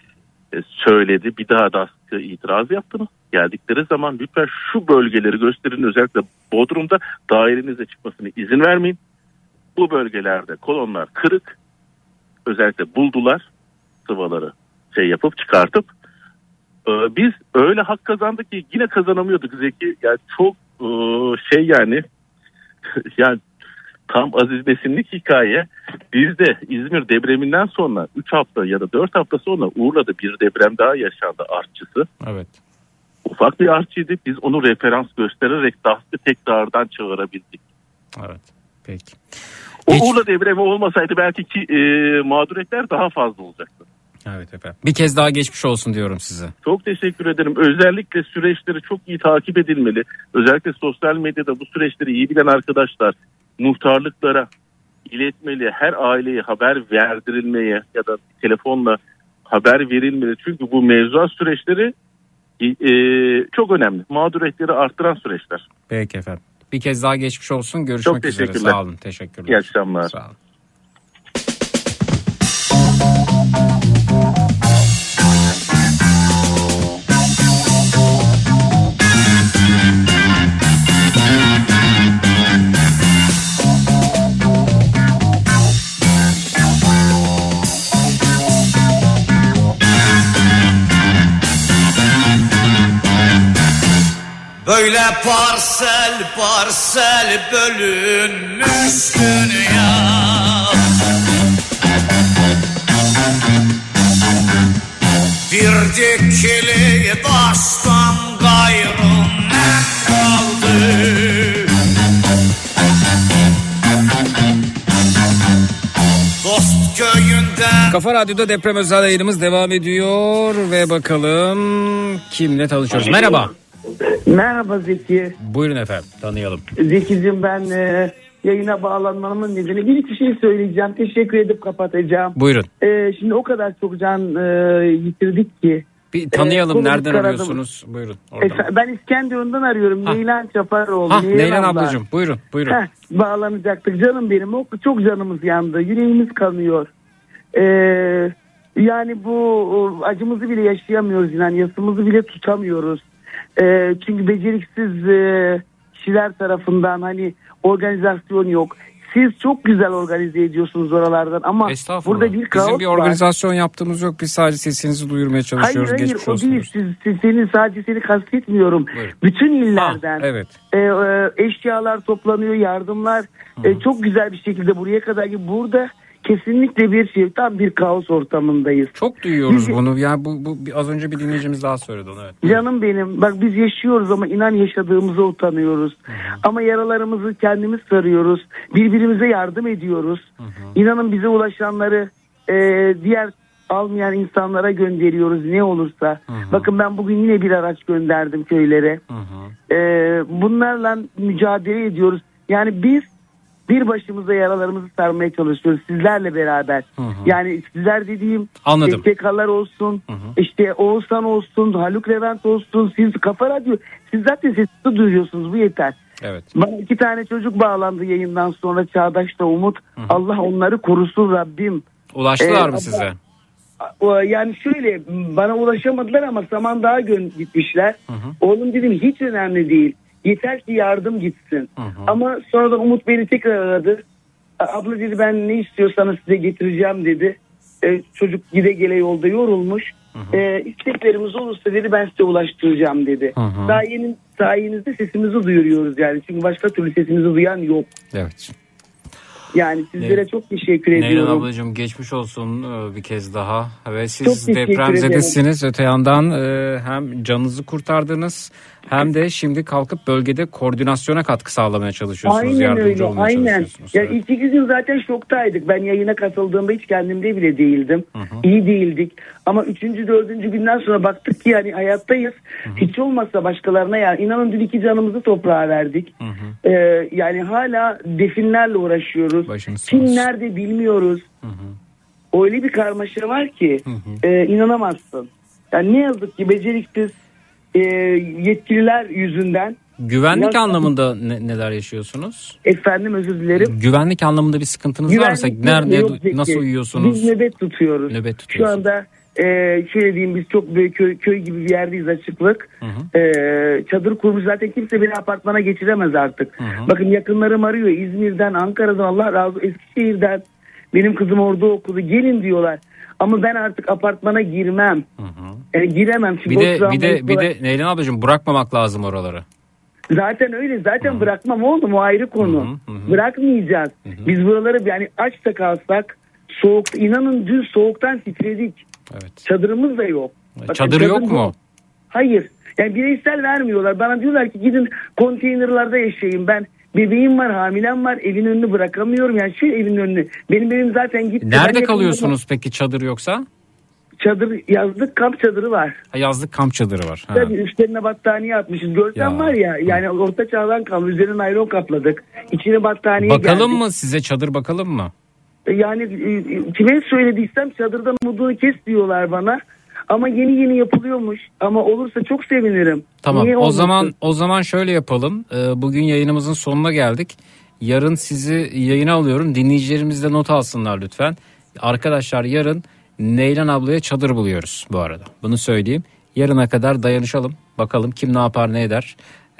Speaker 20: e, söyledi. Bir daha D A S K'ı itiraz yaptınız. Geldikleri zaman lütfen şu bölgeleri gösterin. Özellikle Bodrum'da dairenize çıkmasına izin vermeyin. Bu bölgelerde kolonlar kırık. Özellikle buldular sıvaları şey yapıp çıkartıp. Ee, biz öyle hak kazandık ki yine kazanamıyorduk Zeki. Yani çok e, şey yani yani tam Aziz Nesinlik hikaye. Biz de İzmir depreminden sonra üç hafta ya da dört hafta sonra Urla'da bir deprem daha yaşandı, artçısı.
Speaker 6: Evet.
Speaker 20: Ufak bir artçıydı. Biz onu referans göstererek D A S K'ı tekrardan çağırabildik.
Speaker 6: Evet. Peki.
Speaker 20: O Geç... Urla depremi olmasaydı belki ki e, mağduriyetler daha fazla olacaktı.
Speaker 6: Evet efendim. Bir kez daha geçmiş olsun diyorum size.
Speaker 20: Çok teşekkür ederim. Özellikle süreçleri çok iyi takip edilmeli. Özellikle sosyal medyada bu süreçleri iyi bilen arkadaşlar muhtarlıklara iletmeli. Her aileye haber verdirilmeye ya da telefonla haber verilmeli. Çünkü bu mevzuat süreçleri e, çok önemli. Mağduriyetleri arttıran süreçler.
Speaker 6: Peki efendim. Bir kez daha geçmiş olsun. Görüşmek üzere. Sağ olun. Teşekkürler.
Speaker 20: İyi akşamlar.
Speaker 6: Sağ olun.
Speaker 2: Böyle parsel parsel bölünmüş dünya. Bir dikili taştan gayrı ne kaldı? Dost köyünden.
Speaker 6: Kafa Radyo'da deprem özel yayınımız devam ediyor ve bakalım kimle tanışıyoruz. Merhaba.
Speaker 21: Merhaba Zeki.
Speaker 6: Buyurun efendim, tanıyalım.
Speaker 21: Zeki'cim, ben e, yayına bağlanmamın nedeni bir iki şey söyleyeceğim. Teşekkür edip kapatacağım.
Speaker 6: Buyurun.
Speaker 21: E, şimdi o kadar çok can e, yitirdik ki.
Speaker 6: Bir tanıyalım,
Speaker 21: e,
Speaker 6: nereden
Speaker 21: aradım.
Speaker 6: arıyorsunuz? Buyurun.
Speaker 21: E, ben İskenderun'dan arıyorum.
Speaker 6: Ha.
Speaker 21: Neylan Çaparoğlu.
Speaker 6: Ha,
Speaker 21: Neylan,
Speaker 6: Neylan
Speaker 21: abla.
Speaker 6: ablacığım, buyurun. buyurun.
Speaker 21: Heh, bağlanacaktık. Canım benim. O, çok canımız yandı. Yüreğimiz kanıyor. Eee... Yani bu acımızı bile yaşayamıyoruz, yani yasımızı bile tutamıyoruz. Ee, çünkü beceriksiz e, kişiler tarafından hani organizasyon yok. Siz çok güzel organize ediyorsunuz oralardan ama burada bir kaos
Speaker 6: Bizim bir
Speaker 21: var.
Speaker 6: organizasyon yaptığımız yok. Biz sadece sesinizi duyurmaya çalışıyoruz.
Speaker 21: Hayır hayır
Speaker 6: Geçmiş
Speaker 21: o
Speaker 6: olsun.
Speaker 21: değil. Siz, siz, senin sadece seni kastetmiyorum.
Speaker 6: Buyurun.
Speaker 21: Bütün illerden
Speaker 6: Ha, evet.
Speaker 21: e, e, eşyalar toplanıyor, yardımlar e, çok güzel bir şekilde buraya kadar ki burada kesinlikle bir şey, tam bir kaos ortamındayız.
Speaker 6: Çok duyuyoruz
Speaker 21: Biz,
Speaker 6: bunu. Yani bu, bu az önce bir dinleyicimiz daha söyledi onu. Evet.
Speaker 21: Canım benim, bak biz yaşıyoruz ama inan yaşadığımıza utanıyoruz. Hı-hı. Ama yaralarımızı kendimiz sarıyoruz. Birbirimize yardım ediyoruz. Hı-hı. İnanın bize ulaşanları e, diğer almayan insanlara gönderiyoruz ne olursa. Hı-hı. Bakın ben bugün yine bir araç gönderdim köylere. E, bunlarla mücadele ediyoruz. Yani biz bir başımıza yaralarımızı sarmaya çalışıyoruz sizlerle beraber. Hı hı. Yani sizler dediğim
Speaker 6: Anladım.
Speaker 21: T K'lar olsun, hı hı. işte Oğuzhan olsun, Haluk Levent olsun, siz Kafa Radyo, siz zaten sesini duyuyorsunuz, bu yeter.
Speaker 6: Evet.
Speaker 21: Bana iki tane çocuk bağlandı yayından sonra, Çağdaş'ta Umut. Hı hı. Allah onları korusun Rabbim.
Speaker 6: Ulaştılar
Speaker 21: ee,
Speaker 6: mı size?
Speaker 21: Yani şöyle, bana ulaşamadılar ama Samandağ'a gitmişler. Hı hı. Oğlum dedim hiç önemli değil. Yeter ki yardım gitsin. Hı hı. Ama sonradan Umut beni tekrar aradı. Abla dedi ben ne istiyorsanız size getireceğim dedi. Ee, çocuk gide gele yolda yorulmuş. Hı hı. Ee, isteklerimiz olursa dedi ben size ulaştıracağım dedi. Hı hı. Sayenin, sayenizde sesimizi duyuruyoruz yani. Çünkü başka türlü sesimizi duyan yok.
Speaker 6: Evet.
Speaker 21: Yani sizlere
Speaker 6: ne,
Speaker 21: çok teşekkür ediyorum.
Speaker 6: Neylan ablacığım geçmiş olsun bir kez daha. Ve siz depremzedesiniz. Öte yandan hem canınızı kurtardınız hem de şimdi kalkıp bölgede koordinasyona katkı sağlamaya çalışıyorsunuz.
Speaker 21: Aynen
Speaker 6: yardımcı
Speaker 21: öyle.
Speaker 6: olmaya
Speaker 21: Aynen.
Speaker 6: çalışıyorsunuz.
Speaker 21: Ya
Speaker 6: evet.
Speaker 21: ilk iki gün zaten şoktaydık. Ben yayına katıldığımda hiç kendimde bile değildim. Hı hı. İyi değildik. Ama üçüncü, dördüncü günden sonra baktık ki yani hayattayız. Hı hı. Hiç olmazsa başkalarına ya. İnanın dün iki canımızı toprağa verdik. Hı hı. Ee, yani hala definlerle uğraşıyoruz.
Speaker 6: Başınız
Speaker 21: Kim
Speaker 6: olsun.
Speaker 21: nerede bilmiyoruz. Hı hı. Öyle bir karmaşa var ki hı hı. E, inanamazsın. Yani ne yazık ki beceriksiz e, yetkililer yüzünden.
Speaker 6: Güvenlik ya, anlamında ne, neler yaşıyorsunuz?
Speaker 21: Efendim özür dilerim.
Speaker 6: Güvenlik anlamında bir sıkıntınız Güvenlik varsa nerede, nasıl uyuyorsunuz?
Speaker 21: Biz nöbet tutuyoruz.
Speaker 6: Nöbet
Speaker 21: Şu anda e, şöyle diyeyim, biz çok böyle köy, köy gibi bir yerdeyiz, açıklık. Hı hı. E, çadır kurmuş, zaten kimse beni apartmana geçiremez artık. Hı hı. Bakın yakınlarım arıyor İzmir'den, Ankara'dan, Allah razı olsun, Eskişehir'den. Benim kızım orada okudu, gelin diyorlar. Ama ben artık apartmana girmem. Hı hı. Yani giremem.
Speaker 6: Bir de, bir de, bir de Neylan ablacığım bırakmamak lazım oraları.
Speaker 21: Zaten öyle. Zaten hı-hı. bırakmam oğlum, o ayrı konu. Hı-hı. Hı-hı. Bırakmayacağız. Hı-hı. Biz buraları yani aç da kalsak soğuk, inanın dün soğuktan titredik. Evet. Çadırımız da yok.
Speaker 6: Bakın, çadır yok mu? Yok.
Speaker 21: Hayır. Yani bireysel vermiyorlar. Bana diyorlar ki gidin konteynerlarda yaşayın. Ben bebeğim var, hamilem var. Evin önünü bırakamıyorum. Yani şu evin önünü. Benim evim zaten gitti.
Speaker 6: Nerede kalıyorsunuz peki çadır yoksa?
Speaker 21: Çadır, yazlık kamp çadırı var.
Speaker 6: Ha, yazlık kamp çadırı var. Ha.
Speaker 21: Tabii üstlerine battaniye atmışız. Görsen ya. Var ya, yani orta çağdan kalma. Üzerine naylon kapladık. İçine battaniye
Speaker 6: bakalım
Speaker 21: geldik.
Speaker 6: mı size çadır, bakalım mı?
Speaker 21: Yani kime söylediysem çadırdan umudunu kes diyorlar bana. Ama yeni yeni yapılıyormuş. Ama olursa çok sevinirim.
Speaker 6: Tamam. Niye o olmasın? zaman o zaman şöyle yapalım. Bugün yayınımızın sonuna geldik. Yarın sizi yayına alıyorum. Dinleyicilerimiz de not alsınlar lütfen. Arkadaşlar yarın Neylan ablaya çadır buluyoruz bu arada. Bunu söyleyeyim. Yarına kadar dayanışalım. Bakalım kim ne yapar ne eder.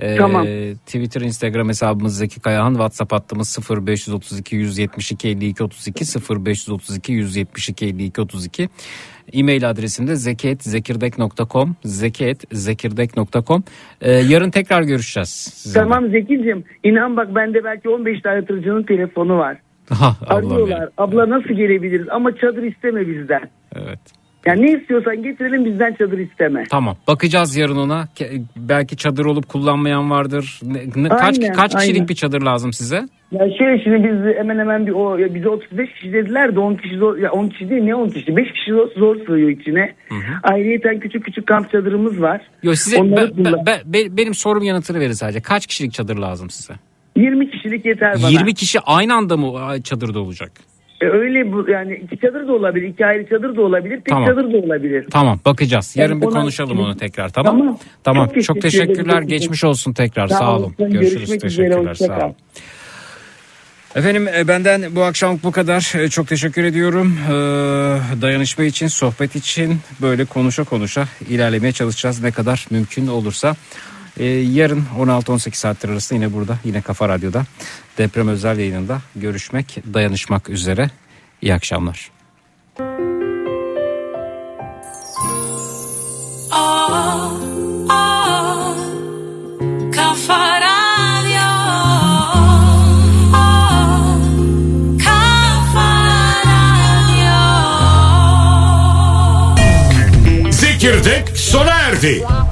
Speaker 6: Ee,
Speaker 21: Tamam.
Speaker 6: Twitter, Instagram hesabımız Zeki Kayahan. WhatsApp hattımız sıfır beş otuz iki yüz yetmiş iki elli iki otuz iki sıfır beş otuz iki yüz yetmiş iki elli iki otuz iki. E-mail adresim de zeki et zekirdek nokta com zeki et zekirdek nokta com. Ee, yarın tekrar görüşeceğiz sizinle.
Speaker 21: Tamam Zeki'cim, inan bak bende belki on beş tane tırcının telefonu var.
Speaker 6: Ha,
Speaker 21: Arıyorlar.
Speaker 6: benim.
Speaker 21: Abla nasıl gelebiliriz? Ama çadır isteme bizden.
Speaker 6: Evet.
Speaker 21: Yani ne istiyorsan getirelim, bizden çadır isteme.
Speaker 6: Tamam, bakacağız yarın ona. Ke- belki çadır olup kullanmayan vardır. Ne, ne- kaç
Speaker 21: Aynen,
Speaker 6: kaç kişilik
Speaker 21: aynen.
Speaker 6: bir çadır lazım size?
Speaker 21: Ya şöyle şimdi biz hemen hemen bir o ya bize otuz beş kişi dediler de on kişi zor, ya on kişi değil, ne on kişi? beş kişi zor, zor sığıyor içine. Ayrıyeten küçük küçük kamp çadırımız var.
Speaker 6: Yo size
Speaker 21: Onları
Speaker 6: ben-
Speaker 21: kullan-
Speaker 6: ben- ben- benim sorum yanıtını verin sadece. Kaç kişilik çadır lazım size?
Speaker 21: yirmi kişilik yeter bana.
Speaker 6: yirmi kişi aynı anda mı çadırda olacak?
Speaker 21: E öyle bu, yani iki çadır da olabilir, iki ayrı çadır da olabilir, tek
Speaker 6: Tamam.
Speaker 21: çadır da olabilir.
Speaker 6: Tamam, bakacağız. Yarın
Speaker 21: Yani
Speaker 6: bir
Speaker 21: ona-
Speaker 6: konuşalım onu tekrar, tamam?
Speaker 21: Tamam.
Speaker 6: Tamam.
Speaker 21: Çok
Speaker 6: Çok,
Speaker 21: teşekkür ederim.
Speaker 6: teşekkürler.
Speaker 21: Çok
Speaker 6: Geçmiş olsun tekrar.
Speaker 21: Sağ
Speaker 6: Sağ olun.
Speaker 21: olasın.
Speaker 6: Görüşürüz.
Speaker 21: Görüşmek üzere,
Speaker 6: Teşekkürler.
Speaker 21: hoşça
Speaker 6: Sağ
Speaker 21: kal.
Speaker 6: olun. Efendim e, benden bu akşamlık bu kadar. E, Çok teşekkür ediyorum. Ee, dayanışma için, sohbet için böyle konuşa konuşa ilerlemeye çalışacağız ne kadar mümkün olursa. Ee, yarın on altı on sekiz saatler arasında yine burada, yine Kafa Radyo'da deprem özel yayınında görüşmek, dayanışmak üzere. İyi akşamlar.
Speaker 5: Oh, oh, Kafa Radyo. Oh, Kafa Radyo.
Speaker 3: Zekirdek sona erdi.